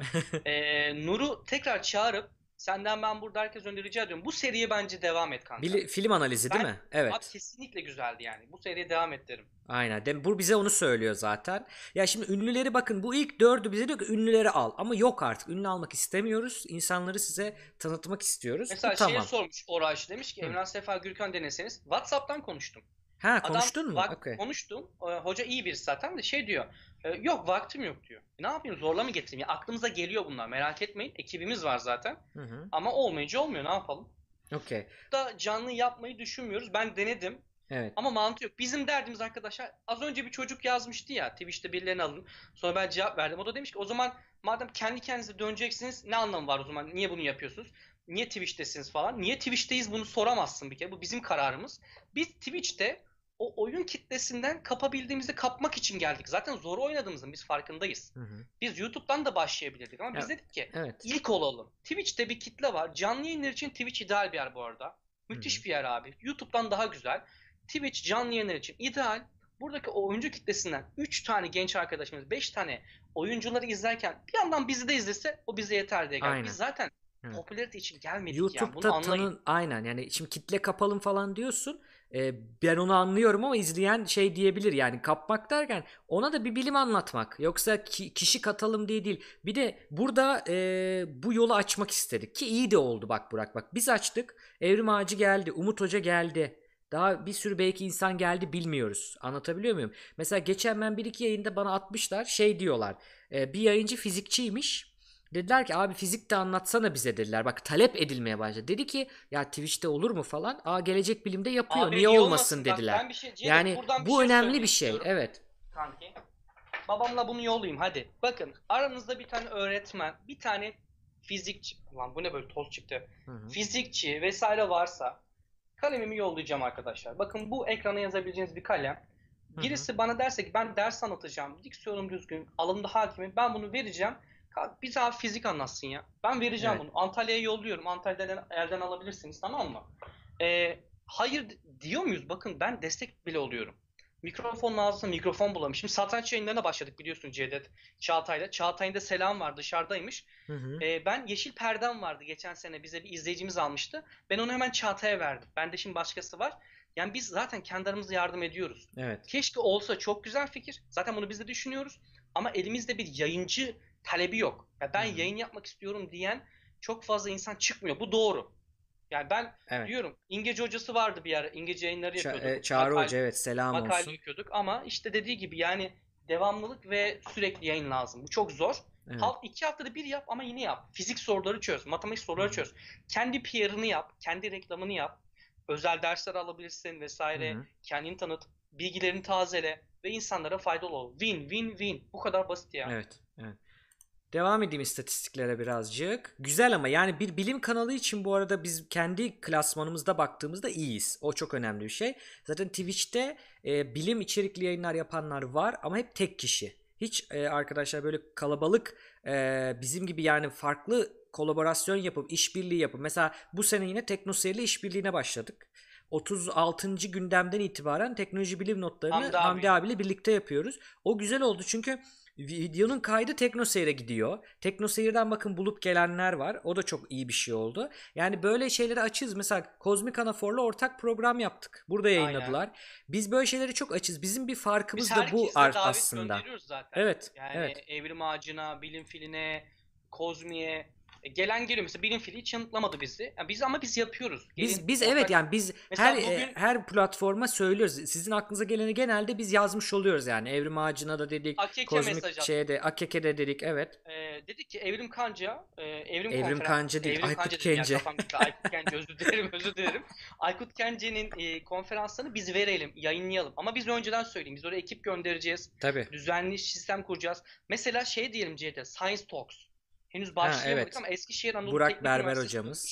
Ee, Nur'u tekrar çağırıp senden ben burada herkes önünde rica ediyorum. Bu seriye bence devam et kanka.
Bili- film analizi değil
Ben-
mi? Evet.
Abi kesinlikle güzeldi yani. Bu seriye devam et derim.
Aynen. Dem- Bu bize onu söylüyor zaten. Ya şimdi ünlüleri bakın, bu ilk dördü bize diyor ki ünlüleri al. Ama yok artık. Ünlü almak istemiyoruz. İnsanları size tanıtmak istiyoruz.
Mesela
Bu tamam.
şeye sormuş Oraş, demiş ki
Hı.
Emrah Sefa Gürkan deneseniz. WhatsApp'tan konuştum.
Ha, konuştun
Adam
mu?
vak-
Okey.
konuştum. Ee, hoca iyi birisi zaten de şey diyor. e, yok vaktim yok diyor. Ne yapayım, zorla mı getireyim? Ya, aklımıza geliyor bunlar, merak etmeyin. Ekibimiz var zaten.
Hı hı.
Ama olmayınca olmuyor, ne yapalım?
Okey.
Da canlı yapmayı düşünmüyoruz. Ben denedim.
Evet.
Ama mantığı yok. Bizim derdimiz arkadaşlar, az önce bir çocuk yazmıştı ya Twitch'te birilerini alın. Sonra ben cevap verdim. O da demiş ki o zaman madem kendi kendinize döneceksiniz ne anlamı var o zaman? Niye bunu yapıyorsunuz? Niye Twitch'tesiniz falan? Niye Twitch'teyiz bunu soramazsın bir kere. Bu bizim kararımız. Biz Twitch'te o oyun kitlesinden kapabildiğimizi kapmak için geldik. Zaten zor oynadığımızın biz farkındayız.
Hı hı.
Biz YouTube'dan da başlayabilirdik ama biz
Ya,
dedik ki
Evet.
İlk olalım. Twitch'te bir kitle var. Canlı yayınlar için Twitch ideal bir yer bu arada. Müthiş
Hı hı.
bir yer abi. YouTube'dan daha güzel. Twitch canlı yayınlar için ideal. Buradaki o oyuncu kitlesinden üç tane genç arkadaşımız, beş tane oyuncuları izlerken bir yandan bizi de izlese o bize yeter diye geldik.
Aynen.
Biz zaten
Evet.
popülarite için gelmedik yani. Bunu
YouTube'da
anlayın.
tanın aynen, yani şimdi kitle kapalım falan diyorsun. Ee, ben onu anlıyorum ama izleyen şey diyebilir, yani kapmak derken ona da bir bilim anlatmak. Yoksa ki- kişi katalım diye değil. Bir de burada e, bu yolu açmak istedik ki iyi de oldu bak Burak, bak biz açtık. Evrim Ağacı geldi, Umut Hoca geldi. Daha bir sürü belki insan geldi, bilmiyoruz. Anlatabiliyor muyum? Mesela geçen ben bir iki yayında bana atmışlar, şey diyorlar. E, bir yayıncı fizikçiymiş. Dediler ki abi fizik de anlatsana bize dediler. Bak talep edilmeye başladı. Dedi ki ya Twitch'te olur mu falan. Aa gelecek bilimde yapıyor.
Abi
Niye
niye
olmasın
olmasın? Bak
dediler.
ben bir şey- Cevdet,
Yani
buradan bir
bu
şey
önemli
söylemek
bir şey.
istiyorum.
Evet.
Kanki. Babamla bunu yollayayım hadi. Bakın aranızda bir tane öğretmen, bir tane fizikçi. Lan bu ne böyle toz çıktı.
Hı hı.
Fizikçi vesaire varsa kalemimi yollayacağım arkadaşlar. Bakın bu ekrana yazabileceğiniz bir kalem. Birisi bana derse ki ben ders anlatacağım, diksiyonum düzgün, alımda hakimim, ben bunu vereceğim. Kalk bir daha fizik anlatsın ya. Ben vereceğim
Evet.
bunu. Antalya'ya yolluyorum. Antalya'dan elden alabilirsiniz, tamam mı? Ee, hayır diyor muyuz? Bakın ben destek bile oluyorum. Mikrofonun ağzına mikrofon bulamış. Şimdi satranç yayınlarına başladık biliyorsun Cevdet Çağatay'la. Çağatay'ın da selam var, dışarıdaymış.
Hı hı.
Ee, ben Yeşil Perdem vardı geçen sene, bize bir izleyicimiz almıştı. Ben onu hemen Çağatay'a verdim. Bende şimdi başkası var. Yani biz zaten kendi aramızda yardım ediyoruz.
Evet.
Keşke olsa, çok güzel fikir. Zaten bunu biz de düşünüyoruz. Ama elimizde bir yayıncı talebi yok. Ya ben
Hı hı.
yayın yapmak istiyorum diyen çok fazla insan çıkmıyor. Bu doğru. Yani ben
Evet.
diyorum İngilizce hocası vardı bir ara. İngilizce yayınları
Ça-
yapıyorduk.
e, Çağrı
Makale-
Hoca, evet, selam
makale
olsun.
yapıyorduk ama işte dediği gibi yani devamlılık ve sürekli yayın lazım. Bu çok zor.
Evet.
Hal iki haftada bir yap ama yine yap. Fizik soruları çöz, matematik soruları
Hı hı.
çöz. Kendi P R'ını yap, kendi reklamını yap. Özel dersler alabilirsin vesaire.
Hı hı.
Kendini tanıt, bilgilerini tazele ve insanlara faydalı ol. Win, win, win. Bu kadar basit ya.
Evet, evet. Devam edeyim istatistiklere birazcık. Güzel ama yani bir bilim kanalı için bu arada biz kendi klasmanımızda baktığımızda iyiyiz. O çok önemli bir şey. Zaten Twitch'te e, bilim içerikli yayınlar yapanlar var ama hep tek kişi. Hiç e, arkadaşlar böyle kalabalık e, bizim gibi yani farklı kolaborasyon yapıp işbirliği yapıp mesela bu sene yine TeknoSeyir'le işbirliğine başladık. otuz altıncı gündemden itibaren teknoloji bilim notlarını
Hamdi
Hamdi,
abi.
abiyle birlikte yapıyoruz. O güzel oldu çünkü videonun kaydı TeknoSeyir'e gidiyor. TeknoSeyir'den bakın bulup gelenler var. O da çok iyi bir şey oldu. Yani böyle şeyleri açığız. Mesela Kozmik Anafor'la ortak program yaptık. Burada yayınladılar. Biz böyle şeyleri çok açız. Bizim bir farkımız
Biz
da bu
herkese
ar-
davet
aslında.
gönderiyoruz zaten.
Evet,
Yani
evet.
Evrim Ağacı'na, Bilim Fili'ne, Kozmi'ye e, gelen geliyor. Mesela Bilim Fili hiç yanıtlamadı bizi. Yani biz ama biz yapıyoruz.
Biz
Gelin,
biz
ortak-
evet yani biz
Mesela
her
bugün-
e, her platforma söylüyoruz. Sizin aklınıza geleni genelde biz yazmış oluyoruz yani. Evrim Ağacı'na da dedik.
Akeke
Kozmik
mesaj attı.
şeye de Akeke'de dedik, evet.
Ee, dedik ki Evrim Kanca, e, Evrim,
Evrim
Konferans-
Kanca değil,
Evrim
Aykut
Kanca dedim ya,
Kence.
kafam gitti. Aykut Kence, özür dilerim, özür dilerim. Aykut Kence'nin e, konferanslarını biz verelim, yayınlayalım. Ama biz önceden söyleyeyim, biz oraya ekip göndereceğiz.
Tabii.
Düzenli sistem kuracağız. Mesela şey diyelim Ceyda, Science Talks. Henüz başlayamadık
evet.
ama Eskişehir Anadolu
Burak
Teknik
Berber
Üniversitesi
hocamız.
kurmuş.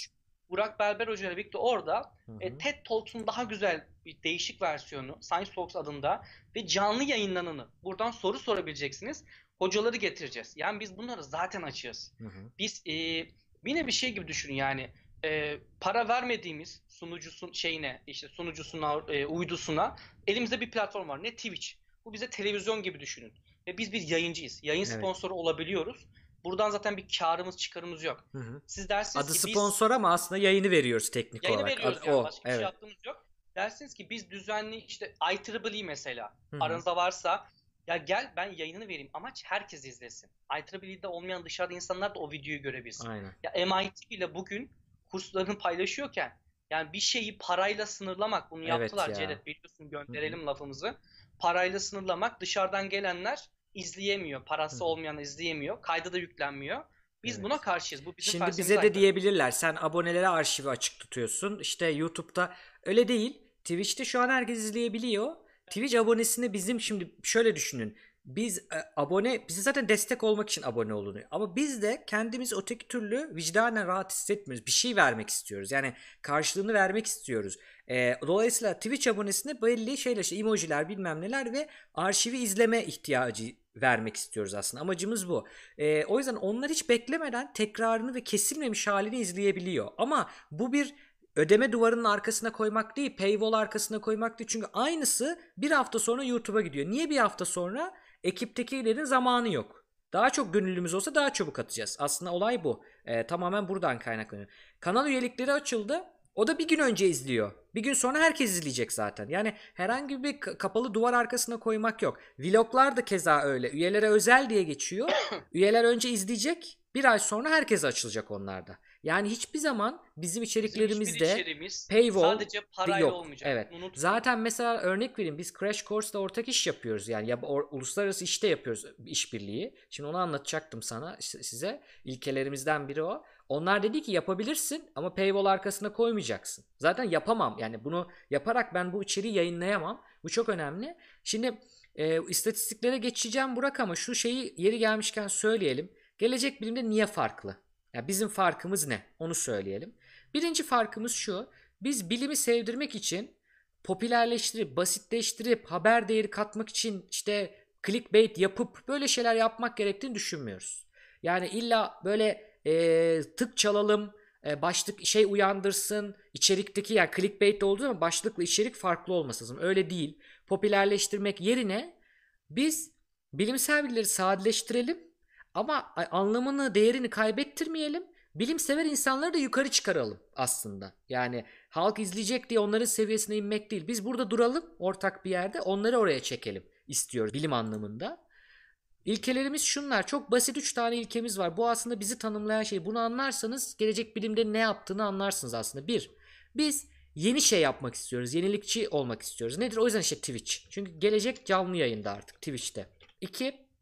Burak Berber Hoca ile birlikte orada
Hı hı.
e, TED Talks'un daha güzel bir değişik versiyonu Science Talks adında ve canlı yayınlananı. Buradan soru sorabileceksiniz. Hocaları getireceğiz. Yani biz bunları zaten açığız.
Hı hı.
Biz e, yine bir şey gibi düşünün yani e, para vermediğimiz sunucusun şeyine işte sunucusuna e, uydusuna elimizde bir platform var. Ne Twitch. Bu bize televizyon gibi düşünün. Ve biz bir yayıncıyız. Yayın
Evet.
sponsoru olabiliyoruz. Buradan zaten bir karımız çıkarımız yok.
Hı hı.
Siz dersiniz
Adı
ki biz
sponsor ama aslında yayını veriyoruz teknik
yayını
olarak.
veriyoruz
Adı-
yani
o.
başka bir şey
Evet.
yaptığımız yok. Dersiniz ki biz düzenli işte I triple E mesela
Hı hı.
aranızda varsa ya gel ben yayınını vereyim. Amaç herkes izlesin. I triple E'de olmayan dışarıda insanlar da o videoyu görebilsin.
Aynen.
Ya M I T bile bugün kurslarını paylaşıyorken yani bir şeyi parayla sınırlamak bunu
Evet
yaptılar
ya.
Cevdet biliyorsun
Hı hı.
gönderelim lafımızı. Parayla sınırlamak dışarıdan gelenler izleyemiyor. Parası
Hı hı.
olmayan izleyemiyor. Kayda da yüklenmiyor. Biz
Evet.
buna karşıyız. Bu bizim
Şimdi
felsefemiz
bize de
aykırı.
diyebilirler sen abonelere arşivi açık tutuyorsun. İşte YouTube'da öyle değil. Twitch'te şu an herkes izleyebiliyor. Twitch abonesini bizim şimdi şöyle düşünün. Biz e, abone bize zaten destek olmak için abone olunuyor. Ama biz de kendimiz öteki türlü vicdanen rahat hissetmiyoruz. Bir şey vermek istiyoruz. Yani karşılığını vermek istiyoruz. E, dolayısıyla Twitch abonesine belli şeyler işte emojiler bilmem neler ve arşivi izleme ihtiyacı vermek istiyoruz aslında. Amacımız bu. E, o yüzden onlar hiç beklemeden tekrarını ve kesilmemiş halini izleyebiliyor. Ama bu bir ödeme duvarının arkasına koymak değil, paywall arkasına koymak değil. Çünkü aynısı bir hafta sonra YouTube'a gidiyor. Niye bir hafta sonra? Ekiptekilerin zamanı yok. Daha çok gönüllümüz olsa daha çabuk atacağız. Aslında olay bu. Ee, tamamen buradan kaynaklanıyor. Kanal üyelikleri açıldı. O da bir gün önce izliyor. Bir gün sonra herkes izleyecek zaten. Yani herhangi bir k- kapalı duvar arkasına koymak yok. Vloglar da keza öyle. Üyelere özel diye geçiyor. Üyeler önce izleyecek. Bir ay sonra herkese açılacak onlarda. Yani hiçbir zaman bizim
Bizim hiçbir
içeriklerimizde
içeriğimiz
paywall
sadece parayla
yok.
olmayacak.
Evet.
Unutmayın.
Zaten mesela örnek vereyim. Biz Crash Course'da ortak iş yapıyoruz. Yani ya or- uluslararası işte yapıyoruz işbirliği. Şimdi onu anlatacaktım sana işte size. İlkelerimizden biri o. Onlar dedi ki yapabilirsin ama paywall arkasına koymayacaksın. Zaten yapamam. Yani bunu yaparak ben bu içeriği yayınlayamam. Bu çok önemli. Şimdi e, istatistiklere geçeceğim Burak ama şu şeyi yeri gelmişken söyleyelim. Gelecek bilimde niye farklı? Ya bizim farkımız ne? Onu söyleyelim. Birinci farkımız şu. Biz bilimi sevdirmek için popülerleştirip, basitleştirip, haber değeri katmak için işte clickbait yapıp böyle şeyler yapmak gerektiğini düşünmüyoruz. Yani illa böyle e, tık çalalım, e, başlık şey uyandırsın, içerikteki yani clickbait olduğu zaman başlıkla içerik farklı olması lazım. Öyle değil. Popülerleştirmek yerine biz bilimsel bilgileri sadeleştirelim ama anlamını, değerini kaybettirmeyelim. Bilimsever insanları da yukarı çıkaralım aslında. Yani halk izleyecek diye onların seviyesine inmek değil. Biz burada duralım ortak bir yerde onları oraya çekelim istiyoruz bilim anlamında. İlkelerimiz şunlar. Çok basit üç tane ilkemiz var. Bu aslında bizi tanımlayan şey. Bunu anlarsanız gelecek bilimde ne yaptığını anlarsınız aslında. Bir, biz yeni şey yapmak istiyoruz. Yenilikçi olmak istiyoruz. Nedir? O yüzden işte Twitch. Çünkü gelecek canlı yayında artık Twitch'te. İki,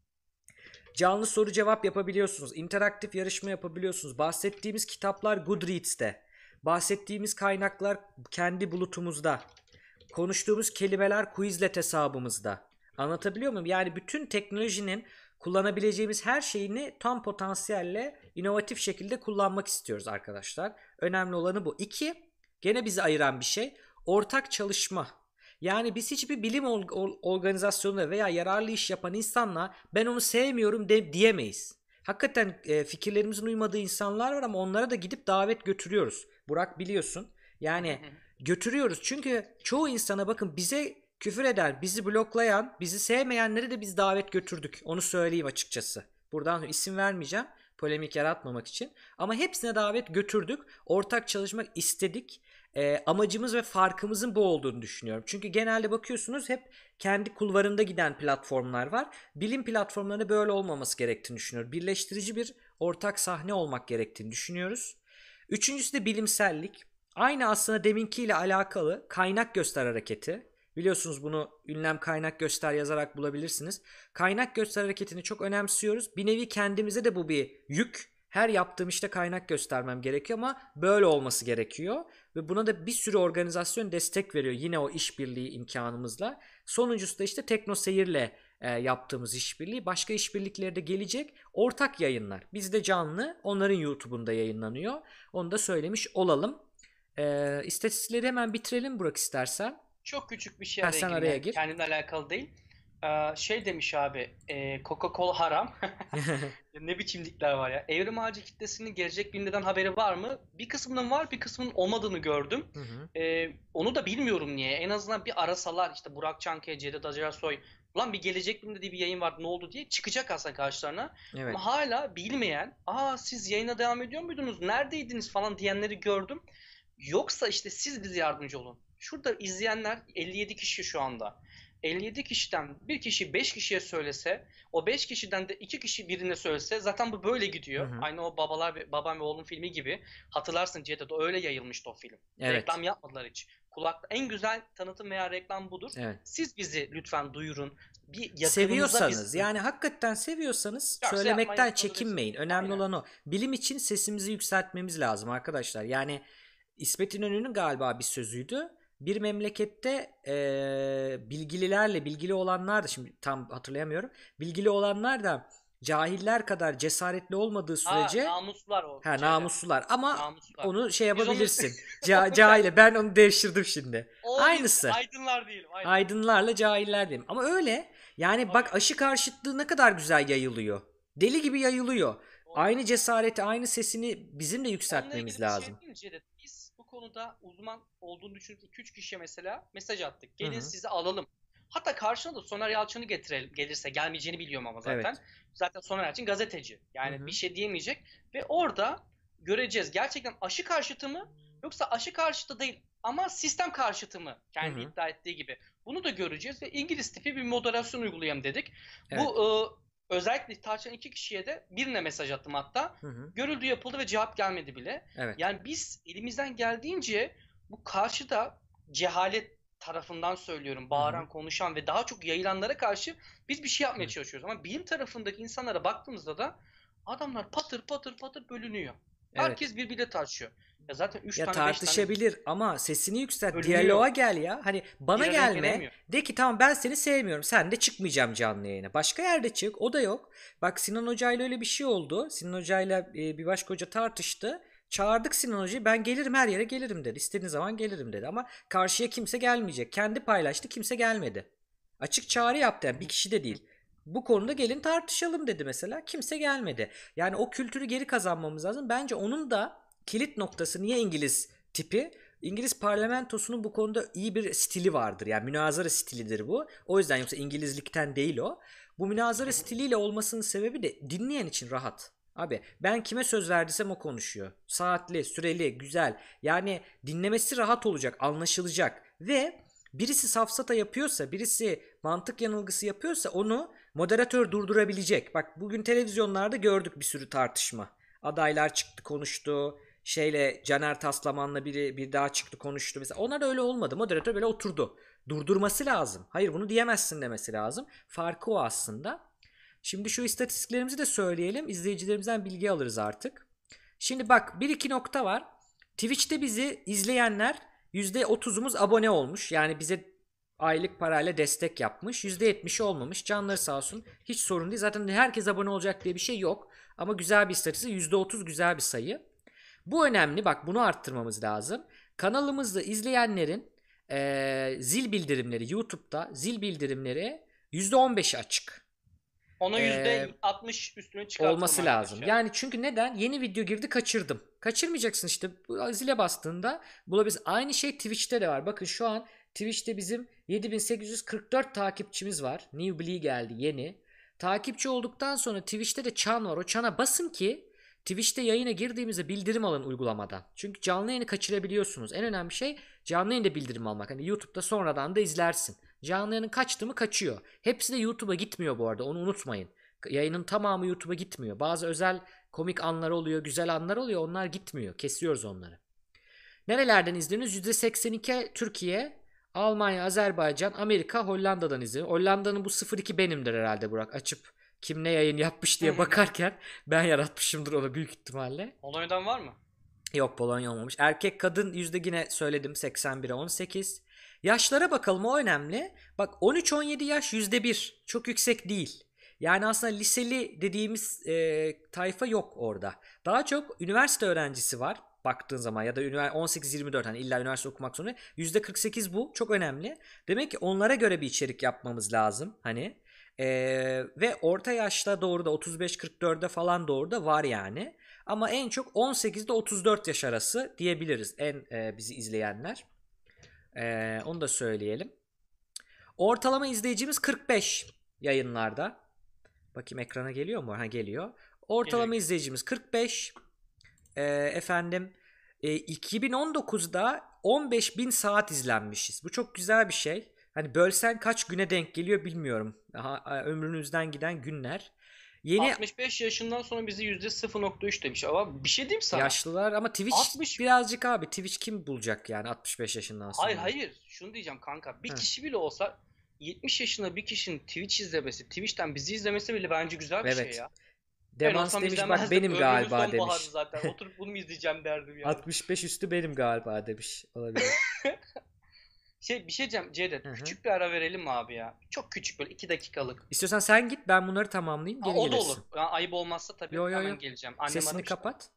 canlı soru cevap yapabiliyorsunuz. İnteraktif yarışma yapabiliyorsunuz. Bahsettiğimiz kitaplar Goodreads'te. Bahsettiğimiz kaynaklar kendi bulutumuzda. Konuştuğumuz kelimeler Quizlet hesabımızda. Anlatabiliyor muyum? Yani bütün teknolojinin kullanabileceğimiz her şeyini tam potansiyelle inovatif şekilde kullanmak istiyoruz arkadaşlar. Önemli olanı bu. İki, gene bizi ayıran bir şey. Ortak çalışma. Yani biz hiçbir bilim organizasyonunda veya yararlı iş yapan insanla ben onu sevmiyorum de, diyemeyiz. Hakikaten e, fikirlerimizin uymadığı insanlar var ama onlara da gidip davet götürüyoruz. Burak biliyorsun. Yani götürüyoruz. Çünkü çoğu insana bakın bize küfür eden, bizi bloklayan, bizi sevmeyenleri de biz davet götürdük. Onu söyleyeyim açıkçası. Buradan isim vermeyeceğim. Polemik yaratmamak için. Ama hepsine davet götürdük. Ortak çalışmak istedik. E, amacımız ve farkımızın bu olduğunu düşünüyorum. Çünkü genelde bakıyorsunuz hep kendi kulvarında giden platformlar var. Bilim platformlarında böyle olmaması gerektiğini düşünüyorum. Birleştirici bir ortak sahne olmak gerektiğini düşünüyoruz. Üçüncüsü de bilimsellik. Aynı aslında deminkiyle alakalı kaynak göster hareketi. Biliyorsunuz bunu ünlem kaynak göster yazarak bulabilirsiniz. Kaynak göster hareketini çok önemsiyoruz. Bir nevi kendimize de bu bir yük. Her yaptığım işte kaynak göstermem gerekiyor ama böyle olması gerekiyor. Ve buna da bir sürü organizasyon destek veriyor yine o işbirliği imkanımızla. Sonuncusu da işte teknoseyirle e, yaptığımız işbirliği. Başka işbirlikleri de gelecek. Ortak yayınlar. Bizde canlı, onların YouTube'unda yayınlanıyor. Onu da söylemiş olalım. E, istatistikleri hemen bitirelim Burak istersen.
Çok küçük bir şey
Ha,
araya
sen
gireyim.
araya
Yani
gir.
kendimle alakalı değil. Ee, şey demiş abi, e, Coca-Cola haram. Ne biçimlikler var ya. Evrim Ağacı kitlesinin gelecek bilimden haberi var mı? Bir kısmının var, bir kısmının olmadığını gördüm.
Hı hı.
Ee, onu da bilmiyorum niye. En azından bir arasalar, işte Burak Çankaya, Cevdet Acarsoy, ulan bir gelecek bilimde diye bir yayın vardı, ne oldu diye çıkacak aslında karşılarına.
Evet.
Ama hala bilmeyen, aa siz yayına devam ediyor muydunuz, neredeydiniz falan diyenleri gördüm. Yoksa işte siz bize yardımcı olun. Şurada izleyenler elli yedi kişi şu anda. elli yedi kişiden bir kişi beş kişiye söylese, o beş kişiden de iki kişi birine söylese zaten bu böyle gidiyor.
Hı hı.
Aynı o babalar ve babam ve oğlum filmi gibi. Hatırlarsın Cevdet, o öyle yayılmıştı o film.
Evet.
Reklam yapmadılar hiç. Kulakta en güzel tanıtım veya reklam budur.
Evet.
Siz bizi lütfen duyurun. Bir yakınınıza
Seviyorsanız
biz...
yani hakikaten seviyorsanız
Yoksa
söylemekten
yapmayın,
çekinmeyin.
yapabilirsiniz.
Önemli
Aynen.
olan o. Bilim için sesimizi yükseltmemiz lazım arkadaşlar. Yani İsmet İnönü'nün galiba bir sözüydü. Bir memlekette eee, bilgililerle bilgili olanlar da, şimdi tam hatırlayamıyorum. Bilgili olanlar da cahiller kadar cesaretli olmadığı sürece
Ha, namuslar o
ha,
şeyler.
namuslular ama
Namuslar.
onu şey
Biz onu-
yapabilirsin. Ca- cahile, ben onu devşirdim şimdi.
O biz
Aynısı.
aydınlar değilim. Aynen.
Aydınlarla cahiller diyeyim. Ama öyle. Yani bak, aşı karşıtlığı ne kadar güzel yayılıyor. Deli gibi yayılıyor. Aynı cesareti, aynı sesini bizim de
Onunla
yükseltmemiz
ilgili bir
lazım.
şey diyeyim Cevdet. Biz bu konuda uzman olduğunu düşünüp iki üç kişiye mesela mesaj attık. Gelin
Hı hı.
sizi alalım. Hatta karşına da Soner Yalçın'ı getirelim. Gelirse, gelmeyeceğini biliyorum ama zaten.
Evet.
Zaten Soner Yalçın gazeteci. Yani
Hı hı.
bir şey diyemeyecek. Ve orada göreceğiz gerçekten aşı karşıtı mı, yoksa aşı karşıtı değil ama sistem karşıtı mı? Kendi
Hı hı.
iddia ettiği gibi. Bunu da göreceğiz ve İngiliz tipi bir moderasyon uygulayalım dedik.
Evet.
Bu e, özellikle tartışan iki kişiye de birine mesaj attım hatta.
Hı hı.
Görüldü, yapıldı ve cevap gelmedi bile.
Evet.
Yani biz elimizden geldiğince bu karşıda cehalet tarafından söylüyorum, bağıran,
Hı hı.
konuşan ve daha çok yayılanlara karşı biz bir şey yapmaya
Hı.
çalışıyoruz. Ama bilim tarafındaki insanlara baktığımızda da adamlar patır patır patır bölünüyor.
Evet.
Herkes birbiriyle tartışıyor. Ya zaten üç
Ya
tane beş tane
tartışabilir ama sesini yükselt,
Bölünüyor.
diyaloğa gel ya. Hani bana
bir araya
gelme.
gelemiyor.
De ki tamam, ben seni sevmiyorum. Sen de çıkmayacağım canlı yayına. Başka yerde çık. O da yok. Bak, Sinan Hoca'yla öyle bir şey oldu. Sinan Hoca'yla e, bir başka hoca tartıştı. Çağırdık Sinan Hoca'yı. Ben gelirim, her yere gelirim dedi. İstediğin zaman gelirim dedi. Ama karşıya kimse gelmeyecek. Kendi paylaştı, kimse gelmedi. Açık çağrı yaptı, yani bir kişi de değil. Bu konuda gelin tartışalım dedi mesela. Kimse gelmedi. Yani o kültürü geri kazanmamız lazım. Bence onun da kilit noktası, niye İngiliz tipi? İngiliz parlamentosunun bu konuda iyi bir stili vardır. Yani münazara stilidir bu. O yüzden, yoksa İngilizlikten değil o. Bu münazara stiliyle olmasının sebebi de dinleyen için rahat. Abi ben kime söz verdiysem o konuşuyor. Saatli, süreli, güzel. Yani dinlemesi rahat olacak, anlaşılacak. Ve birisi safsata yapıyorsa, birisi mantık yanılgısı yapıyorsa onu moderatör durdurabilecek. Bak, bugün televizyonlarda gördük bir sürü tartışma. Adaylar çıktı konuştu. Şeyle, Caner Taslaman'la biri bir daha çıktı konuştu. Mesela onlar da öyle olmadı. Moderatör böyle oturdu. Durdurması lazım. Hayır, bunu diyemezsin demesi lazım. Farkı o aslında. Şimdi şu istatistiklerimizi de söyleyelim. İzleyicilerimizden bilgi alırız artık. Şimdi bak, bir iki nokta var. Twitch'te bizi izleyenler yüzde otuzumuz abone olmuş. Yani bize aylık parayla destek yapmış. yüzde yetmişi olmamış. Canları sağ olsun. Hiç sorun değil. Zaten herkes abone olacak diye bir şey yok. Ama güzel bir istatistik. yüzde otuz güzel bir sayı. Bu önemli. Bak, bunu arttırmamız lazım. Kanalımızda izleyenlerin ee, zil bildirimleri, YouTube'da zil bildirimleri yüzde on beşi açık.
ona
Ee,
yüzde altmış üstüne çıkartalım
olması lazım.
arkadaşlar.
Yani çünkü neden? Yeni video girdi, kaçırdım. Kaçırmayacaksın işte. Bu zile bastığında bulabilirsin. Aynı şey Twitch'te de var. Bakın şu an Twitch'te bizim yedi bin sekiz yüz kırk dört takipçimiz var. Newbly geldi, yeni. Takipçi olduktan sonra Twitch'te de çan var. O çana basın ki Twitch'te yayına girdiğimizde bildirim alın uygulamadan. Çünkü canlı yayını kaçırabiliyorsunuz. En önemli şey canlı yayında bildirim almak. Hani YouTube'da sonradan da izlersin. Canlı yayının kaçtı mı kaçıyor. Hepsi de YouTube'a gitmiyor bu arada. Onu unutmayın. Yayının tamamı YouTube'a gitmiyor. Bazı özel komik anlar oluyor, güzel anlar oluyor. Onlar gitmiyor. Kesiyoruz onları. Nerelerden izliyorsunuz? yüzde seksen iki Türkiye, Almanya, Azerbaycan, Amerika, Hollanda'dan izliyor. Hollanda'nın bu sıfır iki benimdir herhalde Burak. Açıp kim ne yayın yapmış diye bakarken ben yaratmışımdır onu büyük ihtimalle.
Polonya'dan var mı?
Yok, Polonya olmamış. Erkek kadın yüzde yine söyledim, seksen bire on sekiz. Yaşlara bakalım, o önemli. Bak on üç on yedi yaş yüzde bir. Çok yüksek değil. Yani aslında liseli dediğimiz e, tayfa yok orada. Daha çok üniversite öğrencisi var baktığın zaman, ya da on sekiz yirmi dört, hani illa üniversite okumak zorunda. yüzde kırk sekiz bu. Çok önemli. Demek ki onlara göre bir içerik yapmamız lazım. Hani e, ve orta yaşta doğru da otuz beş kırk dörde falan doğru da var yani. Ama en çok on sekizde otuz dört yaş arası diyebiliriz en e, bizi izleyenler. E, onu da söyleyelim. Ortalama izleyicimiz kırk beş yayınlarda. Bakayım ekrana geliyor mu? Ha, geliyor. Ortalama
Geliyor.
izleyicimiz kırk beş. E, efendim e, iki bin on dokuzda on beş bin saat izlenmişiz. Bu çok güzel bir şey. Hani bölsen kaç güne denk geliyor bilmiyorum. Aha, ömrünüzden giden günler. Yeni
altmış beş yaşından sonra bizi yüzde sıfır nokta üç demiş. Ama bir şey diyeyim sana.
yaşlılar ama Twitch
altmış
birazcık abi. Twitch kim bulacak yani altmış beş yaşından sonra?
Hayır hayır. Şunu diyeceğim kanka. Bir
Heh.
kişi bile olsa yetmiş yaşında bir kişinin Twitch izlemesi, Twitch'ten bizi izlemesi bile bence güzel bir
Evet.
şey ya.
Demans
olsam
demiş bak
izlemezdim.
benim
Ömrümün
galiba
sonbaharı
demiş.
zaten. Oturup bunu mu izleyeceğim derdim yani.
altmış beş üstü benim galiba demiş. Olabilir.
Şey bir şey diyeceğim Cevdet.
Hı hı.
Küçük bir ara verelim mi abi ya? Çok küçük, böyle iki dakikalık.
İstiyorsan sen git, ben bunları tamamlayayım,
Ha,
geri
o da
gelirsin.
olur. Yani ayıp olmazsa tabii
Yo, yo,
hemen
yo.
geleceğim. Annem
Sesini
aramış da.
kapat.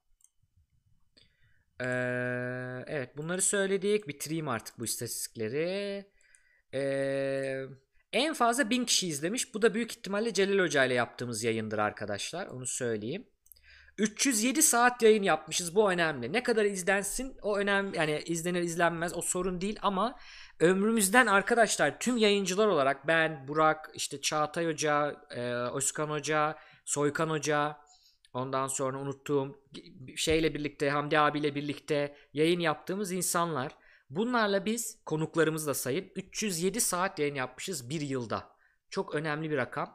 Ee, evet, bunları söyledik. Bitireyim artık bu istatistikleri. Ee, en fazla bin kişi izlemiş. Bu da büyük ihtimalle Celal Hoca ile yaptığımız yayındır arkadaşlar. Onu söyleyeyim. üç yüz yedi saat yayın yapmışız. Bu önemli. Ne kadar izlensin o önemli. Yani izlenir izlenmez o sorun değil ama ömrümüzden arkadaşlar tüm yayıncılar olarak ben, Burak, işte Çağatay Hoca, e, Özkan Hoca, Soykan Hoca, ondan sonra unuttuğum şeyle birlikte, Hamdi abiyle birlikte yayın yaptığımız insanlar. Bunlarla biz, konuklarımızı da sayın, üç yüz yedi saat yayın yapmışız bir yılda. Çok önemli bir rakam.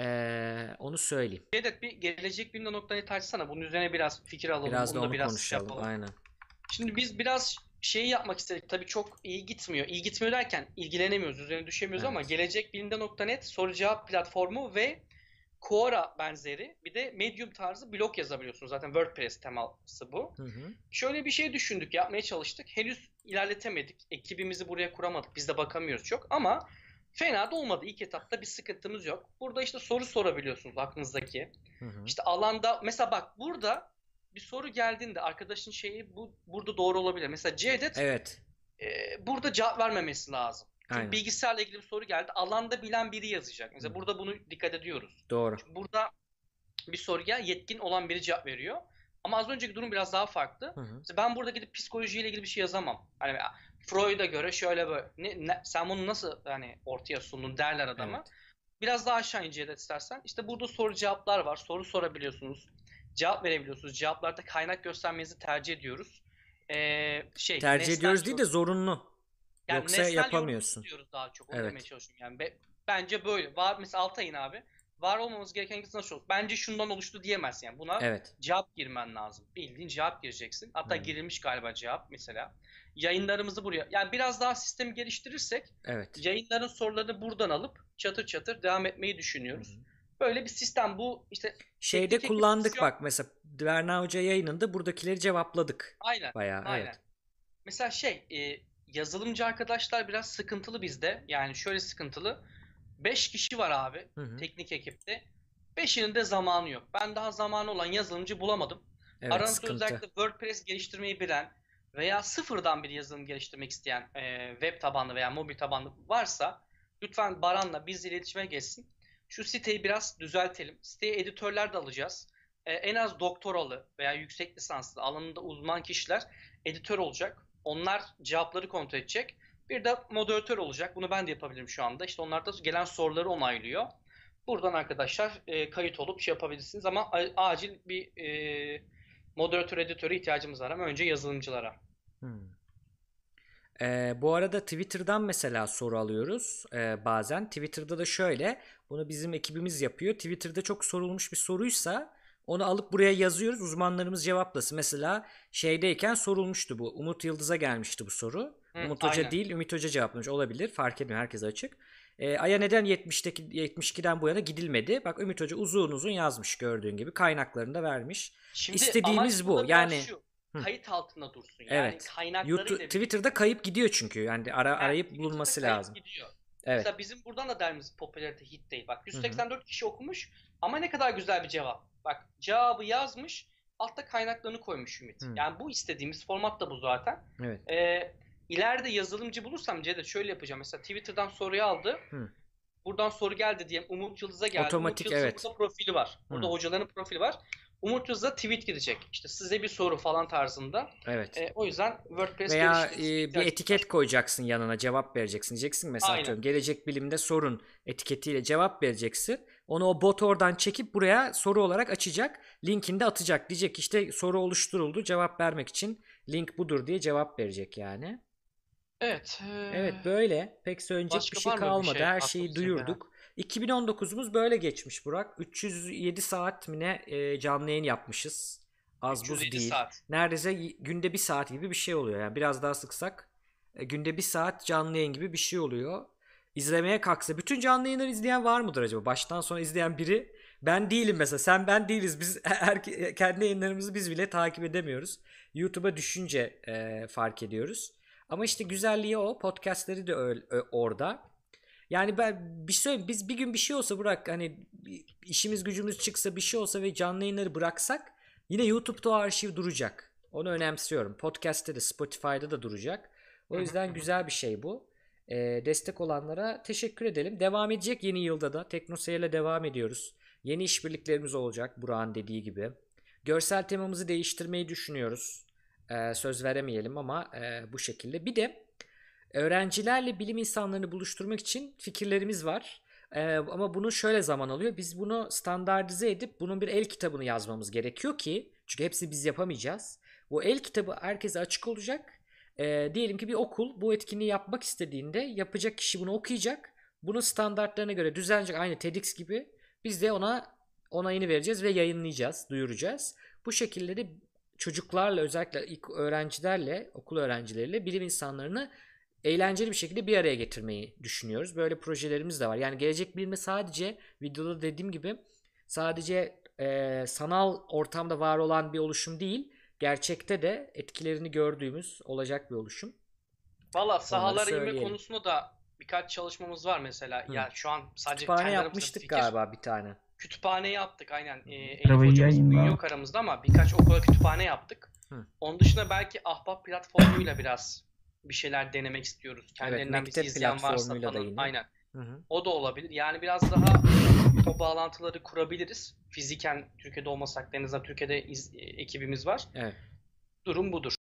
Ee, onu söyleyeyim.
Cevdet, bir gelecek bilimde noktayı tartışsana. Bunun üzerine biraz fikir alalım.
Biraz da
Bunu da
onu
biraz
konuşalım.
yapalım.
Aynen.
Şimdi biz biraz şeyi yapmak istedik. Tabii çok iyi gitmiyor. İyi gitmiyor derken ilgilenemiyoruz, üzerine düşemiyoruz
Evet.
ama gelecek bilimde nokta net soru cevap platformu ve Quora benzeri bir de Medium tarzı blog yazabiliyorsunuz. Zaten WordPress teması bu.
Hı hı.
Şöyle bir şey düşündük, yapmaya çalıştık. Henüz ilerletemedik. Ekibimizi buraya kuramadık. Biz de bakamıyoruz çok ama fena da olmadı. İlk etapta bir sıkıntımız yok. Burada işte soru sorabiliyorsunuz aklınızdaki.
Hı hı.
İşte alanda mesela bak, burada bir soru geldiğinde arkadaşın şeyi bu burada doğru olabilir. Mesela Cevdet
Evet.
e, burada cevap vermemesi lazım. Çünkü
Aynen.
bilgisayarla ilgili bir soru geldi. Alanda bilen biri yazacak. Mesela
Hı.
burada bunu dikkat ediyoruz.
Doğru.
Çünkü burada bir soruya yetkin olan biri cevap veriyor. Ama az önceki durum biraz daha farklı.
Hı hı.
Mesela ben burada gidip psikolojiyle ilgili bir şey yazamam. Hani Freud'a göre şöyle böyle. Ne, ne- sen bunu nasıl hani ortaya sundun derler adama.
Evet.
Biraz daha aşağı ince istersen. İşte burada soru cevaplar var. Soru sorabiliyorsunuz. Cevap verebiliyorsunuz. Cevaplarda kaynak göstermenizi tercih ediyoruz. Ee, şey,
Tercih
nesnel
ediyoruz değil de
yorum-
zorunlu.
yani
Yoksa
nesnel yorum
yapamıyorsun.
diyoruz daha çok. Onu
Evet.
demeye çalışıyorum. Yani be- bence böyle. Var mesela Altay'ın abi. Var olmamız gereken İngilizce nasıl olur? Bence şundan oluştu diyemezsin yani. Buna
Evet.
cevap girmen lazım. Bildiğin cevap gireceksin. Hatta
Hmm.
girilmiş galiba cevap mesela. Yayınlarımızı buraya. Yani biraz daha sistemi geliştirirsek
Evet.
yayınların sorularını buradan alıp çatır çatır devam etmeyi düşünüyoruz.
Hı hı.
Böyle bir sistem bu işte
Şeyde
teknik ekip
kullandık
konuşuyor.
bak mesela Berna Hoca yayınında buradakileri cevapladık.
Aynen.
Bayağı
Aynen.
evet.
Mesela şey e, yazılımcı arkadaşlar biraz sıkıntılı bizde. Yani şöyle sıkıntılı. beş kişi var abi
Hı hı.
teknik ekipte. beşinin de zamanı yok. Ben daha zamanı olan yazılımcı bulamadım.
Evet,
Aranızda
sıkıntı.
özellikle WordPress geliştirmeyi bilen veya sıfırdan bir yazılım geliştirmek isteyen e, web tabanlı veya mobil tabanlı varsa lütfen Baran'la bizle iletişime geçsin. Şu siteyi biraz düzeltelim. Siteye editörler de alacağız. E, en az doktoralı veya yüksek lisanslı alanında uzman kişiler editör olacak. Onlar cevapları kontrol edecek. Bir de moderatör olacak. Bunu ben de yapabilirim şu anda. İşte onlar da gelen soruları onaylıyor. Buradan arkadaşlar e, kayıt olup şey yapabilirsiniz ama a- acil bir e, moderatör editöre ihtiyacımız var ama önce yazılımcılara.
Hmm. Ee, bu arada Twitter'dan mesela soru alıyoruz ee, bazen. Twitter'da da şöyle, bunu bizim ekibimiz yapıyor. Twitter'da çok sorulmuş bir soruysa onu alıp buraya yazıyoruz. Uzmanlarımız cevaplasın. Mesela şeydeyken sorulmuştu bu. Umut Yıldız'a gelmişti bu soru.
Hı,
Umut Hoca
aynen.
değil, Ümit Hoca cevaplamış olabilir. Fark etmiyor. Herkese açık. Ee, Ay'a neden yetmişteki, yetmiş ikiden bu yana gidilmedi? Bak Ümit Hoca uzun uzun yazmış gördüğün gibi. Kaynaklarını da vermiş.
Şimdi
İstediğimiz
amaç
bu.
burada biraz
Yani
şu.
Hı.
kayıt altında dursun. Yani
Evet.
kaynaklarıyla
YouTube,
birlikte.
Twitter'da kayıp gidiyor çünkü. Yani ara,
Yani
arayıp
Twitter'da
bulunması
kayıp
lazım.
gidiyor.
Evet.
Mesela bizim buradan da derimiz popülarite hit değil. Bak
Hı hı.
yüz seksen dört kişi okumuş ama ne kadar güzel bir cevap. Bak cevabı yazmış, altta kaynaklarını koymuş Ümit.
Hı.
Yani bu istediğimiz format da bu zaten.
Evet.
Ee, ileride yazılımcı bulursam Cevdet şöyle yapacağım. Mesela Twitter'dan soruyu aldı.
Hı.
Buradan soru geldi diye Umut Yıldız'a geldi.
Otomatik,
Umut Yıldız'ın
evet.
burada profili var. Burada
Hı.
hocaların profili var. Umut Yıldız'a tweet gidecek. İşte size bir soru falan tarzında.
Evet.
Ee, o yüzden WordPress
Veya
geliştiricisi
e, bir
ihtiyaç
etiket
var.
koyacaksın yanına, cevap vereceksin. Diyeceksin mesela
Aynen.
atıyorum, gelecek bilimde sorun etiketiyle cevap vereceksin. Onu o bot oradan çekip buraya soru olarak açacak. Linkini de atacak. Diyecek işte soru oluşturuldu. Cevap vermek için link budur diye cevap verecek yani.
Evet. ee,
Evet böyle. Pek söyleyecek
Başka
bir şey
var mı bir
kalmadı.
şey
Her şeyi
aklınıza gelen?
duyurduk. iki bin on dokuzumuz böyle geçmiş Burak. üç yüz yedi saat mi ne e, canlı yayın yapmışız. Az buz
üç yüz yedi
değil.
saat.
Neredeyse y- günde bir saat gibi bir şey oluyor. Yani biraz daha sıksak e, günde bir saat canlı yayın gibi bir şey oluyor. İzlemeye kalksa bütün canlı yayınları izleyen var mıdır acaba? Baştan sona izleyen biri. Ben değilim mesela. Sen ben değiliz. Biz her, kendi yayınlarımızı biz bile takip edemiyoruz. YouTube'a düşünce e, fark ediyoruz. Ama işte güzelliği o. Podcastleri de öyle, ö- orada. Yani ben bir şey söyleyeyim. Biz bir gün bir şey olsa bırak hani işimiz gücümüz çıksa bir şey olsa ve canlı yayınları bıraksak yine YouTube'da o arşiv duracak. Onu önemsiyorum. Podcast'te de Spotify'da da duracak. O yüzden güzel bir şey bu. Ee, destek olanlara teşekkür edelim. Devam edecek yeni yılda da. TeknoSeyir'le devam ediyoruz. Yeni işbirliklerimiz olacak Burak'ın dediği gibi. Görsel temamızı değiştirmeyi düşünüyoruz. Ee, söz veremeyelim ama e, bu şekilde. Bir de öğrencilerle bilim insanlarını buluşturmak için fikirlerimiz var. Ee, ama bunu şöyle zaman alıyor. Biz bunu standartize edip bunun bir el kitabını yazmamız gerekiyor ki, çünkü hepsini biz yapamayacağız. Bu el kitabı herkese açık olacak. Ee, diyelim ki bir okul bu etkinliği yapmak istediğinde yapacak kişi bunu okuyacak. Bunun standartlarına göre düzenleyecek, aynı TEDx gibi. Biz de ona onayını vereceğiz ve yayınlayacağız, duyuracağız. Bu şekilde de çocuklarla, özellikle ilk öğrencilerle, okul öğrencileriyle bilim insanlarını eğlenceli bir şekilde bir araya getirmeyi düşünüyoruz. Böyle projelerimiz de var. Yani gelecek bilimde sadece videoda dediğim gibi sadece e, sanal ortamda var olan bir oluşum değil, gerçekte de etkilerini gördüğümüz olacak bir oluşum.
Valla
Onları
sahalara inme
söyleyelim.
konusunda da birkaç çalışmamız var mesela.
Hı.
Ya şu an sadece
Kütüphane
kendi aramızda
yapmıştık
fikir.
galiba bir tane.
Kütüphane yaptık aynen. Ee, Elif
Travayı
hocamız bugün
yayınla.
yok aramızda ama birkaç okula kütüphane yaptık.
Hı.
Onun dışında belki Ahbap platformuyla biraz bir şeyler denemek istiyoruz. Kendilerinden bizi
Mektep
izleyen varsa
platformuyla da
falan.
yine.
Aynen.
Hı hı.
O da olabilir. Yani biraz daha o bağlantıları kurabiliriz. Fiziken Türkiye'de olmasak da en azından Türkiye'de iz- ekibimiz var.
Evet.
Durum budur.